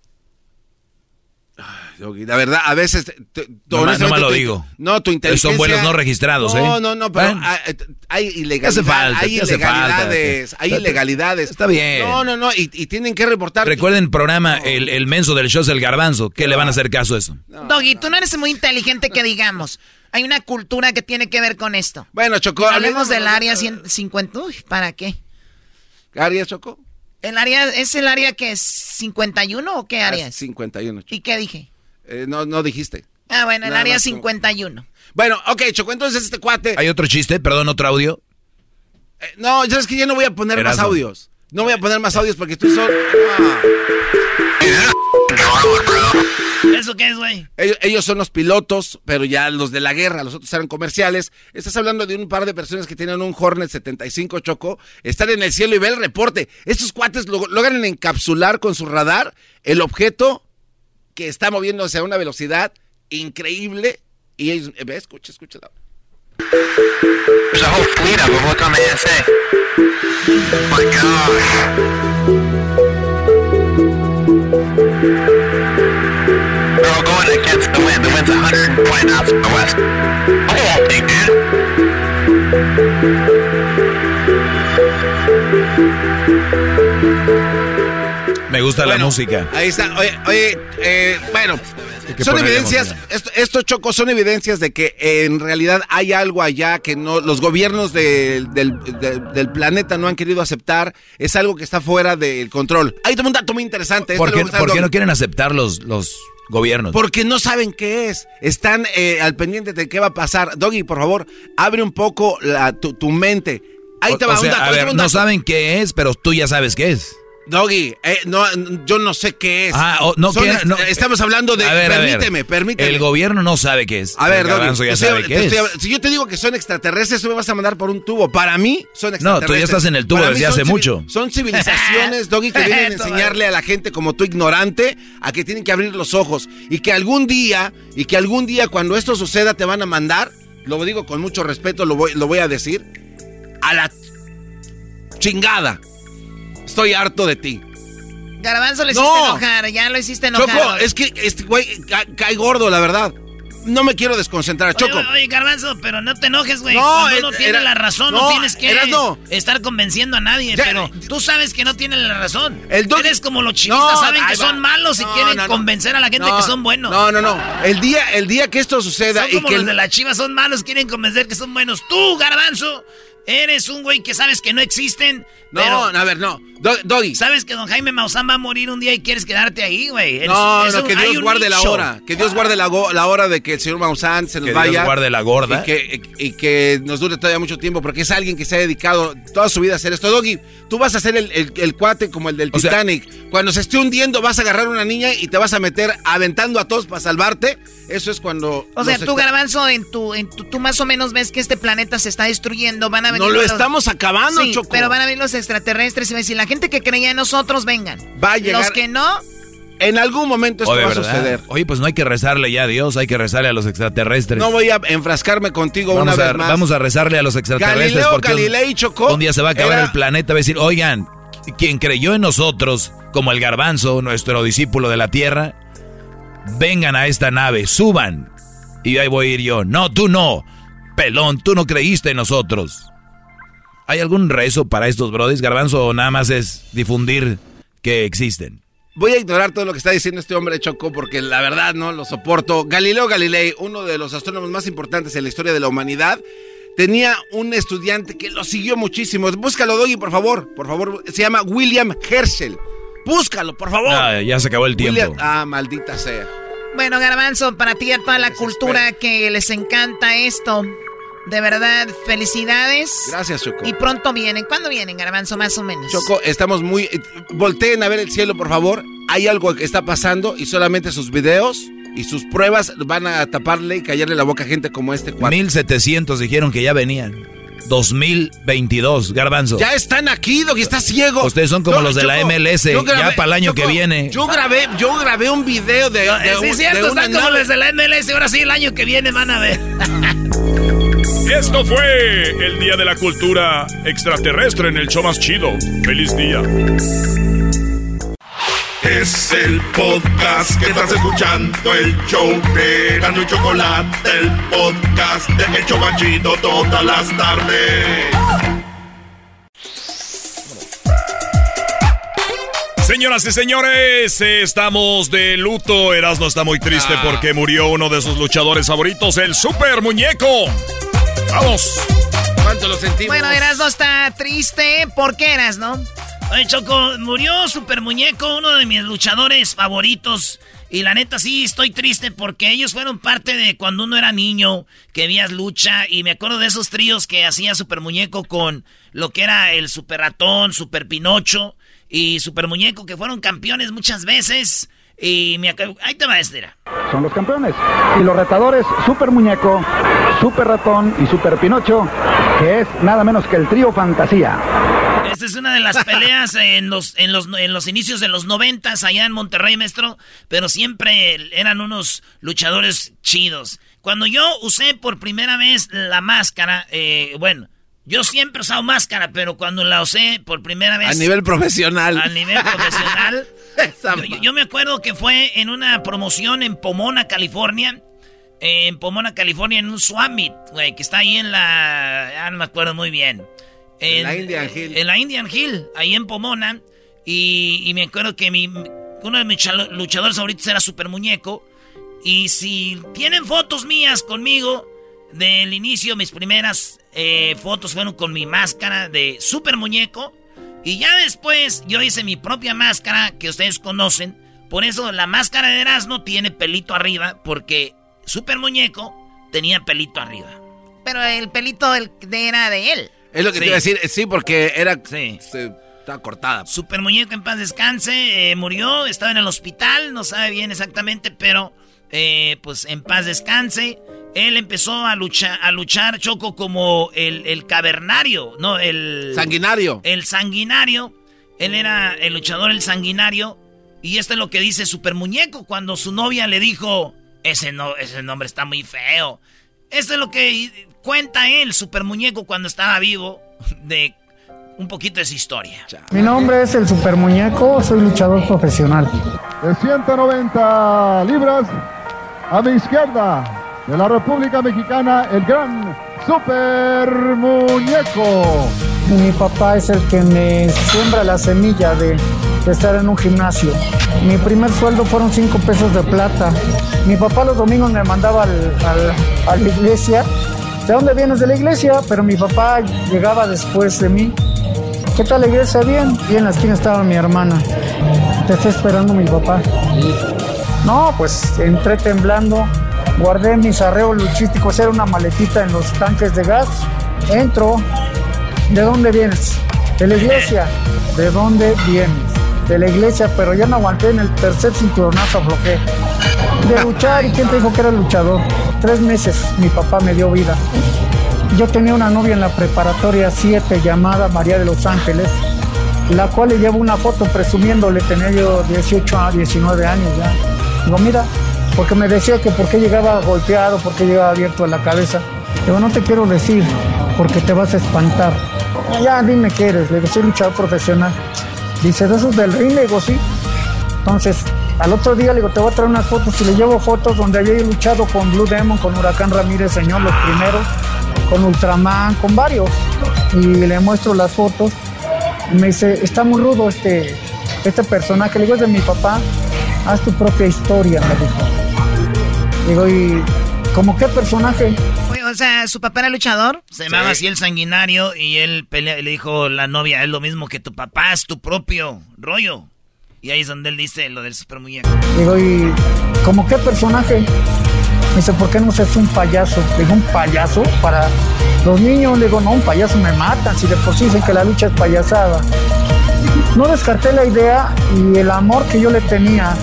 La verdad, a veces... Te, no, no me lo tu, digo. No, tu inteligencia... Son vuelos no registrados, no, ¿eh? No, no, no, pero ¿Van? hay, hay ilegalidades. Hace falta, hay hace ilegalidades. falta. Hay ilegalidades. Está bien. No, no, no, y, y tienen que reportar... Recuerden el programa, no. el, el menso del show es el garbanzo. ¿Qué no. le van a hacer caso a eso? No. Doggy, tú no eres muy inteligente que digamos. Hay una cultura que tiene que ver con esto. Bueno, Choco... Hablemos del área ciento cincuenta. Uy, ¿para qué? ¿Qué área, Choco? El área, ¿es el área que es cincuenta y uno o qué área es? cincuenta y uno, Choco. ¿Y qué dije? Eh, no, no dijiste. Ah, bueno, el Nada área más, cincuenta y uno. Bueno, ok, Choco, entonces este cuate... ¿Hay otro chiste? Perdón, ¿otro audio? Eh, no, ya es que ya no voy a poner Erasmo. más audios. No voy a poner más audios porque tú solo... Ah. ¿Eso qué es, güey? Ellos, ellos son los pilotos, pero ya los de la guerra, los otros eran comerciales. Estás hablando de un par de personas que tienen un Hornet setenta y cinco, Choco, están en el cielo y ve el reporte. Estos cuates lo, logran encapsular con su radar el objeto que está moviéndose a una velocidad increíble. Y ellos, ve, escucha, escucha. There's a whole fleet of them. Look on the S A. Oh my gosh. They're all going against the wind. The wind's one hundred twenty knots from the west. Look at that thing, dude. Me gusta bueno, la música. Ahí está. Oye, oye eh, bueno, son evidencias, esto, esto, Choco, son evidencias de que eh, en realidad hay algo allá que no los gobiernos de, del, de, del planeta no han querido aceptar. Es algo que está fuera del control. Hay un dato muy interesante. ¿Por qué, ¿por qué no quieren aceptar los, los gobiernos? Porque no saben qué es. Están eh, al pendiente de qué va a pasar. Doggy, por favor, abre un poco la, tu, tu mente. Ahí te o, va o un sea, dato. A ver, un no dato. saben qué es, pero tú ya sabes qué es. Doggy, eh, no, yo no sé qué es. Ah, oh, no, Son, quiero, no, estamos hablando de... A ver, permíteme, a ver, permíteme. El gobierno no sabe qué es. A ver, el Garbanzo Doggy, ya estoy, sabe qué estoy, es. Si yo te digo que son extraterrestres, tú me vas a mandar por un tubo. Para mí, son extraterrestres. No, tú ya estás en el tubo Para desde hace mucho. Son civilizaciones, Doggy, que vienen a enseñarle a la gente como tú, ignorante, a que tienen que abrir los ojos. Y que algún día, y que algún día cuando esto suceda te van a mandar, lo digo con mucho respeto, lo voy, lo voy a decir, a la chingada. Estoy harto de ti. Garbanzo, le No. hiciste enojar, ya lo hiciste enojar. Choco, es que este güey ca- cae gordo, la verdad. No me quiero desconcentrar, Choco. Oye, oye, Garbanzo, pero no te enojes, güey. No, Cuando era- uno tiene era- la razón, no, no, tienes que eras no. estar convenciendo a nadie. Ya, pero tú sabes que no tienen la razón. El Doggy- Eres como los chivistas, No, saben ahí que va. son malos y No, quieren no, no. convencer a la gente No, que son buenos. No, no, no. El día, el día que esto suceda Son y como que los el- de la Chivas son malos, quieren convencer que son buenos. Tú, Garbanzo, eres un güey que sabes que no existen. No, pero a ver, no. Do- Doggy. sabes que don Jaime Maussan va a morir un día y quieres quedarte ahí, güey. Eres- No, es no, un- que hay Dios un guarde la nicho. hora. Que Dios guarde la, go- la hora de que el señor Maussan se nos Que vaya. Dios guarde la gorda. Y que, y que nos dure todavía mucho tiempo, porque es alguien que se ha dedicado toda su vida a hacer esto. Doggy, tú vas a ser el, el- el cuate como el del O sea- Titanic. Cuando se esté hundiendo, vas a agarrar a una niña y te vas a meter aventando a todos para salvarte. Eso es cuando... O sea, los tú, extra- Garbanzo, en tu, en tu, tú más o menos ves que este planeta se está destruyendo, van a venir... No lo los- estamos acabando, Sí, Choco. pero van a venir los extraterrestres y van a decir, la gente que creía en nosotros, vengan. Va a llegar... Los que no, En algún momento esto O de va a verdad. suceder. Oye, pues no hay que rezarle ya a Dios, hay que rezarle a los extraterrestres. No voy a enfrascarme contigo vamos, una a, vez más. vamos a rezarle a los extraterrestres Galileo porque un- Galilei, Chocó, un día se va a acabar era- el planeta, va a decir, oigan, quien creyó en nosotros, como el Garbanzo, nuestro discípulo de la Tierra, vengan a esta nave, suban. Y ahí voy a ir yo. No, tú no. Pelón, tú no creíste en nosotros. ¿Hay algún rezo para estos brodis, Garbanzo, o nada más es difundir que existen? Voy a ignorar todo lo que está diciendo este hombre, Choco, porque la verdad no lo soporto. Galileo Galilei, uno de los astrónomos más importantes en la historia de la humanidad, tenía un estudiante que lo siguió muchísimo. Búscalo, Doggy, por favor. Por favor, se llama William Herschel. Búscalo, por favor. Ah, ya se acabó el tiempo. William- Ah, maldita sea. bueno, Garbanzo, para ti y a toda la cultura que les encanta esto, de verdad, felicidades. Gracias, Choco. Y pronto vienen. ¿Cuándo vienen, Garbanzo, más o menos? Choco, estamos muy... eh, Volteen a ver el cielo, por favor. Hay algo que está pasando y solamente sus videos y sus pruebas van a taparle y callarle la boca a gente como este cuate. mil setecientos dijeron que ya venían. dos mil veintidós, Garbanzo. Ya están aquí, Doggy, está ciego. Ustedes son como Yo- los de la Choco, M L S, yo grabé- ya para el año Choco, que viene. Yo grabé, yo grabé un video de, de, Eh, sí, un- es cierto, de una están como nave. los de la M L S. Ahora sí, el año que viene van a ver. Esto fue el Día de la Cultura Extraterrestre en el show más chido. ¡Feliz día! Es el podcast que estás escuchando, el show de Erasmo y Chocolate, el podcast de El Chobachito todas las tardes. Señoras y señores, estamos de luto. Erasmo está muy triste porque murió uno de sus luchadores favoritos, el Super Muñeco. ¡Vamos! ¿Cuánto lo sentimos? Bueno, Erasmo está triste. ¿Por qué, Erasmo? Oye, Choco, murió Super Muñeco, uno de mis luchadores favoritos. Y la neta sí, estoy triste porque ellos fueron parte de cuando uno era niño, que veías lucha. Y me acuerdo de esos tríos que hacía Super Muñeco con lo que era el Super Ratón, Super Pinocho y Super Muñeco, que fueron campeones muchas veces. Y me acuerdo... Ahí te va, Estera. Son los campeones. Y los retadores, Super Muñeco, Super Ratón y Super Pinocho, que es nada menos que el trío Fantasía. Esta es una de las peleas en los, en los, en los inicios de los noventas allá en Monterrey, maestro. Pero siempre eran unos luchadores chidos. Cuando yo usé por primera vez la máscara, eh, bueno, yo siempre he usado máscara, pero cuando la usé por primera vez... A nivel profesional. A nivel profesional. yo, yo, yo me acuerdo que fue en una promoción en Pomona, California. Eh, en Pomona, California, en un Swap Meet, güey, que está ahí en la... Ya no me acuerdo muy bien. En, En la Indian Hill. En la Indian Hill, ahí en Pomona. Y, y me acuerdo que mi, uno de mis luchadores favoritos era Super Muñeco. Y si tienen fotos mías conmigo, del inicio, mis primeras eh, fotos fueron con mi máscara de Super Muñeco. Y ya después yo hice mi propia máscara que ustedes conocen. Por eso la máscara de Erasmo tiene pelito arriba, porque Super Muñeco tenía pelito arriba. Pero el pelito del, de, era de él. Es lo que Sí. te iba a decir, sí, porque era... Sí. Se, estaba cortada. Super Muñeco en paz descanse, eh, murió, estaba en el hospital, no sabe bien exactamente, pero eh, pues en paz descanse. Él empezó a luchar, a luchar, Choco, como el, el cavernario, ¿no? El... Sanguinario. El sanguinario. Él era el luchador, el sanguinario. Y esto es lo que dice Super Muñeco cuando su novia le dijo, ese, no, ese nombre está muy feo. Esto es lo que cuenta él, Super Muñeco, cuando estaba vivo, de un poquito de su historia. Mi nombre es el Super Muñeco, soy luchador profesional. De ciento noventa libras, a mi izquierda, de la República Mexicana, el gran Super Muñeco. Y mi papá es el que me siembra la semilla de, de estar en un gimnasio. Mi primer sueldo fueron cinco pesos de plata. Mi papá los domingos me mandaba al, al, a la iglesia. ¿De dónde vienes? De la iglesia, pero mi papá llegaba después de mí. ¿Qué tal la iglesia? Bien. Y en la esquina estaba mi hermana. Te está esperando mi papá. No, pues entré temblando. Guardé mis arreos luchísticos, era una maletita en los tanques de gas. Entro. ¿De dónde vienes? De la iglesia. ¿De dónde vienes? De la iglesia, pero ya no aguanté, en el tercer cinturonazo aflojé. De luchar, ¿y quién te dijo que era luchador? Tres meses mi papá me dio vida. Yo tenía una novia en la preparatoria siete llamada María de los Ángeles, la cual le llevo una foto presumiéndole, tenía yo dieciocho a diecinueve años ya. Digo, mira, porque me decía que por qué llegaba golpeado, por qué llegaba abierto a la cabeza. Digo, no te quiero decir, porque te vas a espantar. Ya, dime qué eres. Le digo, soy luchador profesional. Dice, ¿de esos del ring? Le digo, sí. Entonces, al otro día le digo, te voy a traer unas fotos. Y le llevo fotos donde había luchado con Blue Demon, con Huracán Ramírez, señor, los primeros, con Ultraman, con varios. Y le muestro las fotos. Y me dice, está muy rudo este, este personaje. Le digo, es de mi papá. Haz tu propia historia, me dijo. Digo, ¿y cómo qué personaje? Oye, o sea, ¿su papá era luchador? Se llamaba así el sanguinario y él pelea, y le dijo la novia, es lo mismo que tu papá, es tu propio rollo. Y ahí es donde él dice lo del Super Muñeco. Digo, ¿y cómo qué personaje? Me dice, ¿por qué no seas un payaso? Digo, ¿un payaso? Para los niños, le digo, no, un payaso me matan, si de por sí dicen que la lucha es payasada. No descarté la idea y el amor que yo le tenía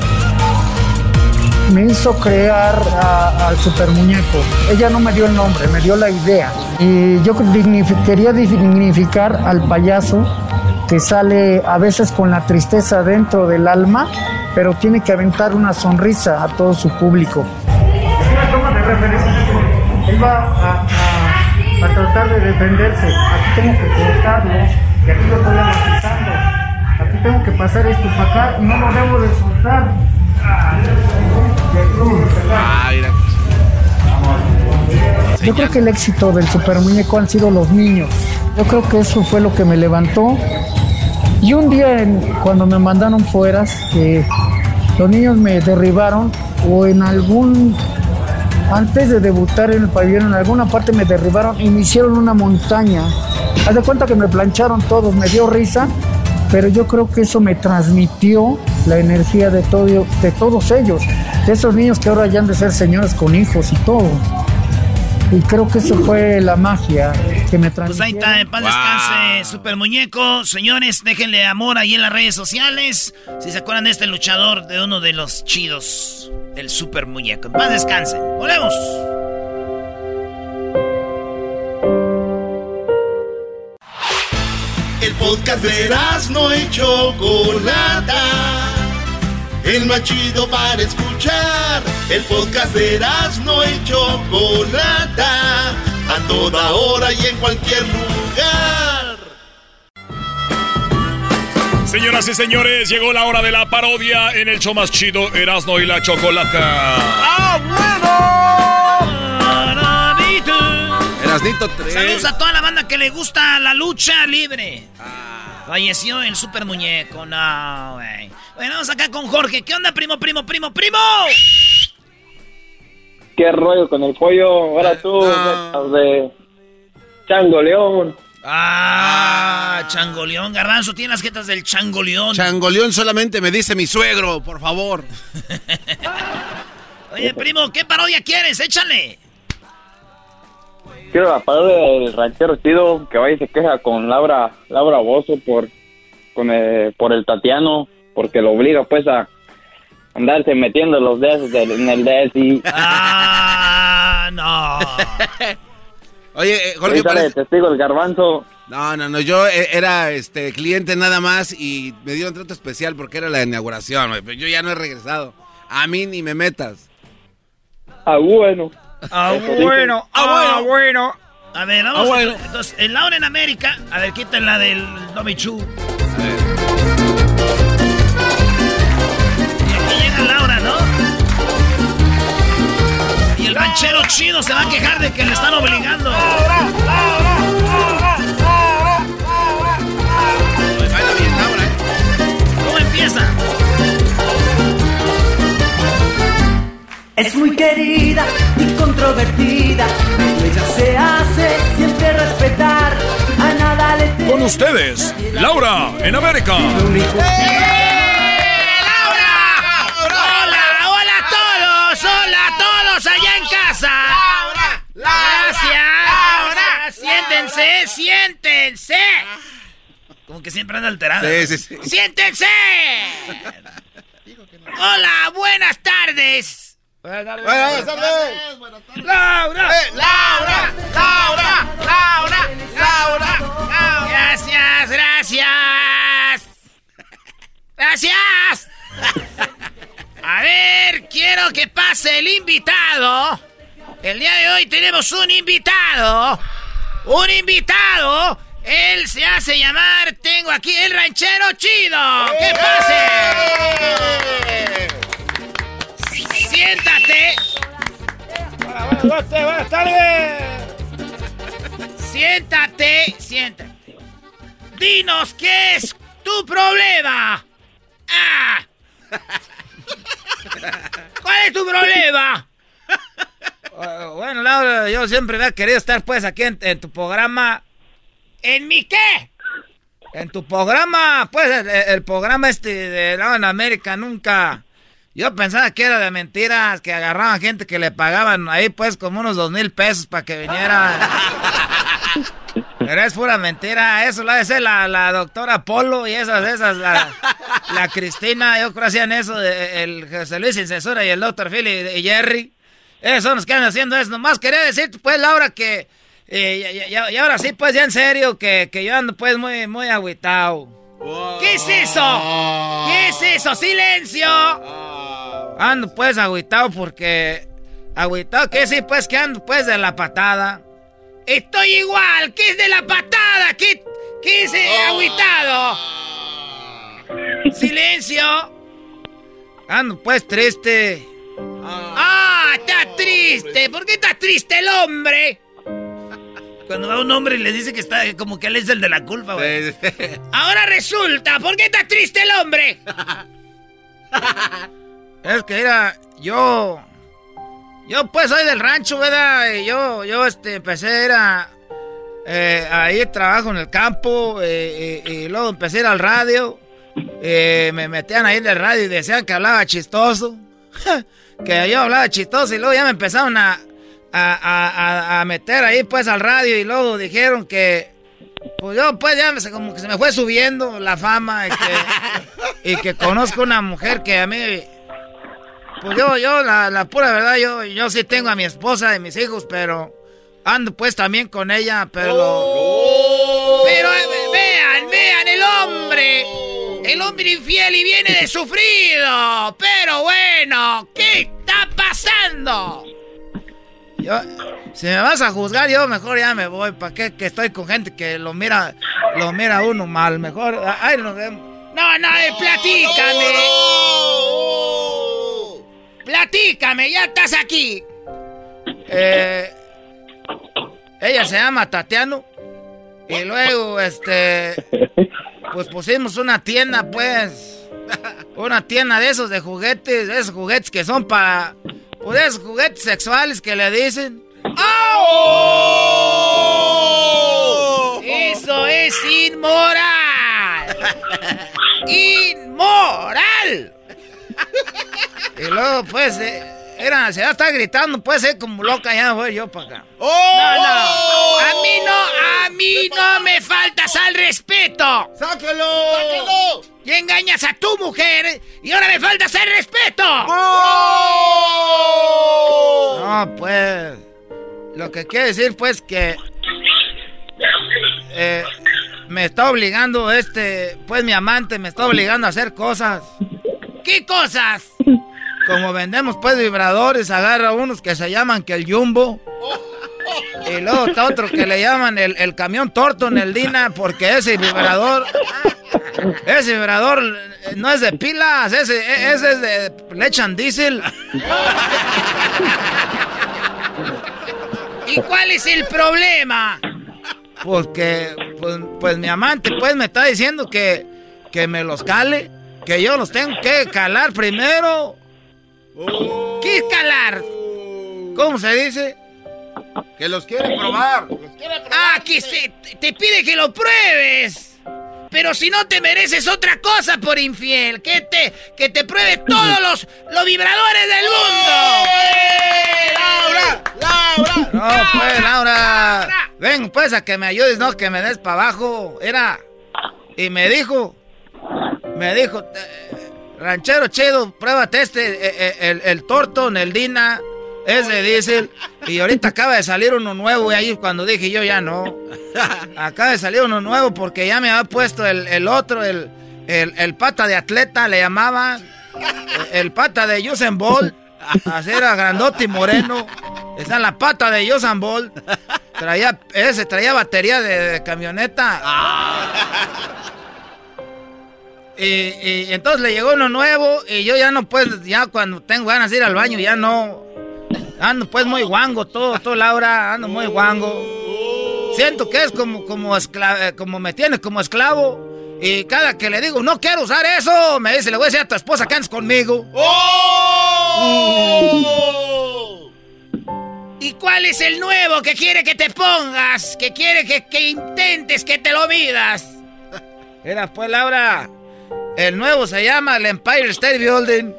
me hizo crear a- al Super Muñeco. Ella no me dio el nombre, me dio la idea. Y yo dignifi- quería dignificar al payaso que sale a veces con la tristeza dentro del alma, pero tiene que aventar una sonrisa a todo su público. Una toma de referencia. Él va a, a- a tratar de defenderse. Aquí tengo que cortarlo y aquí lo estoy amortizando. Aquí tengo que pasar esto para acá y no lo debo de soltar. Ah, mira. Yo creo que el éxito del Super Muñeco han sido los niños. Yo creo que eso fue lo que me levantó. Y un día en- cuando me mandaron fuera, que los niños me derribaron, o en algún, antes de debutar en el pabellón, en alguna parte me derribaron y me hicieron una montaña. Haz de cuenta que me plancharon todos, me dio risa, pero yo creo que eso me transmitió la energía de, todo, de todos ellos, de esos niños que ahora ya han de ser señores con hijos y todo. Y creo que eso fue la magia que me transmitió. Pues ahí está, en paz descanse, Super Muñeco. Señores, déjenle amor ahí en las redes sociales. Si se acuerdan de este luchador, de uno de los chidos, el Super Muñeco. En paz descanse. ¡Volvemos! El podcast de Erasmo y Chocolata, el más chido para escuchar. El podcast de Erasmo y Chocolata, a toda hora y en cualquier lugar. Señoras y señores, llegó la hora de la parodia en el show más chido, Erasmo y la Chocolata. ¡Ah, bueno! Erasnito tres. Saludos a toda la banda que le gusta la lucha libre. Falleció el super muñeco, no, güey. Bueno, vamos acá con Jorge. ¿Qué onda, primo, primo, primo, primo? ¿Qué rollo con el pollo? Ahora tú, no. de Changoleón. Ah, Changoleón. Garbanzo, tiene las jetas del Changoleón. Changoleón solamente me dice mi suegro, por favor. Oye, primo, ¿qué parodia quieres? Échale. Quiero la parodia del ranchero chido que va y se queja con Laura Laura Bozzo por, con el, por el Tatiano, porque lo obliga pues a andarse metiendo los dedos en el D S I. Ah, no. Oye, eh, Jorge, parece... testigo el Garbanzo. No, no, no, yo era este cliente nada más y me dieron trato especial porque era la inauguración, güey, pero yo ya no he regresado. A mí ni me metas. Ah, bueno. Ah, bueno, ah, bueno. A ver, vamos. Ah, bueno. Entonces, en Laura en América, a ver, quiten la del Domi Chu. A ver. Y aquí llega Laura, ¿no? Y el ranchero chido se va a quejar de que le están obligando. Laura, Laura, Laura, Laura, Laura, Laura. Baila bien Laura, ¿eh? ¿Cómo empieza? Es muy querida y controvertida, ella se hace siempre respetar, a nada le teme. Con ustedes, Laura en América. ¡Eh, Laura! ¡Hola, hola a todos! ¡Hola a todos allá en casa! ¡Laura! ¡Gracias! ¡Laura! ¡Siéntense, siéntense! Como que siempre anda alterada. Sí, sí, sí. ¡Siéntense! Hola, buenas tardes. Buenas tardes. Buenas tardes. Buenas tardes. Laura. Eh, Laura. Laura. Laura. Laura. Laura. Gracias, gracias. Gracias. A ver, quiero que pase el invitado. El día de hoy tenemos un invitado. Un invitado. Él se hace llamar, tengo aquí el ranchero chido. ¡Que pase! ¡Siéntate! ¡Buenas tardes! Siéntate, siéntate. Dinos qué es tu problema. ¡Ah! ¿Cuál es tu problema? Uh, bueno, Laura, yo siempre había querido estar pues aquí en, en tu programa. ¿En mi qué? En tu programa, pues el, el programa este de Laura en América nunca... Yo pensaba que era de mentiras, que agarraban gente que le pagaban ahí pues como unos dos mil pesos para que viniera. Pero es pura mentira, eso lo hace la, la doctora Polo y esas, esas, la, la Cristina, yo creo que hacían eso, de, el José Luis Sin Censura y el doctor Phil y, y Jerry. Esos son los que andan haciendo eso. Nomás quería decirte pues, Laura, que eh, y, y, y ahora sí pues ya en serio, que, que yo ando pues muy, muy agüitado. Wow. ¿Qué es eso? ¿Qué es eso? ¡Silencio! Ando pues agüitado porque... Agüitado, ¿qué sí pues que ando pues de la patada? Estoy igual, ¿qué es de la patada? ¿Qué, qué es eh, agüitado? ¡Silencio! Ando pues triste. ¡Ah, está triste! ¿Por qué está triste el hombre? Cuando va un hombre y le dice que está como que él es el de la culpa, güey. Ahora resulta, ¿por qué está triste el hombre? Es que era, yo, yo pues soy del rancho, ¿verdad? Y yo, yo este, empecé a ir a, eh, ahí trabajo en el campo, eh, y, y luego empecé a ir al radio, eh, me metían ahí en el radio y decían que hablaba chistoso, que yo hablaba chistoso y luego ya me empezaron a... A, a, a meter ahí pues al radio y luego dijeron que pues yo pues ya me, como que se me fue subiendo la fama y que, y que conozco una mujer que a mí pues yo, yo la, la pura verdad yo, yo sí tengo a mi esposa y mis hijos, pero ando pues también con ella, pero oh. Pero eh, vean, vean el hombre, el hombre infiel y viene de sufrido, pero bueno, ¿qué está pasando? Yo, si me vas a juzgar, yo mejor ya me voy. ¿Para qué? Que estoy con gente que lo mira, lo mira uno mal. Mejor, ay, nos vemos. No, no, eh, platícame. Platícame, ya estás aquí. Eh, ella se llama Tatiano. Y luego, este, pues pusimos una tienda, pues. Una tienda de esos de juguetes, de esos juguetes que son para... Pues esos juguetes sexuales que le dicen. ¡Oh! ¡Eso es inmoral! ¡Inmoral! Y luego, pues, eh, era, se está gritando, puede ser como loca, ya voy yo para acá. ¡Oh! No, no, a mí no, a mí no me faltas al respeto. ¡Sáquelo! ¡Sáquelo! Y engañas a tu mujer y ahora me faltas el respeto. ¡Oh! No, pues, lo que quiere decir, pues, que eh, me está obligando este, pues mi amante me está obligando a hacer cosas. ¿Qué cosas? Como vendemos pues vibradores, agarra unos que se llaman que el Jumbo. Y luego está otro que le llaman el, el camión Torton, el Dina, porque ese vibrador, ese vibrador no es de pilas, ese, ese es de, le echan diésel. ¿Y cuál es el problema? Pues que, pues, pues mi amante pues me está diciendo que, que me los cale, que yo los tengo que calar primero. ¿Qué es calar? ¿Cómo se dice? Que los quiere probar. Los quiere probar. Ah, que se, te pide que lo pruebes. Pero si no te mereces otra cosa por infiel, que te, que te pruebe todos los, los vibradores del mundo. ¡Eh! ¡Laura! ¡Laura! No, pues, Laura. Laura. Ven, pues, a que me ayudes, no, que me des para abajo. Era. Y me dijo, me dijo, ranchero chido, pruébate este, el, el, el Torton, el Dina, es de diésel. Y ahorita acaba de salir uno nuevo, y ahí cuando dije yo ya no. Acaba de salir uno nuevo porque ya me había puesto el, el otro, el, el, el pata de atleta, le llamaban. El pata de Usain Bolt. Así era grandote y moreno. Está en la pata de Usain Bolt. Traía, ese traía batería de, de camioneta. Y, y entonces le llegó uno nuevo y yo ya no puedo, ya cuando tengo ganas de ir al baño ya no. Ando pues muy guango todo, todo Laura, ando muy guango. Siento que es como, como, escla, como me tiene como esclavo. Y cada que le digo, no quiero usar eso, me dice, le voy a decir a tu esposa que andes conmigo. ¡Oh! ¿Y cuál es el nuevo que quiere que te pongas? Que quiere que, que intentes que te lo midas. Era pues, Laura, el nuevo se llama el Empire State Building.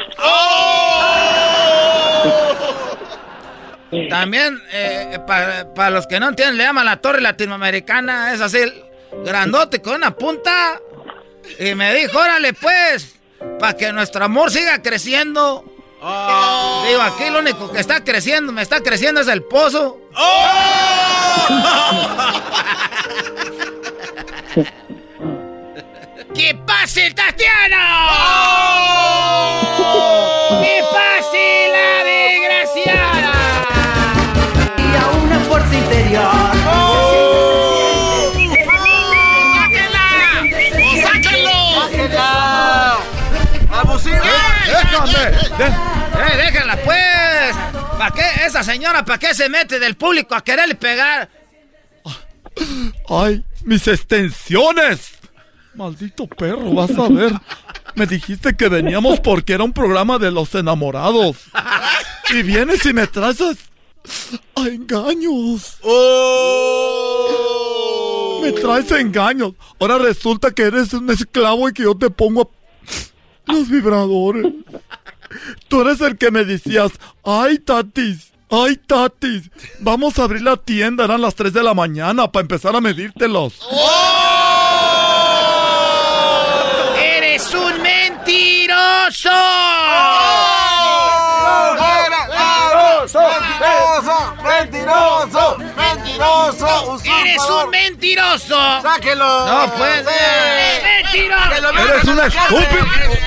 ¡Oh! También, eh, para pa los que no entienden, le llaman la Torre Latinoamericana. Es así, grandote con una punta. Y me dijo, órale pues, para que nuestro amor siga creciendo. Oh. Digo, aquí lo único que está creciendo, me está creciendo es el pozo. Oh. ¡Que pase, Tatiana! Oh. ¡Que pase la desgraciada! Y a una fuerza interior. Oh. ¡Sáquenla! ¡Sáquenlo! ¡Sáquenla! ¡Abusiva! ¡Déjame! ¡Eh, déjenla, pues! ¿Para qué? Esa señora, ¿para qué se mete del público a quererle pegar? ¡Ay, mis extensiones! Maldito perro, vas a ver. Me dijiste que veníamos porque era un programa de los enamorados. Y vienes y me traes a, a engaños. Oh. Me traes a engaños. Ahora resulta que eres un esclavo y que yo te pongo a los vibradores. Tú eres el que me decías, ay, tatis, ay, tatis, vamos a abrir la tienda, eran las tres de la mañana para empezar a medírtelos. ¡Oh! ¡Eres un mentiroso! ¡Oh! ¡Mentiroso! ¡Mentiroso! ¡Mentiroso! ¡Eres un mentiroso! ¡Sáquelo! ¡No puede ser! ¡Mentiroso! ¡Eres un estúpido!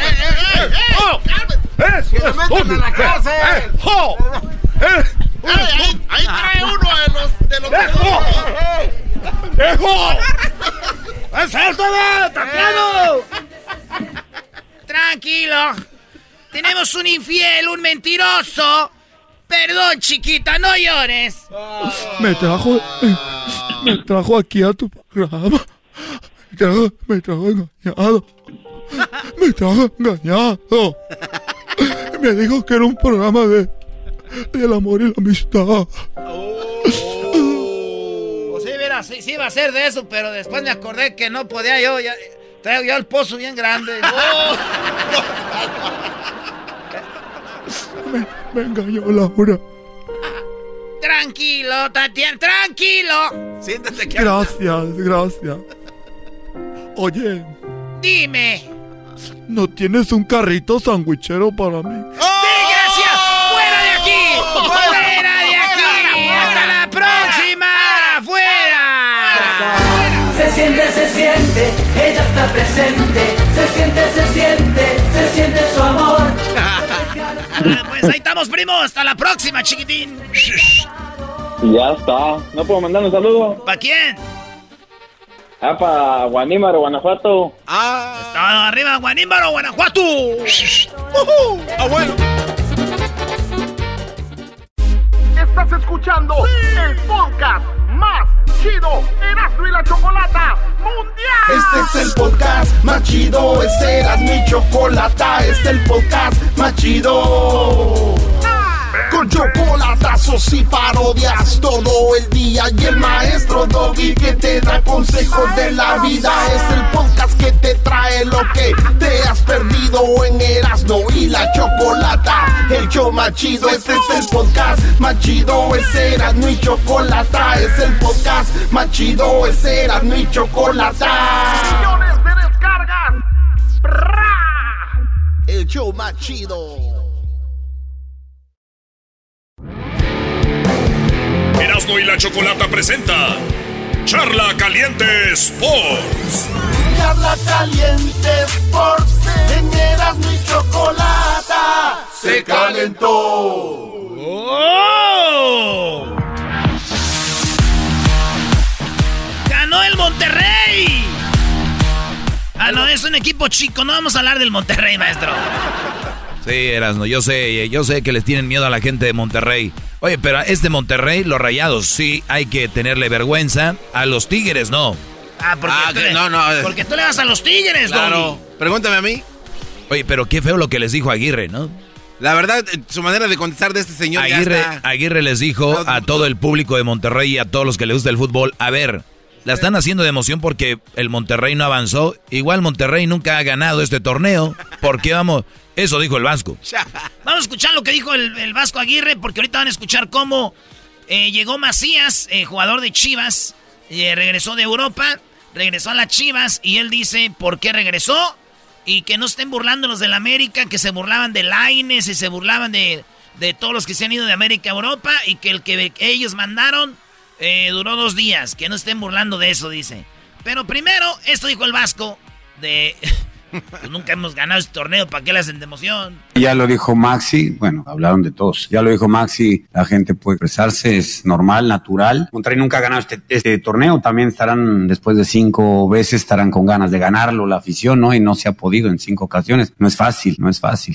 ¡Eres un estúpido! ¡En la cárcel! ¡Oh! ¡Eh! Ahí, ahí trae uno de los... de los ¡Dejo! ¡Dejo! ¡Suéltame, Tatiano! Tranquilo. Tenemos un infiel, un mentiroso. Perdón, chiquita, no llores. Me trajo... Me trajo aquí a tu programa. Me trajo, me trajo engañado. Me trajo engañado. Me dijo que era un programa de del amor y la amistad. Oh. Pues sí, mira, sí, sí iba a ser de eso, pero después me acordé que no podía yo. Ya, traigo yo el pozo bien grande. Oh. me, me engañó Laura. Tranquilo, Tatiana, tranquilo. Siéntate aquí. Gracias, gracias. Oye. Dime. ¿No tienes un carrito sandwichero para mí? ¡Oh! ¡Desgracia! ¡Fuera de aquí! ¡Fuera de aquí! ¡Hasta la próxima! ¡Fuera! Se siente, se siente, ella está presente. Se siente, se siente, se siente su amor. Ah, pues ahí estamos, primo. Hasta la próxima, chiquitín. Ya está. ¿No puedo mandar un saludo? ¿Para quién? Ah, para Guanímaro, Guanajuato. Ah. Está arriba, Guanímaro, Guanajuato. Uh-huh. Ah, bueno. Estás escuchando sí. el podcast más chido, Erasmo y la Chocolata Mundial. Este es el podcast más chido, es Erasmo y Chocolata. Este es el podcast más chido. Con chocolatazos y parodias todo el día. Y el maestro Doggy que te da consejos de la vida. Es el podcast que te trae lo que te has perdido en Erasmo y la Chocolata. El show más chido, este es el podcast más chido, es Erasmo y Chocolata. Es el podcast más chido, es Erasmo y Chocolata. Millones de descargas. ¡Bra! El show más chido. Erasmo y la Chocolata presenta Charla Caliente Sports. Charla Caliente Sports. En Erasmo y Chocolata se calentó. ¡Oh! ¡Ganó el Monterrey! Ah, no, es un equipo chico. No vamos a hablar del Monterrey, maestro. Sí, Erasmo, yo sé, yo sé que les tienen miedo a la gente de Monterrey. Oye, pero a este Monterrey, los Rayados, sí hay que tenerle vergüenza. A los Tigres, no. Ah, porque, ah, tú, le, no, no. porque tú le vas a los Tigres, claro. Doggy. Pregúntame a mí. Oye, pero qué feo lo que les dijo Aguirre, ¿no? La verdad, su manera de contestar de este señor Aguirre, ya está... Aguirre les dijo no, a todo el público de Monterrey y a todos los que les gusta el fútbol, a ver, la están haciendo de emoción porque el Monterrey no avanzó. Igual Monterrey nunca ha ganado este torneo. ¿Por qué vamos...? Eso dijo el Vasco. Vamos a escuchar lo que dijo el, el Vasco Aguirre, porque ahorita van a escuchar cómo eh, llegó Macías, eh, jugador de Chivas, eh, regresó de Europa, regresó a las Chivas, y él dice por qué regresó, y que no estén burlando los del América, que se burlaban de Lainez y se burlaban de, de todos los que se han ido de América a Europa, y que el que ellos mandaron eh, duró dos días, que no estén burlando de eso, dice. Pero primero, esto dijo el Vasco de... Pues nunca hemos ganado este torneo, ¿para qué le hacen de emoción? Ya lo dijo Maxi, bueno, hablaron de todos. Ya lo dijo Maxi, la gente puede expresarse, es normal, natural. Monterrey nunca ha ganado este, este torneo, también estarán, después de cinco veces, estarán con ganas de ganarlo, la afición, ¿no? Y no se ha podido en cinco ocasiones. No es fácil, no es fácil.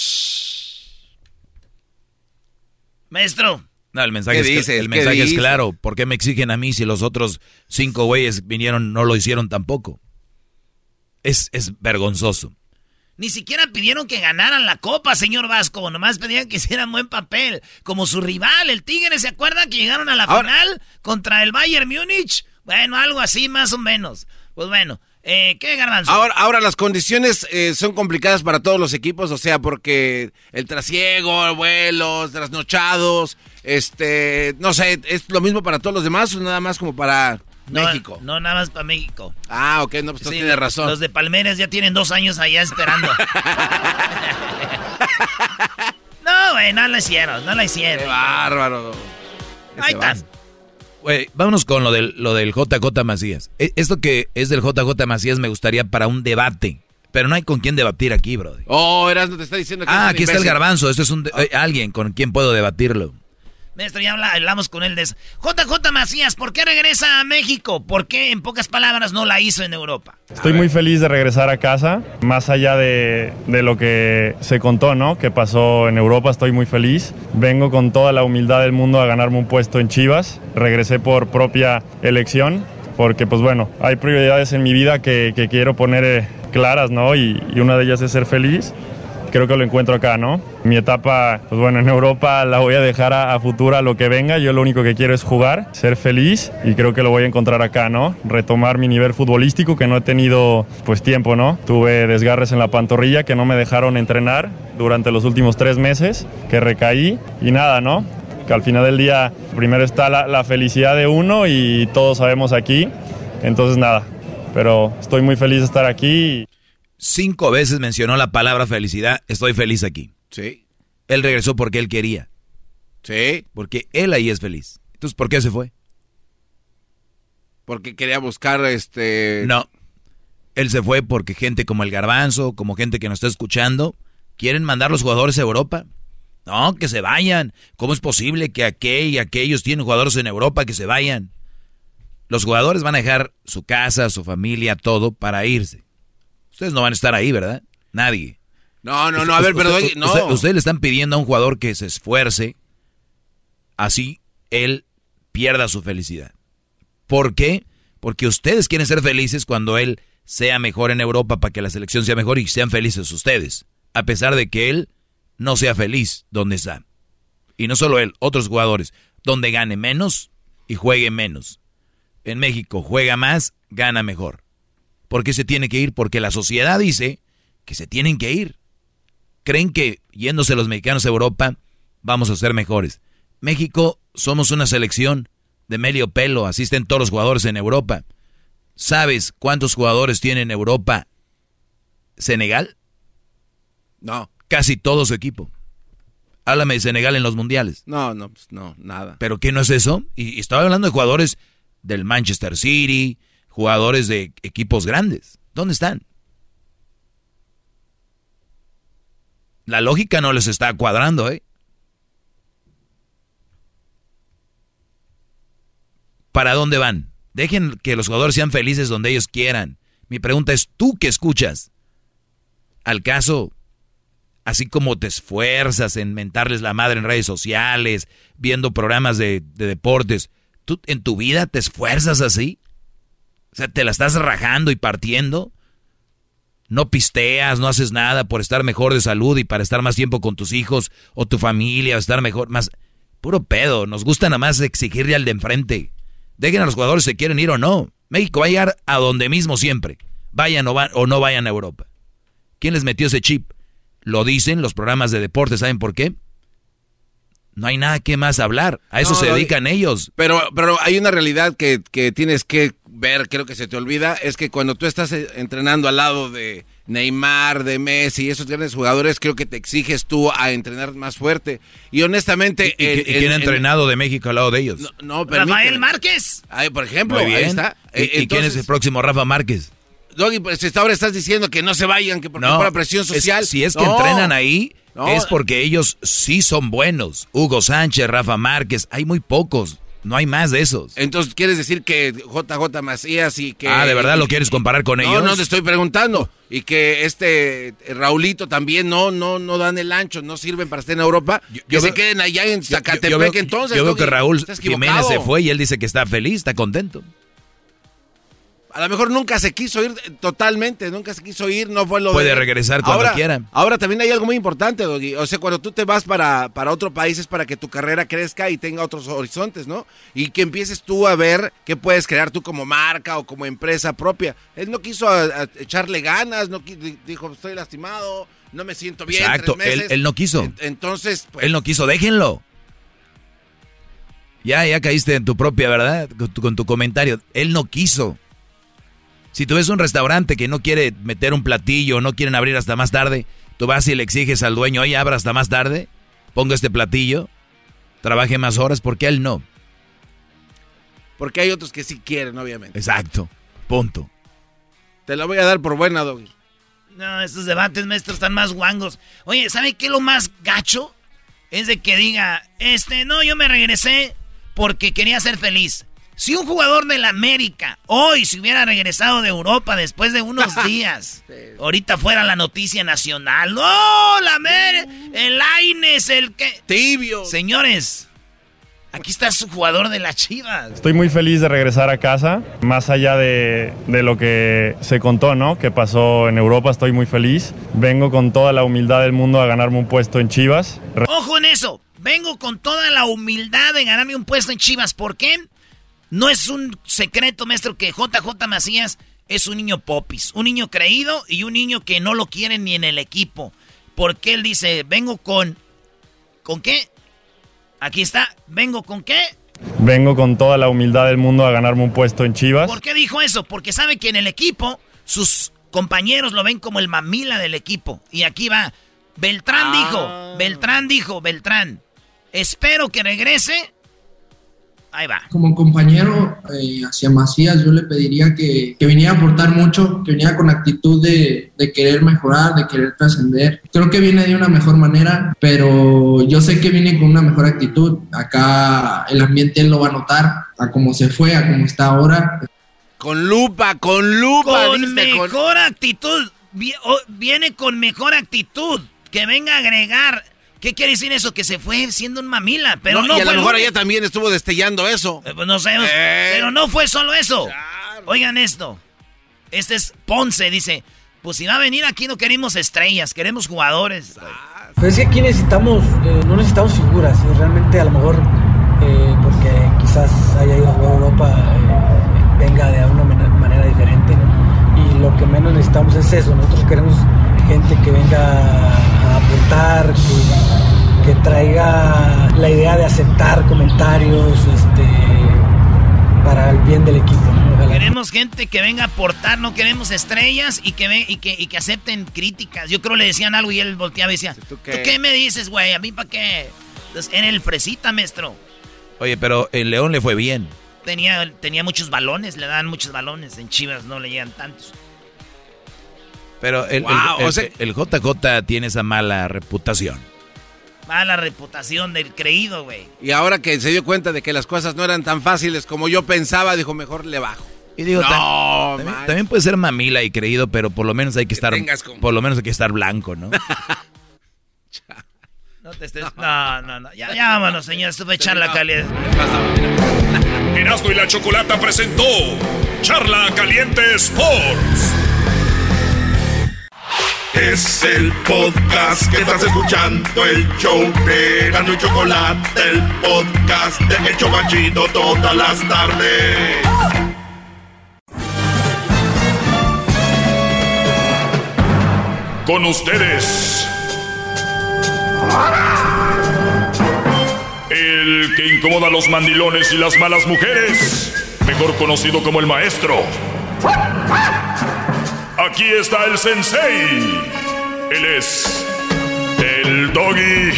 Maestro. No, el mensaje, es, dices, el mensaje es dices? claro. ¿Por qué me exigen a mí si los otros cinco güeyes vinieron, no lo hicieron tampoco? Es, es vergonzoso. Ni siquiera pidieron que ganaran la copa, señor Vasco. Nomás pedían que hicieran buen papel. Como su rival, el Tigre, ¿se acuerda que llegaron a la Ahora, final contra el Bayern Múnich? Bueno, algo así más o menos. Pues bueno, eh, ¿qué, Garbanzo? Ahora, ahora las condiciones eh, son complicadas para todos los equipos, o sea, porque el trasiego, vuelos, trasnochados, este, no sé, ¿es lo mismo para todos los demás o nada más como para... No, México. No, nada más para México. Ah, ok, no, pues tú sí, tienes razón. Los de Palmeras ya tienen dos años allá esperando. No, güey, no la hicieron, no la hicieron. Qué bárbaro. Ahí están. Güey, vámonos con lo del, lo del J J Macías. Esto que es del J J Macías me gustaría para un debate. Pero no hay con quién debatir aquí, brother. Oh, Erasmo te está diciendo que Ah, es aquí está el Garbanzo. Esto es un de- Ah. eh, alguien con quien puedo debatirlo. Maestro, ya habla, hablamos con él de eso. J J Macías, ¿por qué regresa a México? ¿Por qué, en pocas palabras, no la hizo en Europa? Estoy muy feliz de regresar a casa, más allá de, de lo que se contó, ¿no? Que pasó en Europa, estoy muy feliz. Vengo con toda la humildad del mundo a ganarme un puesto en Chivas. Regresé por propia elección. porque pues bueno, hay prioridades en mi vida que, que quiero poner eh, claras, ¿no? Y, y una de ellas es ser feliz. Creo que lo encuentro acá, ¿no? Mi etapa, pues bueno, en Europa la voy a dejar a, a futura lo que venga. Yo lo único que quiero es jugar, ser feliz y creo que lo voy a encontrar acá, ¿no? Retomar mi nivel futbolístico que no he tenido, pues, tiempo, ¿no? Tuve desgarres en la pantorrilla que no me dejaron entrenar durante los últimos tres meses, que recaí y nada, ¿no? Que al final del día primero está la, la felicidad de uno y todos sabemos aquí. Entonces nada, pero estoy muy feliz de estar aquí. Cinco veces mencionó la palabra felicidad. Estoy feliz aquí. Sí. Él regresó porque él quería. Sí. Porque él ahí es feliz. Entonces, ¿por qué se fue? Porque quería buscar este... No. Él se fue porque gente como el Garbanzo, como gente que nos está escuchando, quieren mandar los jugadores a Europa. No, que se vayan. ¿Cómo es posible que aquel y aquellos tienen jugadores en Europa que se vayan? Los jugadores van a dejar su casa, su familia, todo para irse. Ustedes no van a estar ahí, ¿verdad? Nadie. No, no, no, a ver, usted, pero... Usted, no. Usted, ustedes le están pidiendo a un jugador que se esfuerce, así él pierda su felicidad. ¿Por qué? Porque ustedes quieren ser felices cuando él sea mejor en Europa para que la selección sea mejor y sean felices ustedes. A pesar de que él no sea feliz donde está. Y no solo él, otros jugadores. Donde gane menos y juegue menos. En México juega más, gana mejor. ¿Por qué se tiene que ir? Porque la sociedad dice que se tienen que ir. Creen que yéndose los mexicanos a Europa vamos a ser mejores. México somos una selección de medio pelo, asisten todos los jugadores en Europa. ¿Sabes cuántos jugadores tiene en Europa Senegal? No. Casi todo su equipo. Háblame de Senegal en los mundiales. No, no, pues no, nada. ¿Pero qué no es eso? Y, y estaba hablando de jugadores del Manchester City, jugadores de equipos grandes. ¿Dónde están? La lógica no les está cuadrando, ¿eh? ¿Para dónde van? Dejen que los jugadores sean felices donde ellos quieran. Mi pregunta es, ¿tú qué escuchas? Al caso, así como te esfuerzas en mentarles la madre en redes sociales, viendo programas de, de deportes, ¿tú en tu vida te esfuerzas así? O sea, ¿te la estás rajando y partiendo? No pisteas, no haces nada por estar mejor de salud y para estar más tiempo con tus hijos o tu familia, o estar mejor, más... Puro pedo, nos gusta nada más exigirle al de enfrente. Dejen a los jugadores si quieren ir o no. México va a llegar a donde mismo siempre. Vayan o, va, o no vayan a Europa. ¿Quién les metió ese chip? Lo dicen los programas de deporte, ¿saben por qué? No hay nada que más hablar. A eso no, se no, dedican ellos. Pero, pero hay una realidad que, que tienes que ver, creo que se te olvida, es que cuando tú estás entrenando al lado de Neymar, de Messi y esos grandes jugadores, creo que te exiges tú a entrenar más fuerte. Y honestamente... ¿Y, en, y quién ha entrenado en, de México al lado de ellos? No, no Rafael Márquez. Ay, por ejemplo, Muy bien. ahí está. ¿Y, Entonces, ¿Y quién es el próximo Rafa Márquez? Doggy, pues ahora estás diciendo que no se vayan, que porque no, por la presión social... Es, si es que no. entrenan ahí... No. Es porque ellos sí son buenos. Hugo Sánchez, Rafa Márquez, hay muy pocos. No hay más de esos. Entonces, ¿quieres decir que J J Macías y que... Ah, ¿de verdad y, lo quieres comparar con no, ellos? No, no te estoy preguntando. Y que este Raulito también no no no dan el ancho, no sirven para estar en Europa. Yo, que yo se veo, queden allá en Zacatepec yo, yo veo, entonces. Yo veo que Raúl Jiménez se fue y él dice que está feliz, está contento. A lo mejor nunca se quiso ir totalmente, nunca se quiso ir, no fue lo Puede de... regresar cuando ahora, quiera. Ahora también hay algo muy importante, Doggy. O sea, cuando tú te vas para, para otro país es para que tu carrera crezca y tenga otros horizontes, ¿no? Y que empieces tú a ver qué puedes crear tú como marca o como empresa propia. Él no quiso a, a echarle ganas, no dijo, estoy lastimado, no me siento bien. Exacto, tres meses. Él, él no quiso. Entonces, pues... Él no quiso, déjenlo. Ya, ya caíste en tu propia verdad con tu, con tu comentario. Él no quiso. Si tú ves un restaurante que no quiere meter un platillo, no quieren abrir hasta más tarde, tú vas y le exiges al dueño, oye, abra hasta más tarde, ponga este platillo, trabaje más horas, ¿por qué él no? Porque hay otros que sí quieren, obviamente. Exacto, punto. Te la voy a dar por buena, Doggy. No, estos debates, maestros, están más guangos. Oye, ¿sabe qué es lo más gacho? Es de que diga, este, no, yo me regresé porque quería ser feliz. Si un jugador del América hoy se hubiera regresado de Europa después de unos días, sí. ahorita fuera la noticia nacional. ¡No, la América! El Lainez, el que... Tibio. Señores, Aquí está su jugador de las Chivas. Estoy muy feliz de regresar a casa, más allá de, de lo que se contó, ¿no? Que pasó en Europa, estoy muy feliz. Vengo con toda la humildad del mundo a ganarme un puesto en Chivas. Ojo en eso, vengo con toda la humildad de ganarme un puesto en Chivas. ¿Por qué? No es un secreto, maestro, que J J Macías es un niño popis, un niño creído y un niño que no lo quieren ni en el equipo. Porque él dice, vengo con... ¿Con qué? Aquí está, ¿vengo con qué? Vengo con toda la humildad del mundo a ganarme un puesto en Chivas. ¿Por qué dijo eso? Porque sabe que en el equipo sus compañeros lo ven como el mamila del equipo. Y aquí va, Beltrán ah. dijo, Beltrán dijo, Beltrán, espero que regrese. Ahí va. Como compañero eh, hacia Macías, yo le pediría que, que viniera a aportar mucho, que viniera con actitud de, de querer mejorar, de querer trascender. Creo que viene de una mejor manera, pero yo sé que viene con una mmejor actitud. Acá el ambiente él lo va a notar, a cómo se fue, a cómo está ahora. Con lupa, con lupa. Con ¿viste? mejor con... actitud. Viene con mejor actitud. Que venga a agregar... ¿Qué quiere decir eso? Que se fue siendo un mamila, pero no, no y a fue lo mejor único. allá también estuvo destellando eso. Eh, pues no sabemos, eh. pero no fue solo eso. Claro. Oigan esto. Este es Ponce, dice, pues si va a venir aquí no queremos estrellas, queremos jugadores. Pero es que aquí necesitamos, eh, no necesitamos figuras, ¿sí? Realmente a lo mejor, eh, porque quizás haya ido a jugar a Europa, eh, venga de alguna manera diferente, ¿no? Y lo que menos necesitamos es eso, nosotros queremos gente que venga a aportar, que, que traiga la idea de aceptar comentarios este, para el bien del equipo, ¿no? Queremos gente que venga a aportar, no queremos estrellas y que, ve, y que, y que acepten críticas. Yo creo le decían algo y él volteaba y decía, ¿tú qué, ¿tú qué me dices, güey? ¿A mí para qué? Entonces, era el fresita, maestro. Oye, pero el León le fue bien. Tenía, tenía muchos balones, le dan muchos balones. En Chivas no le llegan tantos. Pero el, wow, el, el, o sea, el J J tiene esa mala reputación. Mala reputación del creído, güey. Y ahora que se dio cuenta de que las cosas no eran tan fáciles como yo pensaba, dijo, mejor le bajo. Y digo, no, tam también, también puede ser mamila y creído, pero por lo menos hay que, que estar como... por lo menos hay que estar blanco, ¿no? No te estés... No, no, no. Ya, ya vámonos, señor. Esto fue Charla Caliente. Erasmo y la Chocolata presentó Charla Caliente Sports. Es el podcast que estás escuchando, el show de Erasmo y Chocolate, el podcast de El Chobachito todas las tardes. Con ustedes, el que incomoda a los mandilones y las malas mujeres, mejor conocido como el maestro. Aquí está el sensei. Él es el Doggy.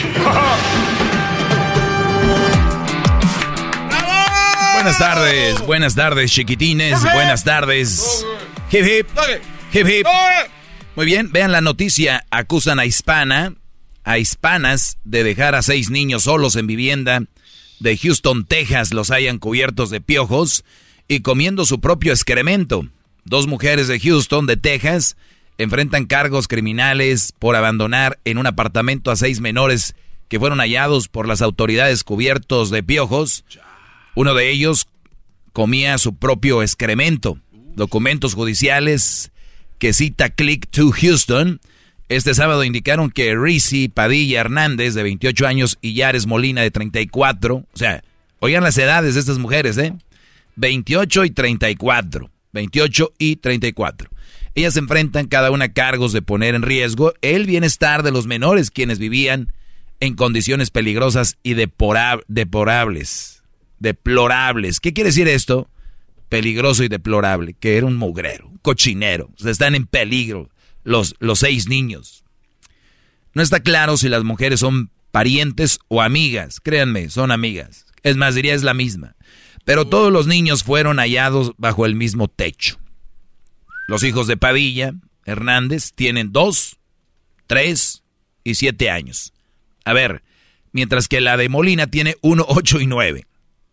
Buenas tardes, buenas tardes, chiquitines. Buenas tardes. Hip hip. Hip hip. Muy bien, vean la noticia. Acusan a hispana, a hispanas de dejar a seis niños solos en vivienda de Houston, Texas. Los hayan cubiertos de piojos y comiendo su propio excremento. Dos mujeres de Houston, de Texas, enfrentan cargos criminales por abandonar en un apartamento a seis menores que fueron hallados por las autoridades cubiertos de piojos. Uno de ellos comía su propio excremento. Documentos judiciales que cita Click to Houston este sábado indicaron que Rizzi Padilla Hernández, de veintiocho años, y Yares Molina, de treinta y cuatro, o sea, oigan las edades de estas mujeres, ¿eh? veintiocho y treinta y cuatro. veintiocho y treinta y cuatro. Ellas enfrentan cada una cargos de poner en riesgo el bienestar de los menores, quienes vivían en condiciones peligrosas y deplorables. Deplorables. ¿Qué quiere decir esto? Peligroso y deplorable, que era un mugrero, un cochinero. O sea, están en peligro los, los seis niños. No está claro si las mujeres son parientes o amigas. Créanme, son amigas. Es más, diría es la misma. Pero todos los niños fueron hallados bajo el mismo techo. Los hijos de Padilla Hernández tienen dos, tres y siete años. A ver, mientras que la de Molina tiene uno, ocho y nueve.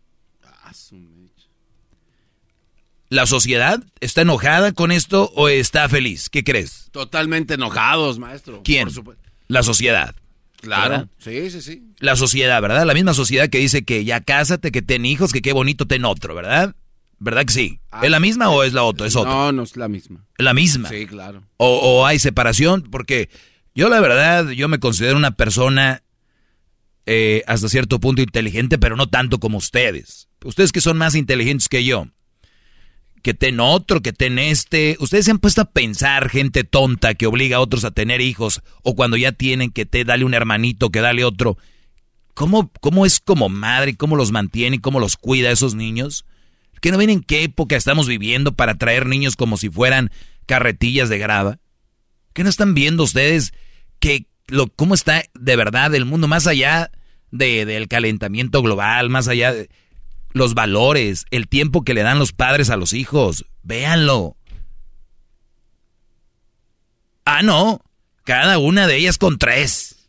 ¿La sociedad está enojada con esto o está feliz? ¿Qué crees? Totalmente enojados, maestro. ¿Quién? La sociedad. Claro, ¿verdad? sí, sí, sí. La sociedad, ¿verdad? La misma sociedad que dice que ya cásate, que ten hijos, que qué bonito ten otro, ¿verdad? ¿Verdad que sí? Ah, ¿Es la misma o es la otra? Es otra. No, no es la misma. ¿La misma? Sí, claro. O, o hay separación, porque yo la verdad, yo me considero una persona eh, hasta cierto punto inteligente, pero no tanto como ustedes. Ustedes que son más inteligentes que yo. Que ten otro, que ten este. Ustedes se han puesto a pensar, gente tonta que obliga a otros a tener hijos, o cuando ya tienen que te dale un hermanito, que dale otro. ¿Cómo, cómo es como madre, cómo los mantiene, cómo los cuida a esos niños? ¿Que no ven en qué época estamos viviendo para traer niños como si fueran carretillas de grava? ¿Que no están viendo ustedes que lo, cómo está de verdad el mundo más allá de, del calentamiento global, más allá de los valores, el tiempo que le dan los padres a los hijos? Véanlo. Ah, no. Cada una de ellas con tres.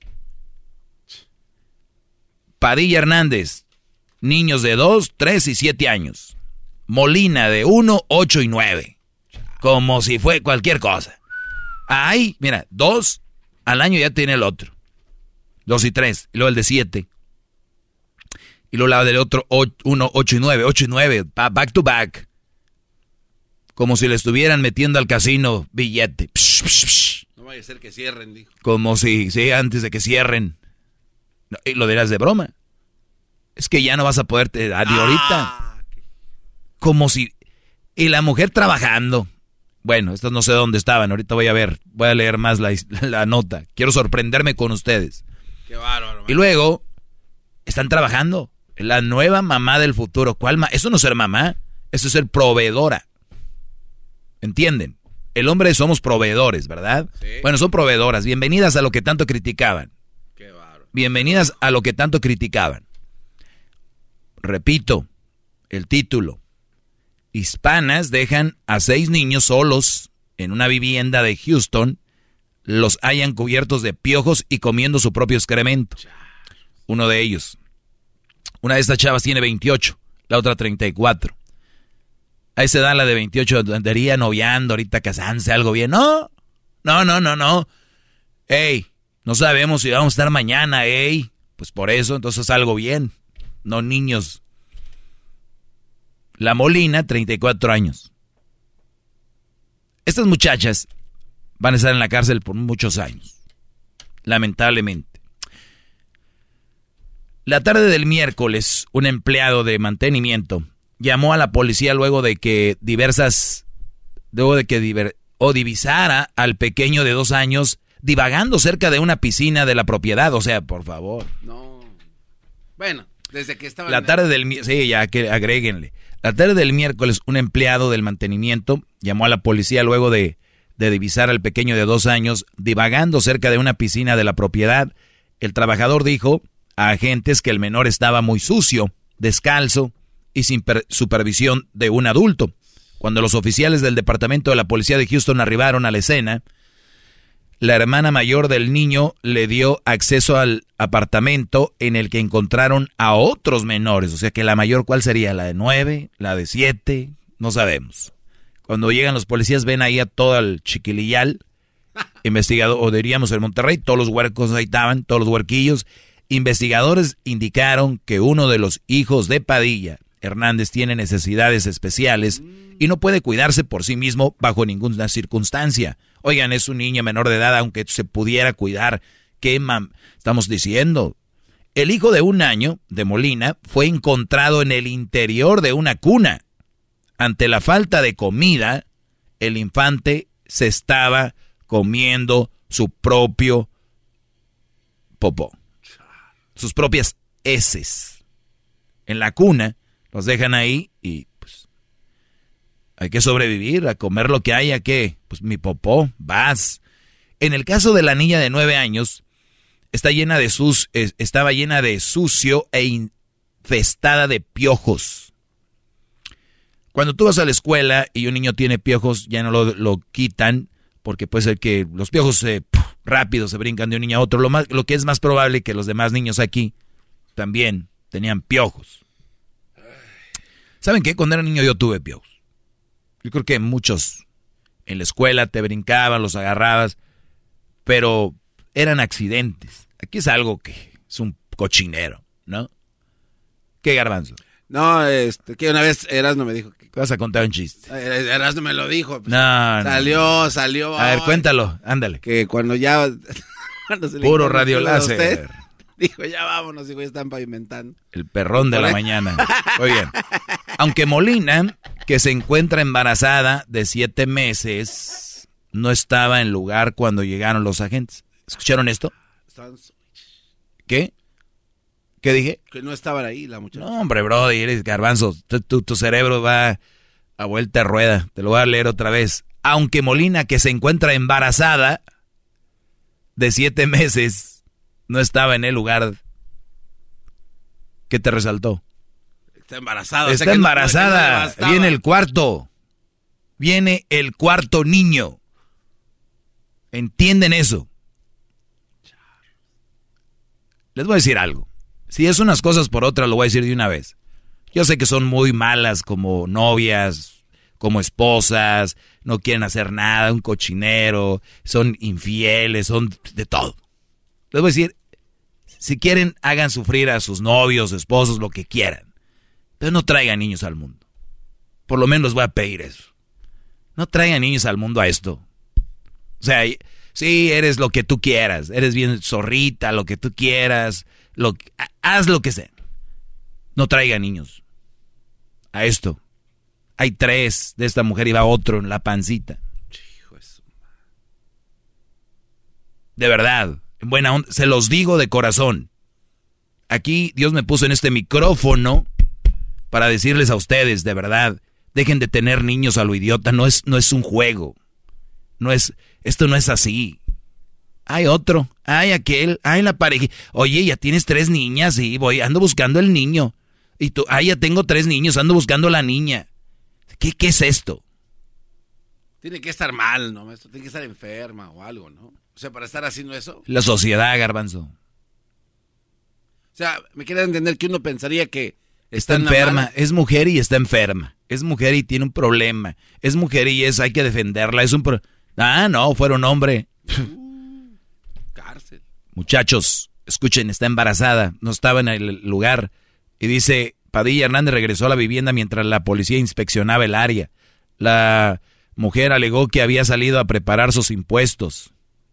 Padilla Hernández, niños de dos, tres y siete años. Molina de uno, ocho y nueve. Como si fue cualquier cosa. Ay, mira, dos al año ya tiene el otro. Dos y tres. Y luego el de siete. Y luego la del otro, uno, ocho y nueve. Ocho y nueve. Back to back. Como si le estuvieran metiendo al casino billete. Psh, psh, psh. No vaya a ser que cierren, dijo. Como si, sí, antes de que cierren. No, y lo dirás de broma. Es que ya no vas a poder te, a, de ah, ahorita. Como si... Y la mujer trabajando. Bueno, estos no sé dónde estaban. Ahorita voy a ver. Voy a leer más la, la nota. Quiero sorprenderme con ustedes. Qué bárbaro. Y luego, están trabajando. La nueva mamá del futuro. ¿Cuál ma? Eso no es ser mamá. Eso es ser proveedora. ¿Entienden? El hombre somos proveedores, ¿verdad? Sí. Bueno, son proveedoras. Bienvenidas a lo que tanto criticaban. Qué bárbaro. Bienvenidas a lo que tanto criticaban. Repito, el título. Hispanas dejan a seis niños solos en una vivienda de Houston. Los hallan cubiertos de piojos y comiendo su propio excremento. Uno de ellos. Una de estas chavas tiene veintiocho, la otra treinta y cuatro. A esa edad la de veintiocho andaría noviando, ahorita casándose, algo bien. No, no, no, no, no. Ey, no sabemos si vamos a estar mañana, ey. Pues por eso, entonces algo bien. No niños. La Molina, treinta y cuatro años. Estas muchachas van a estar en la cárcel por muchos años. Lamentablemente. La tarde del miércoles, un empleado de mantenimiento llamó a la policía luego de que diversas, luego de que diver, o divisara al pequeño de dos años divagando cerca de una piscina de la propiedad. O sea, por favor. No. Bueno, desde que estaba... La tarde del... Sí, ya que agréguenle. La tarde del miércoles, un empleado del mantenimiento llamó a la policía luego de, de divisar al pequeño de dos años divagando cerca de una piscina de la propiedad. El trabajador dijo a agentes que el menor estaba muy sucio, descalzo y sin supervisión de un adulto. Cuando los oficiales del departamento de la policía de Houston arribaron a la escena, la hermana mayor del niño le dio acceso al apartamento en el que encontraron a otros menores. O sea que la mayor, ¿cuál sería? ¿La de nueve? ¿La de siete? No sabemos. Cuando llegan los policías ven ahí a todo el chiquilillal investigado, o diríamos en Monterrey, todos los huercos ahí estaban, todos los huerquillos. Investigadores indicaron que uno de los hijos de Padilla Hernández tiene necesidades especiales y no puede cuidarse por sí mismo bajo ninguna circunstancia. Oigan, es un niño menor de edad, aunque se pudiera cuidar. ¿Qué mam estamos diciendo? El hijo de un año, de Molina, fue encontrado en el interior de una cuna. Ante la falta de comida, el infante se estaba comiendo su propio popó. Sus propias heces. En la cuna, los dejan ahí y pues hay que sobrevivir, a comer lo que haya, que pues mi popó, vas. En el caso de la niña de nueve años, está llena de sus, eh, estaba llena de sucio e infestada de piojos. Cuando tú vas a la escuela y un niño tiene piojos, ya no lo, lo quitan, porque puede ser que los piojos se, puf, rápido se brincan de un niño a otro. Lo, más, lo que es más probable que los demás niños aquí también tenían piojos. ¿Saben qué? Cuando era niño yo tuve piojos. Yo creo que muchos en la escuela te brincaban, los agarrabas, pero eran accidentes. Aquí es algo que es un cochinero, ¿no? ¿Qué, Garbanzo? No, este, que una vez Erasmo me dijo que... Vas a contar un chiste. Erasmo me lo dijo. Pues, no, Salió, no. salió. A ver, cuéntalo, ándale. Que cuando ya... cuando se Puro le radio láser. Usted, dijo, ya vámonos, dijo, ya están pavimentando. El perrón de la mañana. Muy bien. Aunque Molina, que se encuentra embarazada de siete meses, no estaba en lugar cuando llegaron los agentes. ¿Escucharon esto? ¿Qué? ¿Qué dije? Que no estaban ahí la muchacha. No, hombre, brody, eres Garbanzo. Tu, tu, tu cerebro va a vuelta a rueda. Te lo voy a leer otra vez. Aunque Molina, que se encuentra embarazada de siete meses, no estaba en el lugar. ¿Qué te resaltó? Está embarazada. Está o sea embarazada. No, no, no Viene el cuarto. Viene el cuarto niño. ¿Entienden eso? Les voy a decir algo. Si es unas cosas por otras, lo voy a decir de una vez. Yo sé que son muy malas como novias, como esposas, no quieren hacer nada, un cochinero, son infieles, son de todo. Les voy a decir, si quieren, hagan sufrir a sus novios, esposos, lo que quieran. Pero no traigan niños al mundo. Por lo menos voy a pedir eso. No traigan niños al mundo a esto. O sea, sí, eres lo que tú quieras, eres bien zorrita, lo que tú quieras, lo, haz lo que sea. No traigan niños a esto. Hay tres de esta mujer y va otro en la pancita. De verdad, en buena onda, se los digo de corazón. Aquí Dios me puso en este micrófono para decirles a ustedes, de verdad, dejen de tener niños a lo idiota, no es, no es un juego. No es, esto no es así. Hay otro, hay aquel, hay la pareja. Oye, ya tienes tres niñas y voy, ando buscando el niño. Y tú, ay, ya tengo tres niños, ando buscando la niña. ¿Qué, qué es esto? Tiene que estar mal, ¿no? Esto tiene que estar enferma o algo, ¿no? O sea, para estar haciendo eso. La sociedad, Garbanzo. O sea, me quiere entender que uno pensaría que está enferma, es mujer y está enferma. Es mujer y tiene un problema. Es mujer y es, hay que defenderla. Es un pro... Ah, no, fueron hombre. Uh, cárcel. Muchachos, escuchen, está embarazada, no estaba en el lugar. Y dice, Padilla Hernández regresó a la vivienda mientras la policía inspeccionaba el área. La mujer alegó que había salido a preparar sus impuestos.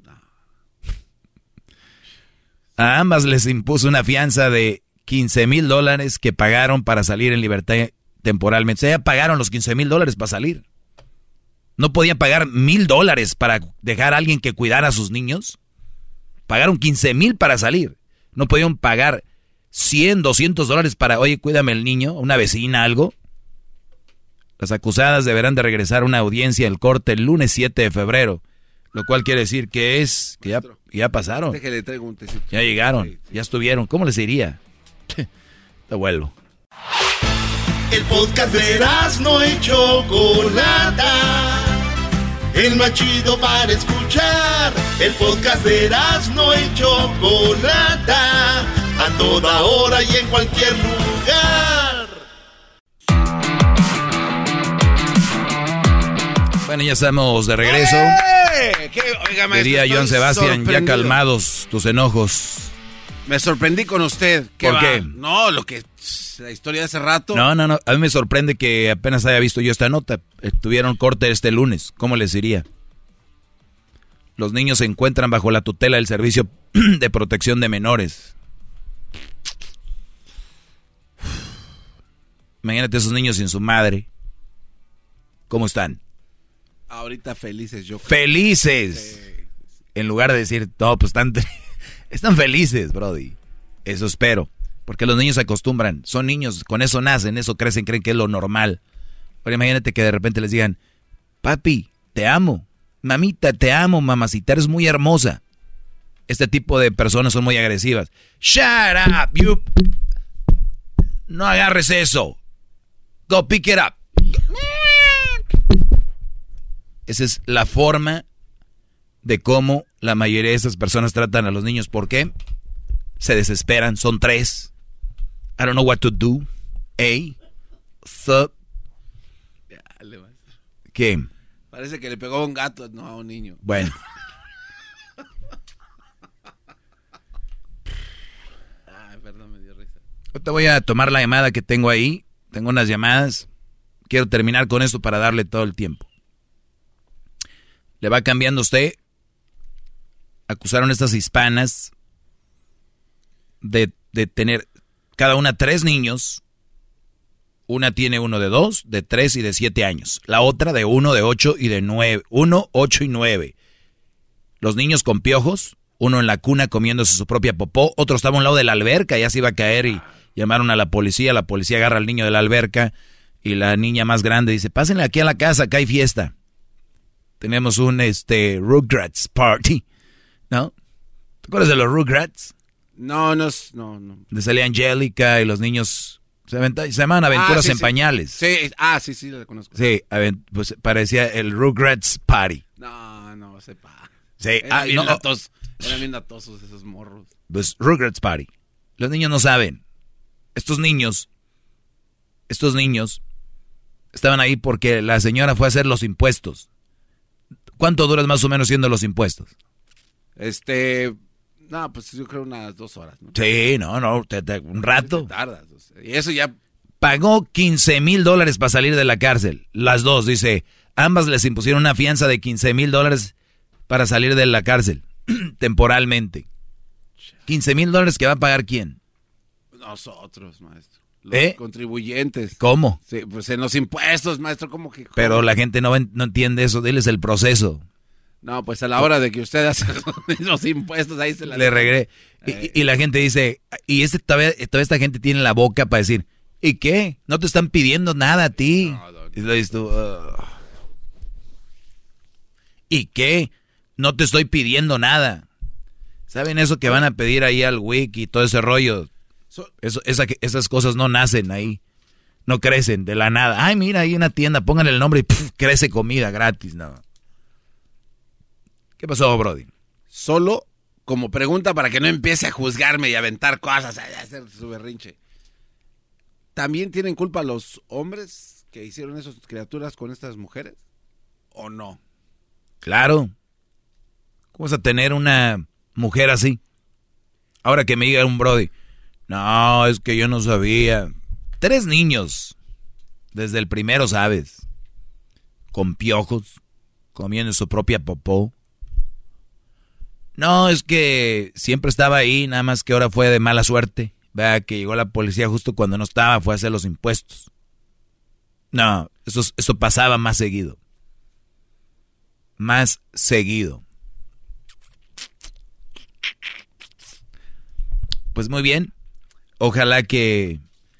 A ambas les impuso una fianza de quince mil dólares que pagaron para salir en libertad temporalmente. O sea, ya pagaron los quince mil dólares para salir. ¿No podía pagar mil dólares para dejar a alguien que cuidara a sus niños? Pagaron quince mil para salir. No podían pagar cien, doscientos dólares para, oye, cuídame el niño, una vecina, algo. Las acusadas deberán de regresar a una audiencia del corte el lunes siete de febrero, lo cual quiere decir que es, que ya, ya pasaron. Déjale, traigo un tecito. Ya llegaron, ya estuvieron. ¿Cómo les diría? Te vuelvo. El podcast de Erazno y Chocolata, el más chido para escuchar. El podcast de Erazno y Chocolata, a toda hora y en cualquier lugar. Bueno, ya estamos de regreso. ¡Eh! ¿Qué? Oiga, maestro, diría Joan Sebastián, ya sorprendido. calmados tus enojos. Me sorprendí con usted. ¿Qué ¿Por va? qué? No, lo que... La historia de hace rato. No, no, no. A mí me sorprende que apenas haya visto yo esta nota. Tuvieron corte este lunes. ¿Cómo les diría? Los niños se encuentran bajo la tutela del Servicio de Protección de Menores. Imagínate esos niños sin su madre. ¿Cómo están? Ahorita felices, yo creo. ¡Felices! Sí. En lugar de decir, no, pues están, están felices, brody. Eso espero. Porque los niños se acostumbran. Son niños, con eso nacen, eso crecen, creen que es lo normal. Pero imagínate que de repente les digan, papi, te amo. Mamita, te amo, mamacita, eres muy hermosa. Este tipo de personas son muy agresivas. Shut up, you. No agarres eso. Go pick it up. Esa es la forma de cómo la mayoría de esas personas tratan a los niños. ¿Por qué? Se desesperan, son tres. I don't know what to do. Hey, sup. ¿Qué? Parece que le pegó a un gato, no a un niño. Bueno. Yo te voy a tomar la llamada que tengo ahí. Tengo unas llamadas. Quiero terminar con esto para darle todo el tiempo. Le va cambiando usted. Acusaron a estas hispanas de, de tener cada una tres niños. Una tiene uno de dos, de tres y de siete años. La otra de uno, de ocho y de nueve. Uno, ocho y nueve. Los niños con piojos. Uno en la cuna comiéndose su propia popó. Otro estaba a un lado de la alberca, ya se iba a caer y llamaron a la policía. La policía agarra al niño de la alberca y la niña más grande dice, pásenle aquí a la casa, acá hay fiesta. Tenemos un este Rugrats Party, ¿no? ¿Te acuerdas de los Rugrats? No, no, no, no. De salía Angélica y los niños se, aventa, se llamaban aventuras ah, sí, en sí. pañales. Sí, ah, sí, sí, la conozco. Sí, pues parecía el Rugrats Party. No, no, sepa. Sí, eran, ah, bien no, latos, eran bien latosos esos morros. Pues Rugrats Party. Los niños no saben. Estos niños, estos niños estaban ahí porque la señora fue a hacer los impuestos. ¿Cuánto duras más o menos haciendo los impuestos? Este, no, pues yo creo unas dos horas, ¿no? Sí, no, no, te, te, un rato. Te tardas, o sea, y eso ya... Pagó quince mil dólares para salir de la cárcel. Las dos, dice, ambas les impusieron una fianza de quince mil dólares para salir de la cárcel, temporalmente. quince mil dólares que va a pagar ¿quién? Nosotros, maestro. Los ¿Eh? contribuyentes. ¿Cómo? Sí, pues en los impuestos, maestro, ¿cómo que? ¿cómo? Pero la gente no, no entiende eso, diles el proceso. No, pues a la hora de que usted hace los impuestos, ahí se la... Le regré. Eh. Y, y la gente dice, y este, todavía, todavía esta gente tiene la boca para decir, ¿y qué? No te están pidiendo nada a ti. No, no, no. Y le dices tú, uh, ¿y qué? No te estoy pidiendo nada. ¿Saben eso que van a pedir ahí al wiki y todo ese rollo? Eso, esa, esas cosas no nacen ahí. No crecen de la nada. Ay, mira, hay una tienda, pónganle el nombre y pff, crece comida gratis. No. ¿Qué pasó, Brody? Solo como pregunta para que no empiece a juzgarme y a aventar cosas, a hacer su berrinche. ¿También tienen culpa los hombres que hicieron esas criaturas con estas mujeres? ¿O no? Claro. ¿Cómo vas a tener una mujer así? Ahora que me diga un Brody, no, es que yo no sabía. Tres niños, desde el primero sabes, con piojos, comiendo su propia popó. No, es que siempre estaba ahí, nada más que ahora fue de mala suerte. Vea que llegó la policía justo cuando no estaba, fue a hacer los impuestos. No, eso, eso pasaba más seguido. Más seguido. Pues muy bien. Ojalá que,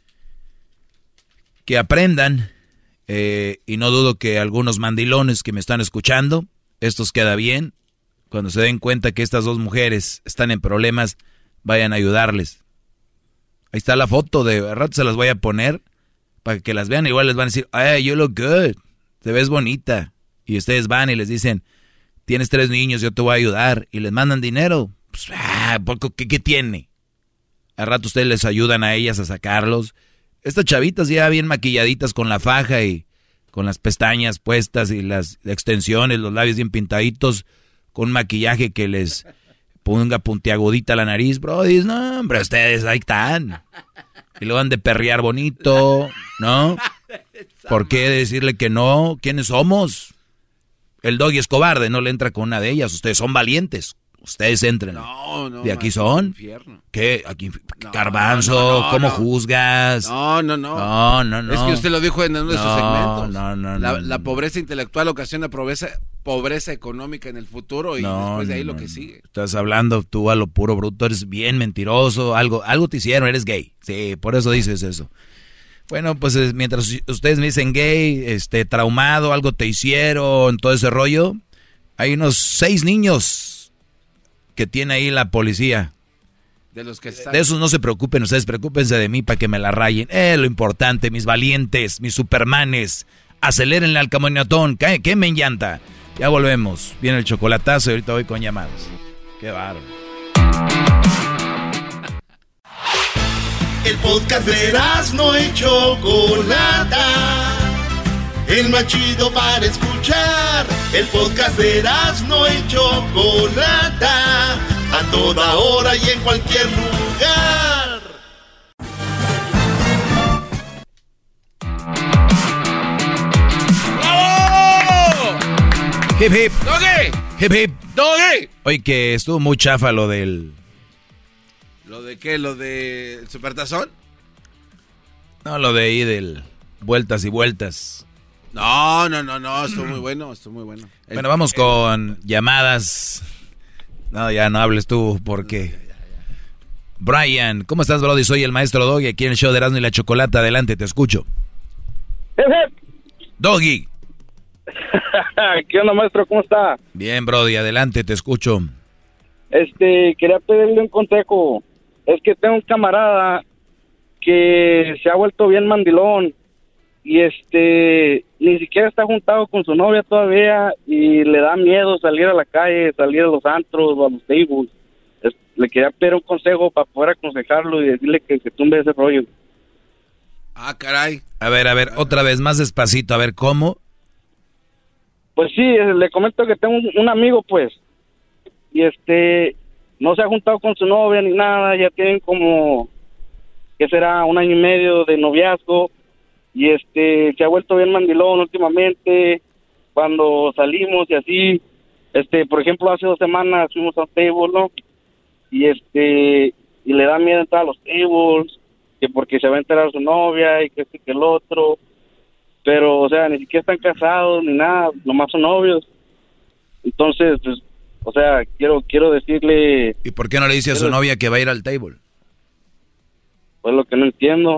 que aprendan. Eh, y no dudo que algunos mandilones que me están escuchando, estos queda bien. Cuando se den cuenta que estas dos mujeres están en problemas, vayan a ayudarles. Ahí está la foto, de al rato se las voy a poner para que las vean. Igual les van a decir, hey, you look good, te ves bonita. Y ustedes van y les dicen, tienes tres niños, yo te voy a ayudar. Y les mandan dinero. Pues, ah, ¿qué, ¿qué tiene? Al rato ustedes les ayudan a ellas a sacarlos. Estas chavitas ya bien maquilladitas con la faja y con las pestañas puestas y las extensiones, los labios bien pintaditos, con maquillaje que les ponga puntiagudita la nariz, bro. Dices, no, hombre, ustedes ahí están. Y lo van de perrear bonito, ¿no? ¿Por qué decirle que no? ¿Quiénes somos? El Doggy es cobarde, no le entra con una de ellas. Ustedes son valientes. Ustedes entren. No, no. ¿De aquí son? Infierno. ¿Qué? Aquí, no, Garbanzo, no, no, ¿cómo no. juzgas? No, no, no. No, no, no. Es que usted lo dijo en uno de sus no, segmentos. No, no, la, no. La pobreza intelectual ocasiona pobreza, pobreza económica en el futuro y no, después de ahí no, lo que no. sigue. Estás hablando tú a lo puro bruto, eres bien mentiroso, algo, algo te hicieron, eres gay. Sí, por eso dices eso. Bueno, pues mientras ustedes me dicen gay, este, traumado, algo te hicieron, todo ese rollo, hay unos seis niños que tiene ahí la policía. De los que están... De esos no se preocupen, ustedes preocúpense de mí para que me la rayen. Eh, lo importante, mis valientes, mis supermanes, acelérenle al camionetón, quemen llanta. Ya volvemos, viene el chocolatazo y ahorita voy con llamadas. Qué bárbaro. El podcast de Erazno y Chocolata, el más chido para escuchar. El podcast de Erazno y Chocolata, a toda hora y en cualquier lugar. Hip hip. ¡Doggy! Hip hip. ¡Doggy! Oye, que estuvo muy chafa lo del... ¿Lo de qué? ¿Lo de Supertazón? No, lo de ahí del... Vueltas y vueltas. No, no, no, no, estuvo muy bueno, estuvo muy bueno. El, bueno, vamos el, con llamadas. No, ya no hables tú, porque... Brian, ¿cómo estás, Brody? Soy el maestro Doggy, aquí en el show de Erasmo y la Chocolata. Adelante, te escucho. Doggy. ¿Qué onda, maestro? ¿Cómo está? Bien, Brody, adelante, te escucho. Este, quería pedirle un consejo. Es que tengo un camarada que se ha vuelto bien mandilón y este, ni siquiera está juntado con su novia todavía y le da miedo salir a la calle, salir a los antros o a los tables. Es, le quería pedir un consejo para poder aconsejarlo y decirle que se tumbe ese rollo. Ah, caray. A ver, a ver, otra vez, más despacito, a ver, ¿cómo? Pues sí, le comento que tengo un, un amigo, pues, y este, no se ha juntado con su novia ni nada, ya tienen como, ¿qué será? Un año y medio de noviazgo, y este, se ha vuelto bien mandilón últimamente, cuando salimos y así, este, por ejemplo, hace dos semanas fuimos a un table, ¿no? Y este, y le da miedo entrar a los tables, que porque se va a enterar su novia y que este que el otro, pero, o sea, ni siquiera están casados ni nada, nomás son novios. Entonces, pues, o sea, quiero quiero decirle... ¿Y por qué no le dice a su novia que va a ir al table? Pues lo que no entiendo.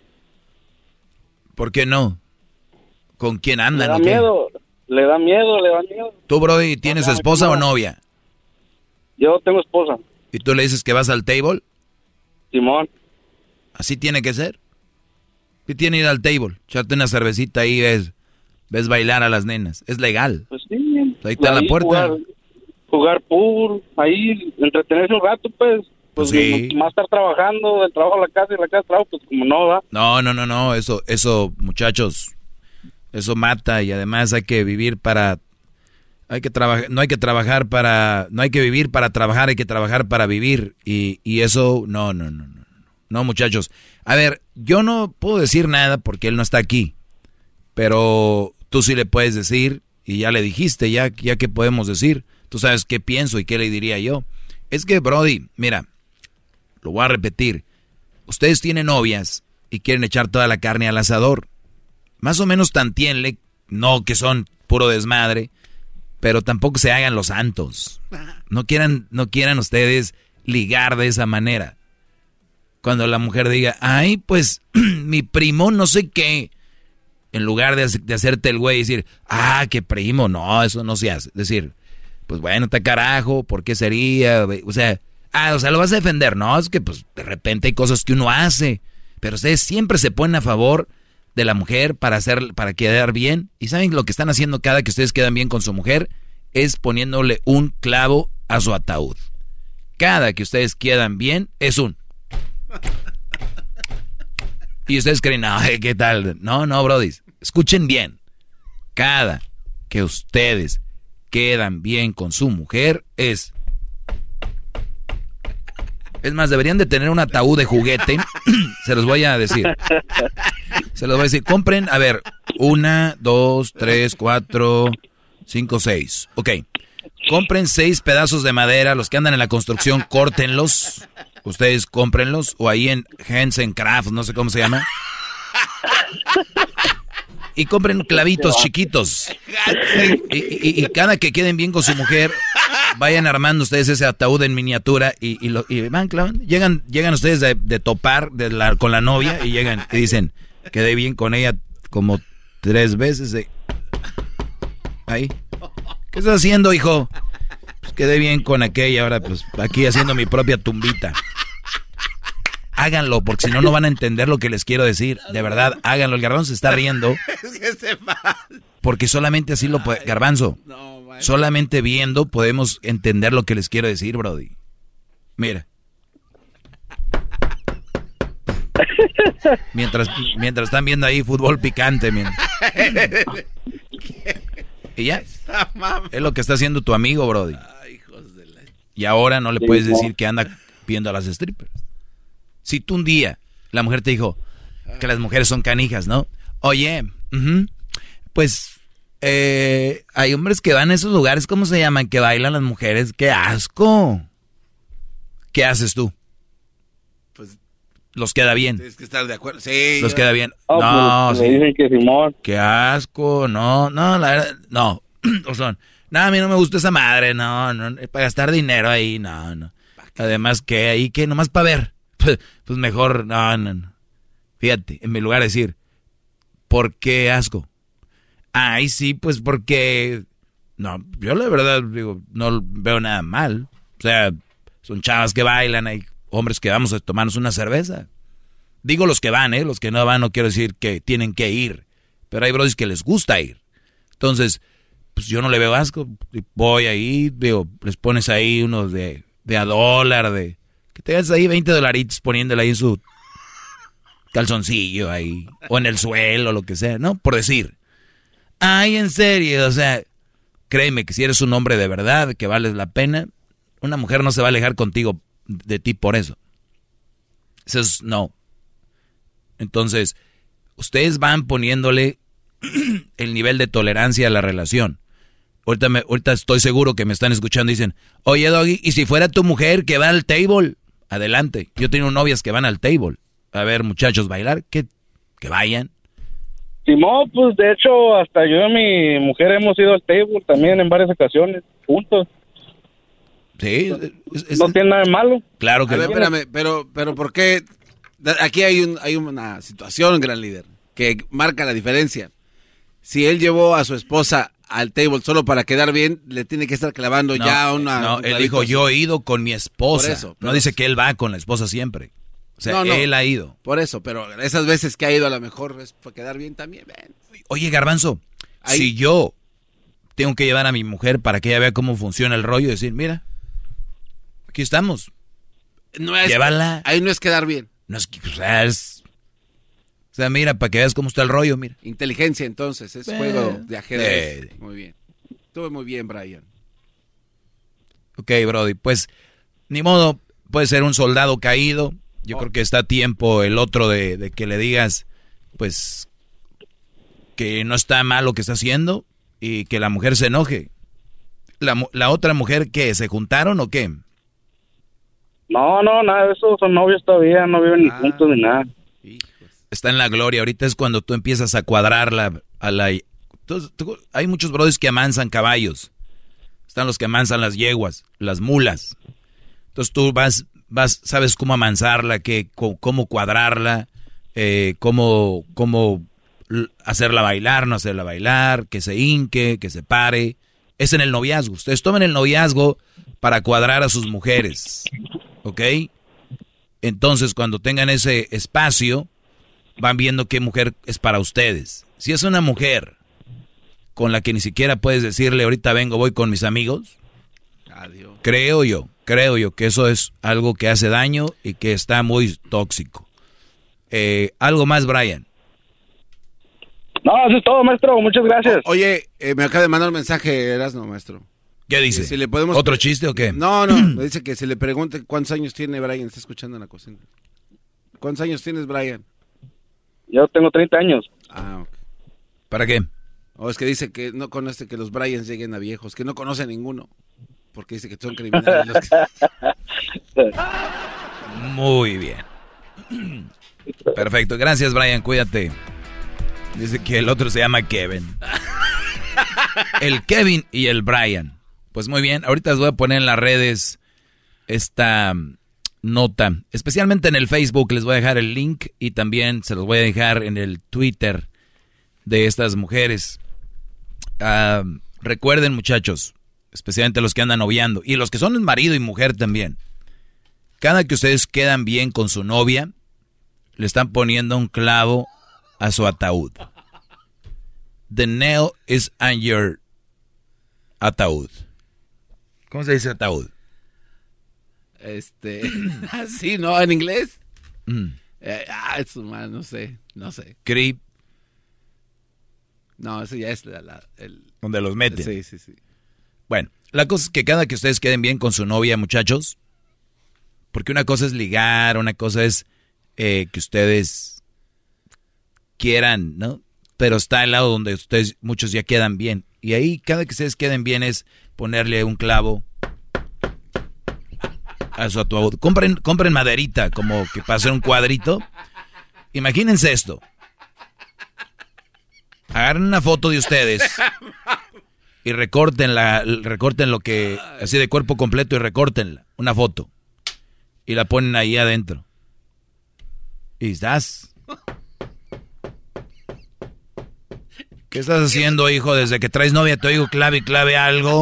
¿Por qué no? ¿Con quién andan? Le da ¿o qué? miedo, le da miedo, le da miedo. ¿Tú, Brody, tienes O sea, esposa no. o novia? Yo tengo esposa. ¿Y tú le dices que vas al table? Simón. ¿Así tiene que ser? ¿Qué tiene ir al table? Echarte una cervecita ahí, ves, ves bailar a las nenas. Es legal. Pues sí. Ahí está la puerta. Jugar, jugar pool, ahí, entretenerse un rato, pues. Pues sí. Más estar trabajando, del trabajo a la casa y de la casa al trabajo, pues como no, ¿va? No, no, no, no, eso, eso, muchachos, eso mata y además hay que vivir para, hay que trabajar, no hay que trabajar para, no hay que vivir para trabajar, hay que trabajar para vivir y, y eso, no, no, no, no, no, muchachos. A ver, yo no puedo decir nada porque él no está aquí, pero tú sí le puedes decir y ya le dijiste, ya, ya que podemos decir, tú sabes qué pienso y qué le diría yo. Es que, Brody, mira, lo voy a repetir. Ustedes tienen novias y quieren echar toda la carne al asador. Más o menos tantienle, no que son puro desmadre, pero tampoco se hagan los santos. No quieran, no quieran ustedes ligar de esa manera. Cuando la mujer diga, ay, pues mi primo no sé qué, en lugar de, de hacerte el güey y decir, ah, qué primo, no, eso no se hace. Decir, pues bueno, te carajo, ¿por qué sería? O sea, ah, o sea, lo vas a defender. No, es que pues de repente hay cosas que uno hace. Pero ustedes siempre se ponen a favor de la mujer para hacer, para quedar bien. Y saben lo que están haciendo cada que ustedes quedan bien con su mujer es poniéndole un clavo a su ataúd. Cada que ustedes quedan bien es un. Y ustedes creen, no, ¿qué tal? No, no, brodis. Escuchen bien. Cada que ustedes quedan bien con su mujer es... Es más, deberían de tener un ataúd de juguete. Se los voy a decir. Se los voy a decir. Compren, a ver, una, dos, tres, cuatro, cinco, seis. Ok. Compren seis pedazos de madera. Los que andan en la construcción, córtenlos. Ustedes cómprenlos. O ahí en Hansen Craft, no sé cómo se llama. Y compren clavitos chiquitos. Y, y, y cada que queden bien con su mujer, vayan armando ustedes ese ataúd en miniatura y, y, lo, y van clavando. Llegan, llegan ustedes de, de topar de la, con la novia y llegan y dicen, quedé bien con ella como tres veces. De... Ahí. ¿Qué estás haciendo, hijo? Pues quedé bien con aquella, ahora pues aquí haciendo mi propia tumbita. Háganlo, porque si no, no van a entender lo que les quiero decir. De verdad, háganlo. El Garbanzo se está riendo. Porque solamente así lo puede... Garbanzo, solamente viendo podemos entender lo que les quiero decir, Brody. Mira. Mientras, mientras están viendo ahí fútbol picante, miren. Y ya. Es lo que está haciendo tu amigo, Brody. Y ahora no le puedes decir que anda viendo a las strippers. Si tú un día, la mujer te dijo que las mujeres son canijas, ¿no? Oye, uh-huh, pues Eh, hay hombres que van a esos lugares, ¿cómo se llaman? Que bailan las mujeres. ¡Qué asco! ¿Qué haces tú? Pues... Los queda bien. Tienes que estar de acuerdo. Sí. Los yo... queda bien. Oh, no, pues, sí. me dicen que Simón. Qué asco. No, no, la verdad, no. O son, no, a mí no me gusta esa madre. No, no, para gastar dinero ahí, no, no. Además, ¿qué? Ahí, ¿qué? Nomás para ver. Pues, pues mejor, no, no, no. Fíjate, en mi lugar de decir, ¿por qué asco? Ay, sí, pues porque... No, yo la verdad, digo, no veo nada mal. O sea, son chavas que bailan, hay hombres que vamos a tomarnos una cerveza. Digo los que van, ¿eh? Los que no van no quiero decir que tienen que ir. Pero hay brodis que les gusta ir. Entonces, pues yo no le veo asco. Voy ahí, digo, les pones ahí unos de, de a dólar, de... Que te das ahí veinte dolaritos poniéndole ahí en su calzoncillo ahí. O en el suelo, lo que sea, ¿no? Por decir. Ay, en serio, o sea, créeme que si eres un hombre de verdad, que vales la pena, una mujer no se va a alejar contigo de ti por eso. Eso es no. Entonces, ustedes van poniéndole el nivel de tolerancia a la relación. Ahorita, me, ahorita estoy seguro que me están escuchando y dicen, oye, Doggy, ¿y si fuera tu mujer que va al table? Adelante. Yo tengo novias que van al table. A ver, muchachos, bailar, que, que vayan. Simón, pues de hecho, hasta yo y mi mujer hemos ido al table también en varias ocasiones, juntos. Sí. Es, es, no tiene nada de malo. Claro que no. no. Espérame, pero, pero ¿por qué? Aquí hay, un, hay una situación, gran líder, que marca la diferencia. Si él llevó a su esposa al table solo para quedar bien, le tiene que estar clavando no, ya una... No, un él dijo, así. yo he ido con mi esposa. Por eso, no dice que él va con la esposa siempre. O sea, no, no, él ha ido. Por eso, pero esas veces que ha ido a lo mejor es para quedar bien también. Ven. Oye, Garbanzo, Ahí. si yo tengo que llevar a mi mujer para que ella vea cómo funciona el rollo y decir, mira, aquí estamos. No es, llévala. Ahí no es quedar bien. No es que, o sea, es... O sea, mira, para que veas cómo está el rollo, mira. Inteligencia, entonces, es eh, juego de ajedrez. Eh. Muy bien. Estuve muy bien, Brian. Ok, Brody, pues, ni modo, puede ser un soldado caído. Yo oh. creo que está a tiempo el otro de, de que le digas, pues, que no está mal lo que está haciendo y que la mujer se enoje. ¿La, la otra mujer qué? ¿Se juntaron o qué? No, no, nada de eso. Son novios todavía, no viven ni ah. juntos ni nada. Está en la gloria. Ahorita es cuando tú empiezas a cuadrarla a la... Entonces, tú, hay muchos brothers que amansan caballos. Están los que amansan las yeguas, las mulas. Entonces tú vas, vas, sabes cómo amansarla, que, cómo cuadrarla, eh, cómo, cómo hacerla bailar, no hacerla bailar, que se hinque, que se pare. Es en el noviazgo. Ustedes toman el noviazgo para cuadrar a sus mujeres. ¿Ok? Entonces cuando tengan ese espacio, van viendo qué mujer es para ustedes. Si es una mujer con la que ni siquiera puedes decirle, ahorita vengo, voy con mis amigos, adiós. Creo yo, creo yo que eso es algo que hace daño y que está muy tóxico. Eh, ¿Algo más, Brian? No, eso es todo, maestro. Muchas gracias. O, oye, eh, me acaba de mandar un mensaje, Erasmo, maestro. ¿Qué dice? Si le podemos... ¿Otro chiste o qué? No, no, me dice que si le pregunte cuántos años tiene Brian, está escuchando en la cocina. ¿Cuántos años tienes, Brian? Yo tengo treinta años. Ah, ok. ¿Para qué? O oh, es que dice que no conoce que los Bryans lleguen a viejos, que no conoce a ninguno, porque dice que son criminales. Los que... Muy bien. Perfecto, gracias, Brian, cuídate. Dice que el otro se llama Kevin. El Kevin y el Brian. Pues muy bien, ahorita les voy a poner en las redes esta nota, especialmente en el Facebook les voy a dejar el link y también se los voy a dejar en el Twitter de estas mujeres. Uh, recuerden, muchachos, especialmente los que andan noviando y los que son marido y mujer también, cada que ustedes quedan bien con su novia, le están poniendo un clavo a su ataúd. The nail is on your ataúd. ¿Cómo se dice ataúd? Este, así, ¿no? ¿En inglés? Mm. Eh, ah, eso, man, no sé, no sé. Creep. No, eso ya es la, la, el... donde los meten. Sí, sí, sí. Bueno, la cosa es que cada que ustedes queden bien con su novia, muchachos, porque una cosa es ligar, una cosa es eh, que ustedes quieran, ¿no? pero está el lado donde ustedes, muchos ya quedan bien. Y ahí, cada que ustedes queden bien es ponerle un clavo a su ataúd. Compren, compren maderita, como que para hacer un cuadrito. Imagínense esto. Agarren una foto de ustedes y recorten la, recorten lo que, así de cuerpo completo, y recórtenla, una foto, y la ponen ahí adentro. Y estás. ¿Qué estás haciendo, hijo? Desde que traes novia te oigo clave y clave algo.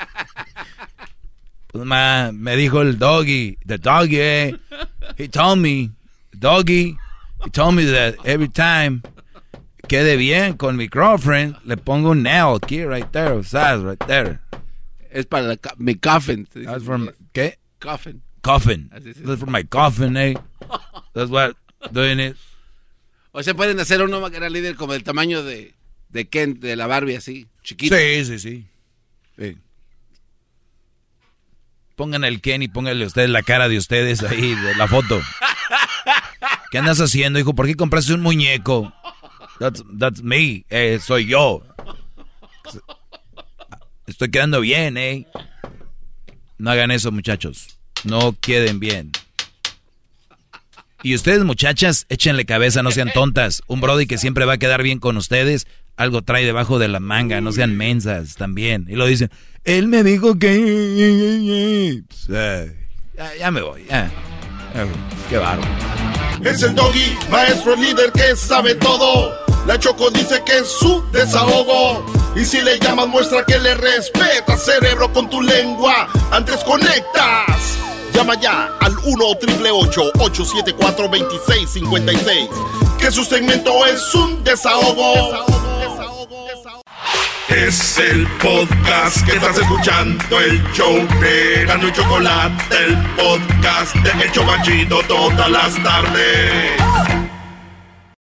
Pues ma, me dijo el doggy, the doggy, eh. He told me, doggy, he told me that every time quede bien con mi girlfriend, le pongo un nail aquí, right there, ¿sabes? Right there. Es para la, mi coffin. That's for my, ¿qué? Coffin. Coffin. That's for my coffin, eh. That's what, doing it. O sea, pueden hacer uno, era líder, como el tamaño de, de Ken, de la Barbie, así, chiquito. Sí, sí, sí. sí. Pongan el Ken y pónganle ustedes la cara de ustedes ahí, de la foto. ¿Qué andas haciendo, hijo? ¿Por qué compraste un muñeco? That's, that's me, eh, soy yo. Estoy quedando bien, eh. No hagan eso, muchachos. No queden bien. Y ustedes, muchachas, échenle cabeza, no sean tontas. Un brody que siempre va a quedar bien con ustedes, algo trae debajo de la manga, no sean mensas también. Y lo dicen, él me dijo que... Ya, ya me voy, ya. Qué bárbaro. Es el Doggy, maestro líder que sabe todo. La Choco dice que es su desahogo. Y si le llamas muestra que le respeta, cerebro, con tu lengua. Antes conectas. Llama ya al uno triple ocho ocho siete cuatro dos seis cinco seis. Que su segmento es un desahogo. Desahogo, desahogo, desahogo. Es el podcast que estás escuchando, el show de Erasmo y Chocolate, el podcast de El Chobachito todas las tardes.